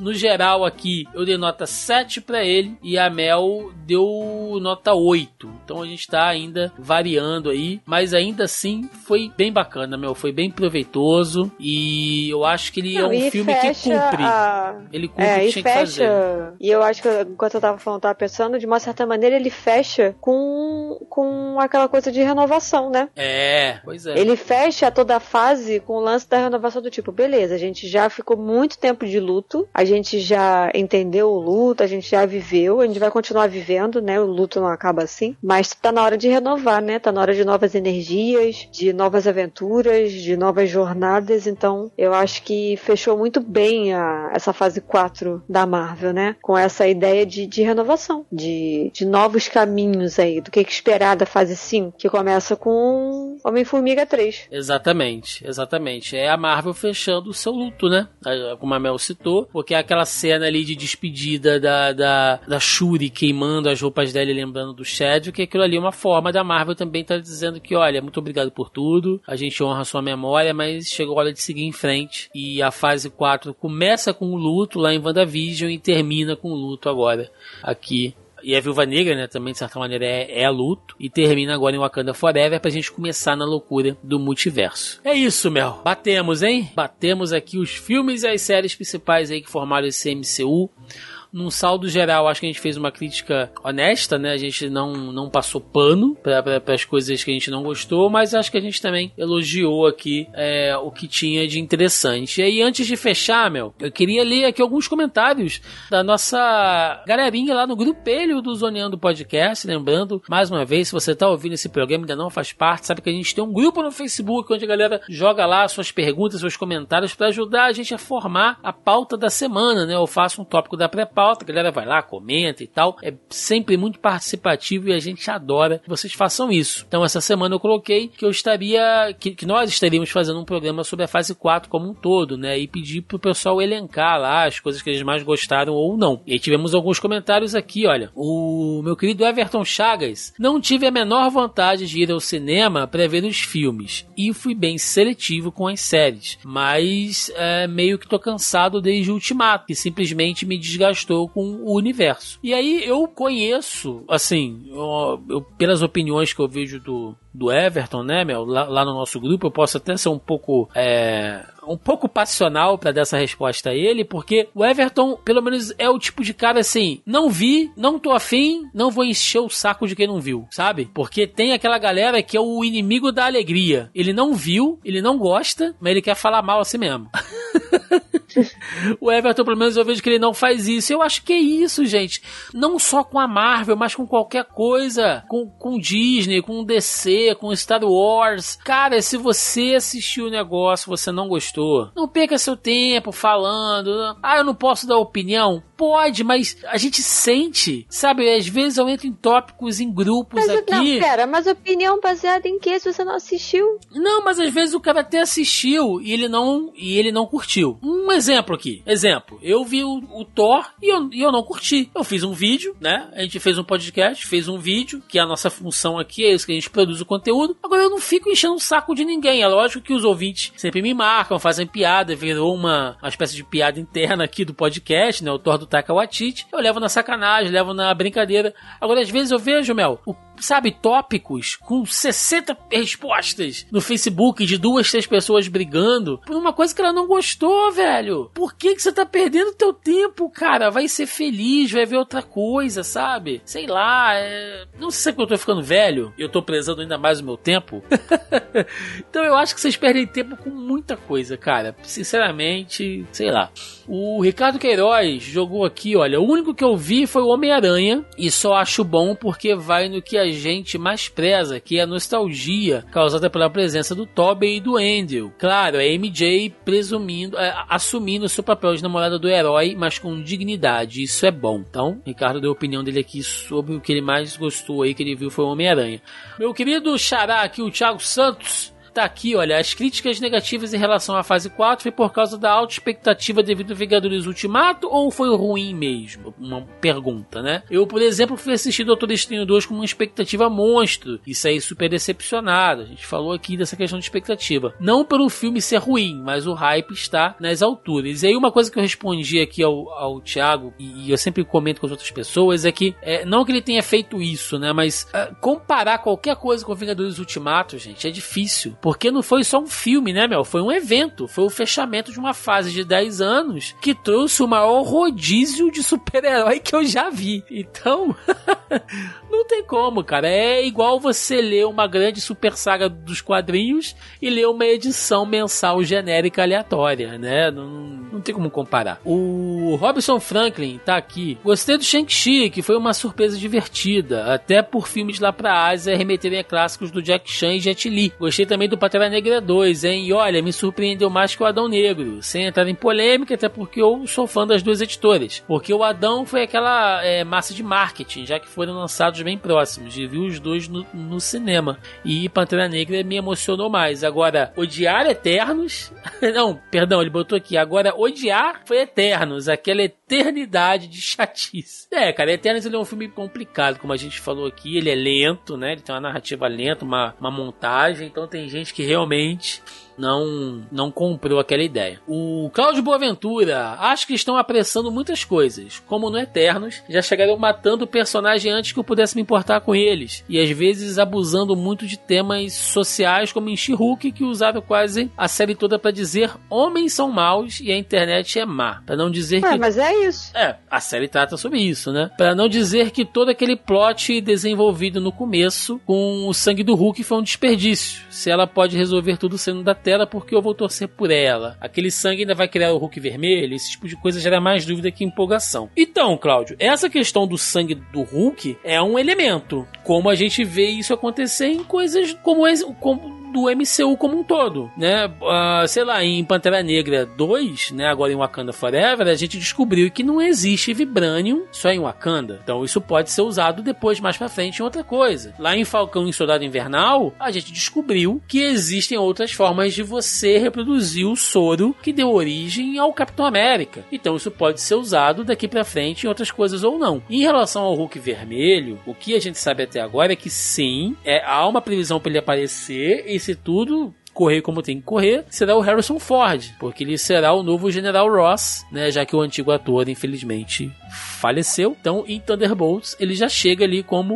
No geral aqui, eu dei nota sete pra ele e a Mel deu nota oito. Então a gente tá ainda variando aí, mas ainda assim foi bem bacana, Mel. Foi bem proveitoso e eu acho que ele Não, é um filme que cumpre. A... Ele cumpre é, o que tinha fecha... que fazer. E eu acho que, enquanto eu tava falando, tava pensando, de uma certa maneira ele fecha com, com aquela coisa de renovação, né? É, pois é. Ele fecha toda a fase com o lance da renovação do tipo, beleza, a gente já ficou muito tempo de luto, a gente já entendeu o luto, a gente já viveu, a gente vai continuar vivendo, né? O luto não acaba assim, mas tá na hora de renovar, né? Tá na hora de novas energias, de novas aventuras, de novas jornadas, então eu acho que fechou muito bem a, essa fase quatro da Marvel, né? Com essa ideia de, de renovação, de, de novos caminhos aí, do que, que esperar da fase cinco, que começa com Homem-Formiga três. Exatamente, exatamente. É a Marvel fechando o seu luto, né? Como a Mel citou, porque é aquela cena ali de despedida da, da, da Shuri queimando as roupas dela e lembrando do Chadwick, que aquilo ali é uma forma da Marvel também estar tá dizendo que, olha, muito obrigado por tudo, a gente honra a sua memória, mas chegou a hora de seguir em frente. E a fase quatro começa com o luto lá em WandaVision e termina com o luto agora, aqui. E a Viúva Negra, né, também de certa maneira é, é luto. E termina agora em Wakanda Forever pra gente começar na loucura do multiverso. É isso, Mel. Batemos, hein? Batemos aqui os filmes e as séries principais aí que formaram esse M C U. Num saldo geral, acho que a gente fez uma crítica honesta, né? A gente não, não passou pano para as coisas que a gente não gostou, mas acho que a gente também elogiou aqui é, o que tinha de interessante. E aí, antes de fechar, Mel, eu queria ler aqui alguns comentários da nossa galerinha lá no grupelho do Zoneando Podcast. Lembrando, mais uma vez, se você está ouvindo esse programa e ainda não faz parte, sabe que a gente tem um grupo no Facebook onde a galera joga lá suas perguntas, seus comentários para ajudar a gente a formar a pauta da semana, né? Eu faço um tópico da pré-pauta, a galera vai lá, comenta e tal, é sempre muito participativo e a gente adora que vocês façam isso. Então essa semana eu coloquei que eu estaria, que, que nós estaríamos fazendo um programa sobre a fase quatro como um todo, né, e pedir pro pessoal elencar lá as coisas que eles mais gostaram ou não. E aí tivemos alguns comentários aqui, olha, o meu querido Everton Chagas: não tive a menor vontade de ir ao cinema para ver os filmes e fui bem seletivo com as séries, mas é, meio que tô cansado desde o Ultimato, que simplesmente me desgastou com o universo. E aí eu conheço, assim, eu, eu, pelas opiniões que eu vejo do, do Everton, né, Mel, lá, lá no nosso grupo, eu posso até ser um pouco é, um pouco passional pra dar essa resposta a ele, porque o Everton, pelo menos, é o tipo de cara assim, não vi, não tô afim, não vou encher o saco de quem não viu, sabe? Porque tem aquela galera que é o inimigo da alegria. Ele não viu, ele não gosta, mas ele quer falar mal assim mesmo. O Everton, pelo menos, eu vejo que ele não faz isso. Eu acho que é isso, gente. Não só com a Marvel, mas com qualquer coisa. Com, com Disney, com D C, com Star Wars. Cara, se você assistiu o negócio, você não gostou, não perca seu tempo falando. Ah, eu não posso dar opinião. Pode, mas a gente sente, sabe? Às vezes eu entro em tópicos, em grupos mas, aqui. Não, pera, mas opinião baseada em quê se você não assistiu? Não, mas às vezes o cara até assistiu e ele não, e ele não curtiu. Um exemplo aqui. Exemplo, eu vi o, o Thor e eu, e eu não curti. Eu fiz um vídeo, né? A gente fez um podcast, fez um vídeo, que é a nossa função aqui, é isso que a gente produz o conteúdo. Agora eu não fico enchendo o saco de ninguém. É lógico que os ouvintes sempre me marcam, fazem piada, virou uma, uma espécie de piada interna aqui do podcast, né? O Thor do Taika Waititi. Eu levo na sacanagem, levo na brincadeira. Agora, às vezes eu vejo, Mel, o sabe, tópicos com sessenta respostas no Facebook de duas, três pessoas brigando por uma coisa que ela não gostou, velho. Por que que você tá perdendo teu tempo, cara? Vai ser feliz, vai ver outra coisa, sabe? Sei lá, é... não sei se é que eu tô ficando velho e eu tô prezando ainda mais o meu tempo. Então eu acho que vocês perdem tempo com muita coisa, cara. Sinceramente, sei lá. O Ricardo Queiroz jogou aqui, olha, o único que eu vi foi o Homem-Aranha e só acho bom porque vai no que a gente mais preza, que é a nostalgia causada pela presença do Tobey e do Andrew. Claro, a M J presumindo, é, assumindo o seu papel de namorada do herói, mas com dignidade. Isso é bom. Então, Ricardo deu a opinião dele aqui sobre o que ele mais gostou aí, que ele viu foi o Homem-Aranha. Meu querido xará aqui, o Thiago Santos, Tá aqui, olha, as críticas negativas em relação à fase quatro foi por causa da alta expectativa devido ao Vingadores Ultimato ou foi ruim mesmo? Uma pergunta, né? Eu, por exemplo, fui assistir Doutor Estranho dois com uma expectativa monstro e saí super decepcionado. A gente falou aqui dessa questão de expectativa. Não pelo filme ser ruim, mas o hype está nas alturas. E aí uma coisa que eu respondi aqui ao, ao Thiago, e eu sempre comento com as outras pessoas, é que, é, não que ele tenha feito isso, né? Mas uh, comparar qualquer coisa com Vingadores Ultimato, gente, é difícil. Porque não foi só um filme, né, Mel? Foi um evento. Foi o fechamento de uma fase de dez anos que trouxe o maior rodízio de super-herói que eu já vi. Então, não tem como, cara. É igual você ler uma grande super saga dos quadrinhos e ler uma edição mensal genérica aleatória, né? Não, não tem como comparar. O Robson Franklin tá aqui. Gostei do Shang-Chi, que foi uma surpresa divertida, até por filmes lá pra Ásia remeterem a clássicos do Jack Chan e Jet Li. Gostei também do Pantera Negra dois, hein? E olha, me surpreendeu mais que o Adão Negro, sem entrar em polêmica, até porque eu sou fã das duas editoras. Porque o Adão foi aquela é, massa de marketing, já que foram lançados bem próximos, e vi os dois no, no cinema. E Pantera Negra me emocionou mais. Agora, odiar Eternos... Não, perdão, ele botou aqui. Agora, odiar foi Eternos, aquela eternidade de chatice. É, cara, Eternos ele é um filme complicado, como a gente falou aqui. Ele é lento, né? Ele tem uma narrativa lenta, uma, uma montagem. Então tem gente que realmente não, não comprou aquela ideia. O Cláudio Boaventura, acho que estão apressando muitas coisas, como no Eternos, já chegaram matando o personagem antes que eu pudesse me importar com eles, e às vezes abusando muito de temas sociais, como em She-Hulk, que usaram quase a série toda para dizer homens são maus e a internet é má, para não dizer é, que... mas é isso. É, a série trata sobre isso, né? Para não dizer que todo aquele plot desenvolvido no começo com o sangue do Hulk foi um desperdício, se ela pode resolver tudo sendo da tela, porque eu vou torcer por ela. Aquele sangue ainda vai criar o Hulk vermelho, esse tipo de coisa gera mais dúvida que empolgação. Então, Cláudio, essa questão do sangue do Hulk é um elemento, como a gente vê isso acontecer em coisas como, esse, como do M C U como um todo, né? Uh, sei lá, em Pantera Negra dois, né? Agora em Wakanda Forever, a gente descobriu que não existe Vibranium só em Wakanda. Então isso pode ser usado depois, mais pra frente, em outra coisa. Lá em Falcão e Soldado Invernal, a gente descobriu que existem outras formas de você reproduzir o soro que deu origem ao Capitão América. Então isso pode ser usado daqui pra frente em outras coisas ou não. Em relação ao Hulk vermelho, o que a gente sabe até agora é que sim, é, há uma previsão para ele aparecer, e se tudo correr como tem que correr, será o Harrison Ford, porque ele será o novo General Ross, né, já que o antigo ator, infelizmente, faleceu. Então, em Thunderbolts, ele já chega ali como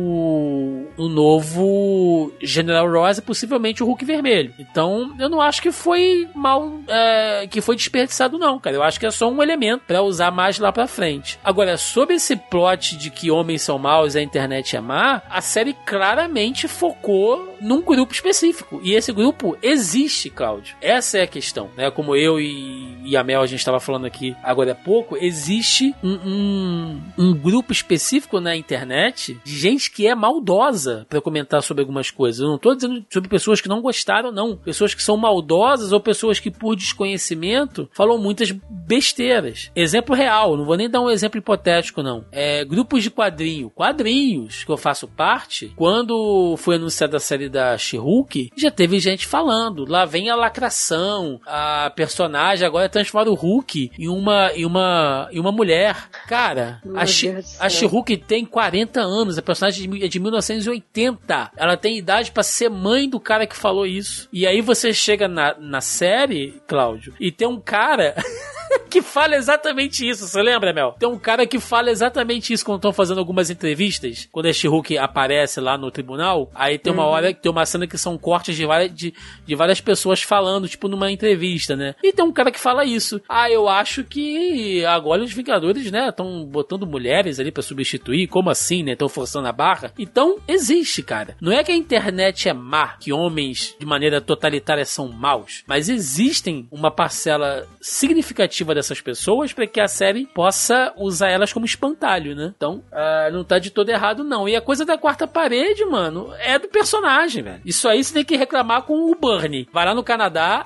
o, o novo General Ross e possivelmente o Hulk vermelho. Então, eu não acho que foi mal, é, que foi desperdiçado não, cara. Eu acho que é só um elemento pra usar mais lá pra frente. Agora, sobre esse plot de que homens são maus e a internet é má, a série claramente focou num grupo específico. E esse grupo existe, Cláudio. Essa é a questão, né? Como eu e, e a Mel, a gente estava falando aqui agora há pouco, existe um, um, um grupo específico na internet de gente que é maldosa para comentar sobre algumas coisas. Eu não estou dizendo sobre pessoas que não gostaram, não. Pessoas que são maldosas ou pessoas que, por desconhecimento, falam muitas besteiras. Exemplo real, não vou nem dar um exemplo hipotético, não. É, grupos de quadrinho, quadrinhos que eu faço parte, quando foi anunciada a série da She-Hulk, já teve gente falando, lá vem a lacração, a personagem agora transforma o Hulk em uma, em uma, em uma mulher. Cara, Meu a, She, a She-Hulk tem quarenta anos, a personagem é de mil novecentos e oitenta. Ela tem idade pra ser mãe do cara que falou isso. E aí você chega na, na série, Cláudio, e tem um cara... que fala exatamente isso, você lembra, Mel? Tem um cara que fala exatamente isso quando estão fazendo algumas entrevistas, quando a She-Hulk aparece lá no tribunal, aí tem uma uhum. hora, tem uma cena que são cortes de várias, de, de várias pessoas falando, tipo numa entrevista, né? E tem um cara que fala isso. Ah, eu acho que agora os Vingadores, né, estão botando mulheres ali pra substituir, como assim, né? Estão forçando a barra. Então, existe, cara. Não é que a internet é má, que homens de maneira totalitária são maus, mas existem uma parcela significativa dessas pessoas para que a série possa usar elas como espantalho, né? Então, uh, não tá de todo errado, não. E a coisa da quarta parede, mano, é do personagem, velho. Isso aí você tem que reclamar com o Bernie. Vai lá no Canadá,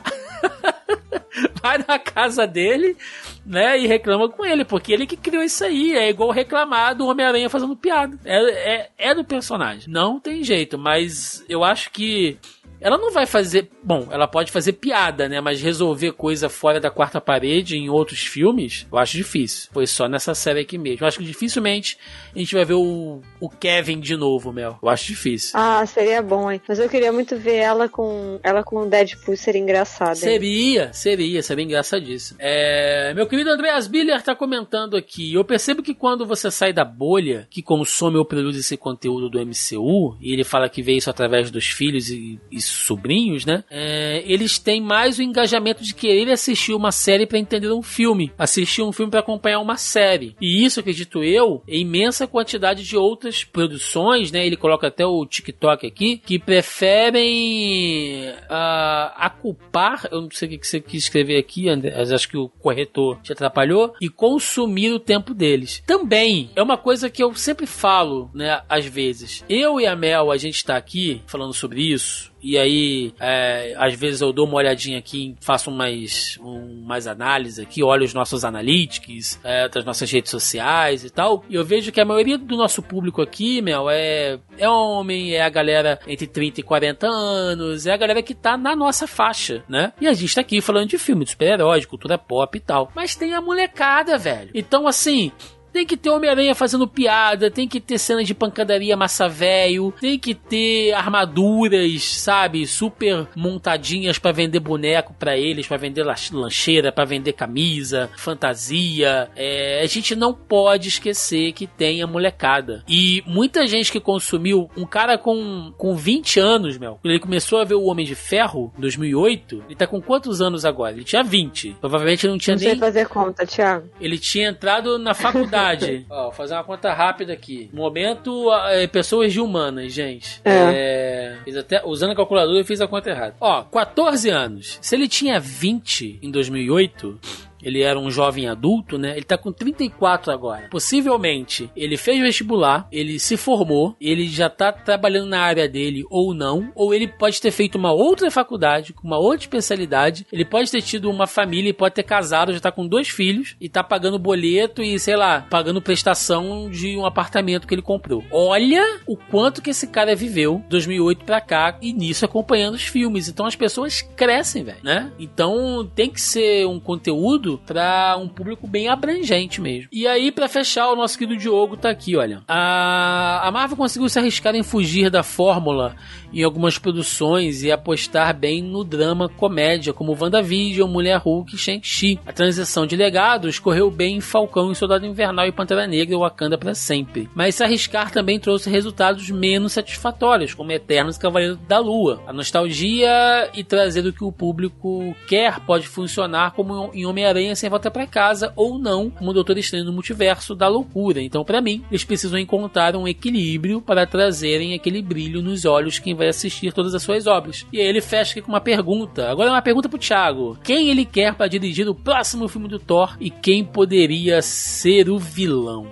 vai na casa dele, né, e reclama com ele, porque ele que criou isso aí. É igual reclamar do Homem-Aranha fazendo piada. É, é, é do personagem. Não tem jeito, mas eu acho que ela não vai fazer... Bom, ela pode fazer piada, né? Mas resolver coisa fora da quarta parede em outros filmes, eu acho difícil. Foi só nessa série aqui mesmo. Eu acho que dificilmente a gente vai ver o, o Kevin de novo, Mel. Eu acho difícil. Ah, seria bom, hein? Mas eu queria muito ver ela com ela com o Deadpool, seria engraçado. Seria, seria, seria engraçadíssimo. É, meu querido Andreas Biller tá comentando aqui. Eu percebo que quando você sai da bolha que consome ou produz esse conteúdo do M C U, e ele fala que vê isso através dos filhos e, e sobrinhos, né? É, eles têm mais o engajamento de querer assistir uma série pra entender um filme. Assistir um filme pra acompanhar uma série. E isso, acredito eu, é imensa quantidade de outras produções, né? Ele coloca até o TikTok aqui, que preferem uh, aculpar, eu não sei o que você quis escrever aqui, André, acho que o corretor te atrapalhou, e consumir o tempo deles. Também, é uma coisa que eu sempre falo, né, às vezes. Eu e a Mel, a gente tá aqui falando sobre isso, e aí, é, às vezes eu dou uma olhadinha aqui, faço umas, um, mais análise aqui, olho os nossos analytics, é, das nossas redes sociais e tal, e eu vejo que a maioria do nosso público aqui, Mel, é, é homem, é a galera entre trinta e quarenta anos, é a galera que tá na nossa faixa, né? E a gente tá aqui falando de filme, de super-herói, de cultura pop e tal. Mas tem a molecada, velho. Então, assim... Tem que ter Homem-Aranha fazendo piada, tem que ter cena de pancadaria massa velho, tem que ter armaduras, sabe, super montadinhas pra vender boneco pra eles, pra vender lancheira, pra vender camisa, fantasia. É, a gente não pode esquecer que tem a molecada. E muita gente que consumiu, um cara com, com vinte anos, meu, quando ele começou a ver o Homem de Ferro, em dois mil e oito, ele tá com quantos anos agora? Ele tinha vinte. Provavelmente não tinha não nem... Não sei fazer conta, Thiago. Ele tinha entrado na faculdade. Ó, vou fazer uma conta rápida aqui. Momento, é, pessoas de humanas, gente. É. É, fiz até, usando a calculadora, eu fiz a conta errada. Ó, quatorze anos. Se ele tinha vinte em dois mil e oito... Ele era um jovem adulto, né? Ele tá com trinta e quatro agora. Possivelmente, ele fez vestibular, ele se formou, ele já tá trabalhando na área dele ou não, ou ele pode ter feito uma outra faculdade, com uma outra especialidade, ele pode ter tido uma família, pode ter casado, já tá com dois filhos, e tá pagando boleto e, sei lá, pagando prestação de um apartamento que ele comprou. Olha o quanto que esse cara viveu dois mil e oito pra cá, e nisso acompanhando os filmes. Então as pessoas crescem, velho, né? Então tem que ser um conteúdo para um público bem abrangente mesmo. E aí, para fechar, o nosso querido Diogo tá aqui, olha. A, a Marvel conseguiu se arriscar em fugir da fórmula em algumas produções e apostar bem no drama comédia, como WandaVision, Mulher Hulk e Shang-Chi. A transição de legados correu bem em Falcão e Soldado Invernal e Pantera Negra e Wakanda para sempre. Mas se arriscar também trouxe resultados menos satisfatórios, como Eternos e Cavaleiro da Lua. A nostalgia e trazer o que o público quer pode funcionar como em Homem-Aranha sem volta pra casa, ou não, como Doutor Estranho no Multiverso da Loucura. Então, pra mim, eles precisam encontrar um equilíbrio para trazerem aquele brilho nos olhos de quem vai assistir todas as suas obras. E aí ele fecha aqui com uma pergunta. Agora é uma pergunta pro Thiago. Quem ele quer para dirigir o próximo filme do Thor e quem poderia ser o vilão?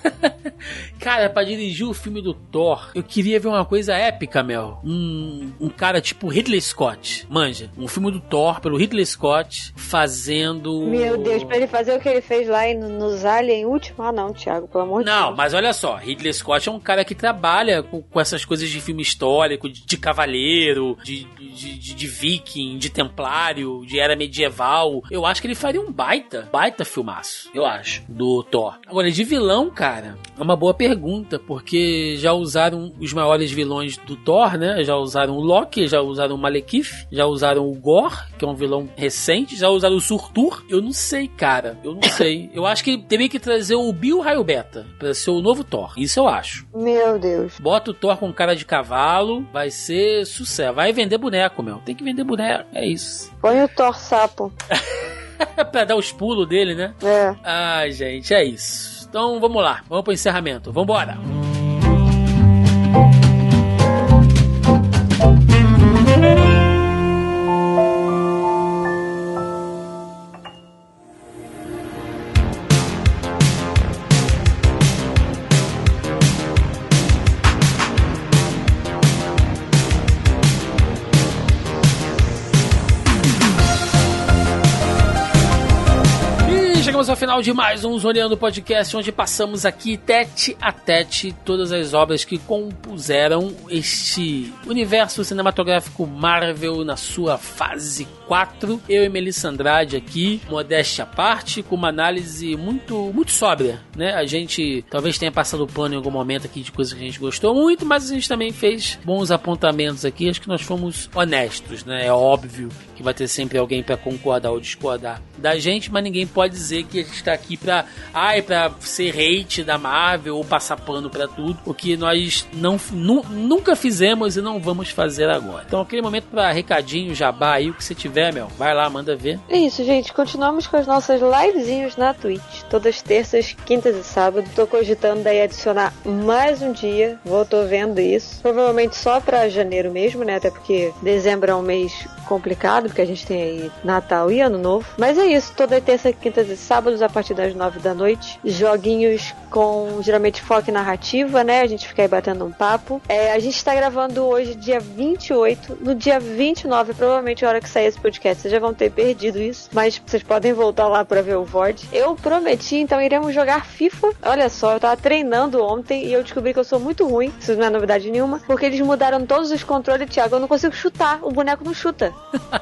Cara, pra dirigir o filme do Thor, eu queria ver uma coisa épica, Mel. Um, um cara tipo Ridley Scott. Manja, um filme do Thor pelo Ridley Scott fazendo... Meu Deus, pra ele fazer o que ele fez lá nos Alien Último? Ah não, Thiago, pelo amor de Deus. Não, mas olha só, Ridley Scott é um cara que trabalha com, com essas coisas de filme histórico, de, de cavaleiro, de, de, de, de viking, de templário, de era medieval. Eu acho que ele faria um baita, baita filmaço, eu acho, do Thor. Agora, de vilão, cara, é uma boa pergunta, porque já usaram os maiores vilões do Thor, né? Já usaram o Loki, já usaram o Malekith, já usaram o Gorr, que é um vilão recente, já usaram o Surtur. Eu não sei, cara, eu não sei. Eu acho que teria que trazer o Bill Raio Beta pra ser o novo Thor. Isso eu acho. Meu Deus. Bota o Thor com cara de cavalo, vai ser sucesso. Vai vender boneco, meu. Tem que vender boneco, é isso. Põe o Thor sapo. Pra dar os pulos dele, né? É. Ai, gente, é isso. Então vamos lá, vamos pro encerramento. Vambora! Chegamos ao final de mais um Zoneando Podcast, onde passamos aqui tete a tete todas as obras que compuseram este universo cinematográfico Marvel na sua fase quatro. Eu e Melissa Andrade aqui, modéstia à parte, com uma análise muito, muito sóbria, né? A gente talvez tenha passado o pano em algum momento aqui de coisas que a gente gostou muito, mas a gente também fez bons apontamentos aqui. Acho que nós fomos honestos, né? É óbvio que vai ter sempre alguém para concordar ou discordar da gente, mas ninguém pode dizer que a gente tá aqui pra, ai, pra ser hate da Marvel ou passar pano pra tudo, o que nós não, nu, nunca fizemos e não vamos fazer agora. Então, aquele momento pra recadinho, jabá aí, o que você tiver, Mel, vai lá, manda ver. É isso, gente, continuamos com as nossas livezinhos na Twitch, todas terças, quintas e sábados. Tô cogitando daí adicionar mais um dia, vou, tô vendo isso, provavelmente só pra janeiro mesmo, né, até porque dezembro é um mês complicado, porque a gente tem aí Natal e Ano Novo, mas é isso, toda terça, quintas e sábados, a partir das nove da noite, joguinhos com, geralmente, foco em narrativa, né, a gente fica aí batendo um papo. É, a gente tá gravando hoje, dia vinte e oito, no dia vinte e nove, provavelmente a hora que sair esse podcast, vocês já vão ter perdido isso, mas vocês podem voltar lá pra ver o V O D. Eu prometi, então iremos jogar FIFA. Olha só, eu tava treinando ontem e eu descobri que eu sou muito ruim, isso não é novidade nenhuma, porque eles mudaram todos os controles, Thiago, eu não consigo chutar, o boneco não chuta.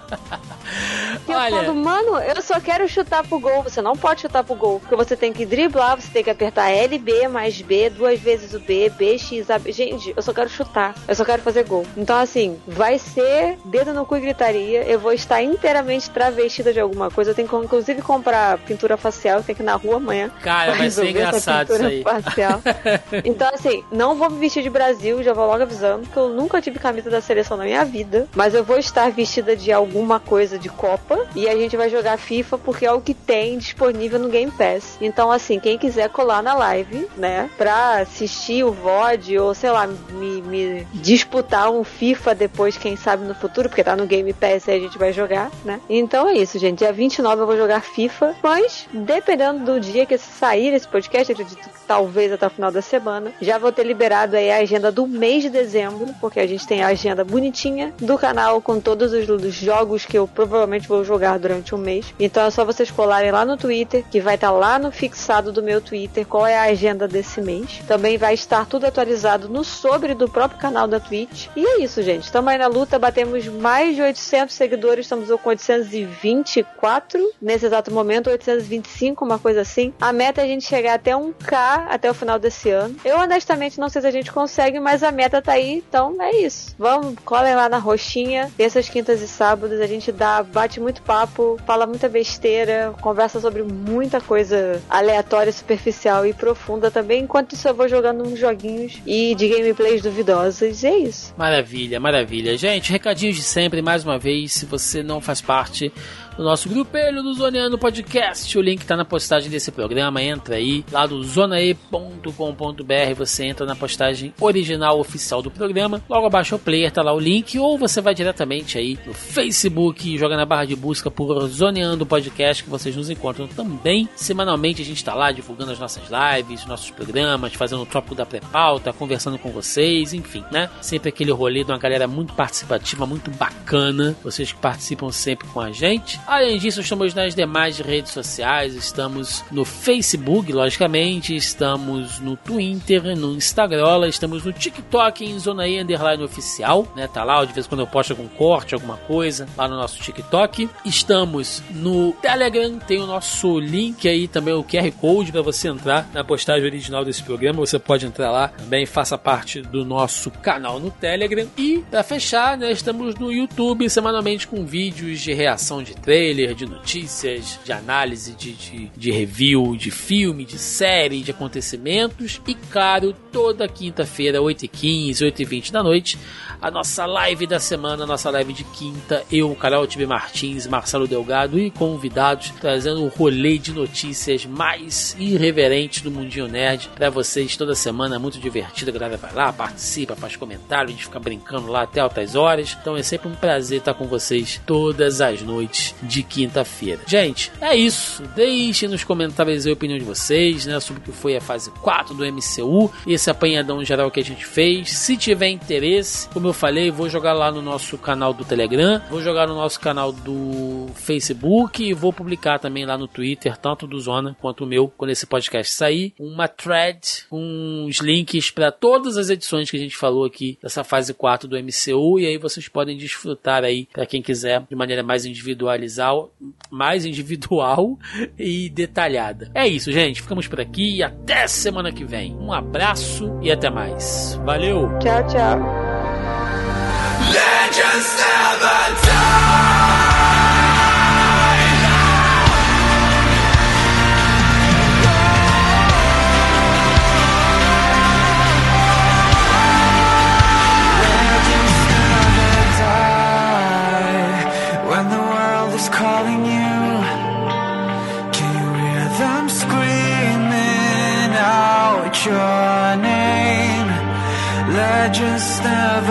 E eu Olha... falo, mano, eu só quero chutar pro gol. Você não pode chutar pro gol, porque você tem que driblar, você tem que apertar L B mais B, duas vezes o B, B, X, A, B. Gente, eu só quero chutar, eu só quero fazer gol. Então, assim, vai ser dedo no cu e gritaria. Eu vou estar inteiramente travestida de alguma coisa. Eu tenho que, inclusive, comprar pintura facial. Eu tenho que ir na rua amanhã. Cara, vai ser engraçado isso aí. Facial. Então, assim, não vou me vestir de Brasil, já vou logo avisando, que eu nunca tive camisa da seleção na minha vida. Mas eu vou estar vestida de alguma coisa de Copa. E a gente vai jogar FIFA porque é o que tem disponível no Game Pass. Então, assim, quem quiser colar na live, né, pra assistir o V O D ou, sei lá, me, me disputar um FIFA depois, quem sabe no futuro, porque tá no Game Pass e a gente vai jogar, né? Então é isso, gente. Dia vinte e nove eu vou jogar FIFA, mas dependendo do dia que sair esse podcast, eu acredito que talvez até o final da semana, já vou ter liberado aí a agenda do mês de dezembro, porque a gente tem a agenda bonitinha do canal com todos os, os jogos que eu provavelmente vou jogar durante um mês. Então é só vocês colarem lá no Twitter, que vai estar lá no fixado do meu Twitter, qual é a agenda desse mês. Também vai estar tudo atualizado no sobre do próprio canal da Twitch. E é isso, gente. Estamos aí na luta, batemos mais de oitocentos seguidores, estamos com oitocentos e vinte e quatro nesse exato momento, oitocentos e vinte e cinco, uma coisa assim. A meta é a gente chegar até um K até o final desse ano. Eu honestamente não sei se a gente consegue, mas a meta tá aí, então é isso. Vamos, colhem lá na roxinha, terças, quintas e sábados, a gente dá, bate muito papo, fala muita besteira, conversa sobre muita coisa aleatória, superficial e profunda também, enquanto isso eu vou jogando uns joguinhos e de gameplays duvidosas, e é isso. Maravilha, maravilha. Gente, recadinhos de sempre, mais uma vez, se você não faz parte do nosso grupelho do Zoneando Podcast, o link tá na postagem desse programa, entra aí, lá do zonae ponto com ponto br, você entra na postagem original oficial do programa, logo abaixo o player tá lá o link, ou você vai diretamente aí no Facebook e joga na barra de busca por Zoneando Podcast, que vocês nos encontram também. Semanalmente a gente tá lá divulgando as nossas lives, nossos programas, fazendo o tópico da pré-pauta, conversando com vocês, enfim, né? Sempre aquele rolê de uma galera muito participativa, muito bacana, vocês que participam sempre com a gente. Além disso, estamos nas demais redes sociais, estamos no Facebook, logicamente, estamos no Twitter, no Instagram, estamos no TikTok em Zonae Underline Oficial, né? Tá lá, de vez em quando eu posto algum corte, alguma coisa, lá no nosso TikTok. Estamos no Telegram, tem o nosso link aí também, o Q R Code para você entrar na postagem original desse programa, você pode entrar lá também, faça parte do nosso canal no Telegram. E, para fechar, né, estamos no YouTube, semanalmente com vídeos de reação de trailer, de notícias, de análise, de, de, de review, de filme, de série, de acontecimentos. E claro, toda quinta-feira, oito e quinze, oito e vinte da noite, a nossa live da semana, a nossa live de quinta, eu, Carol T B Martins, Marcelo Delgado e convidados, trazendo o rolê de notícias mais irreverentes do Mundinho Nerd para vocês toda semana, é muito divertido, a galera vai lá, participa, faz comentário, a gente fica brincando lá até altas horas, então é sempre um prazer estar com vocês todas as noites de quinta-feira. Gente, é isso, deixem nos comentários a opinião de vocês, né, sobre o que foi a fase quatro do M C U, esse apanhadão geral que a gente fez. Se tiver interesse, como como eu falei, vou jogar lá no nosso canal do Telegram, vou jogar no nosso canal do Facebook e vou publicar também lá no Twitter, tanto do Zona quanto o meu, quando esse podcast sair, uma thread com os links para todas as edições que a gente falou aqui dessa fase quatro do M C U, e aí vocês podem desfrutar aí, para quem quiser, de maneira mais individualizal, mais individual e detalhada. É isso, gente. Ficamos por aqui e até semana que vem. Um abraço e até mais. Valeu! Tchau, tchau. Legends never die. Calling you, can you hear them screaming out your name? Legends never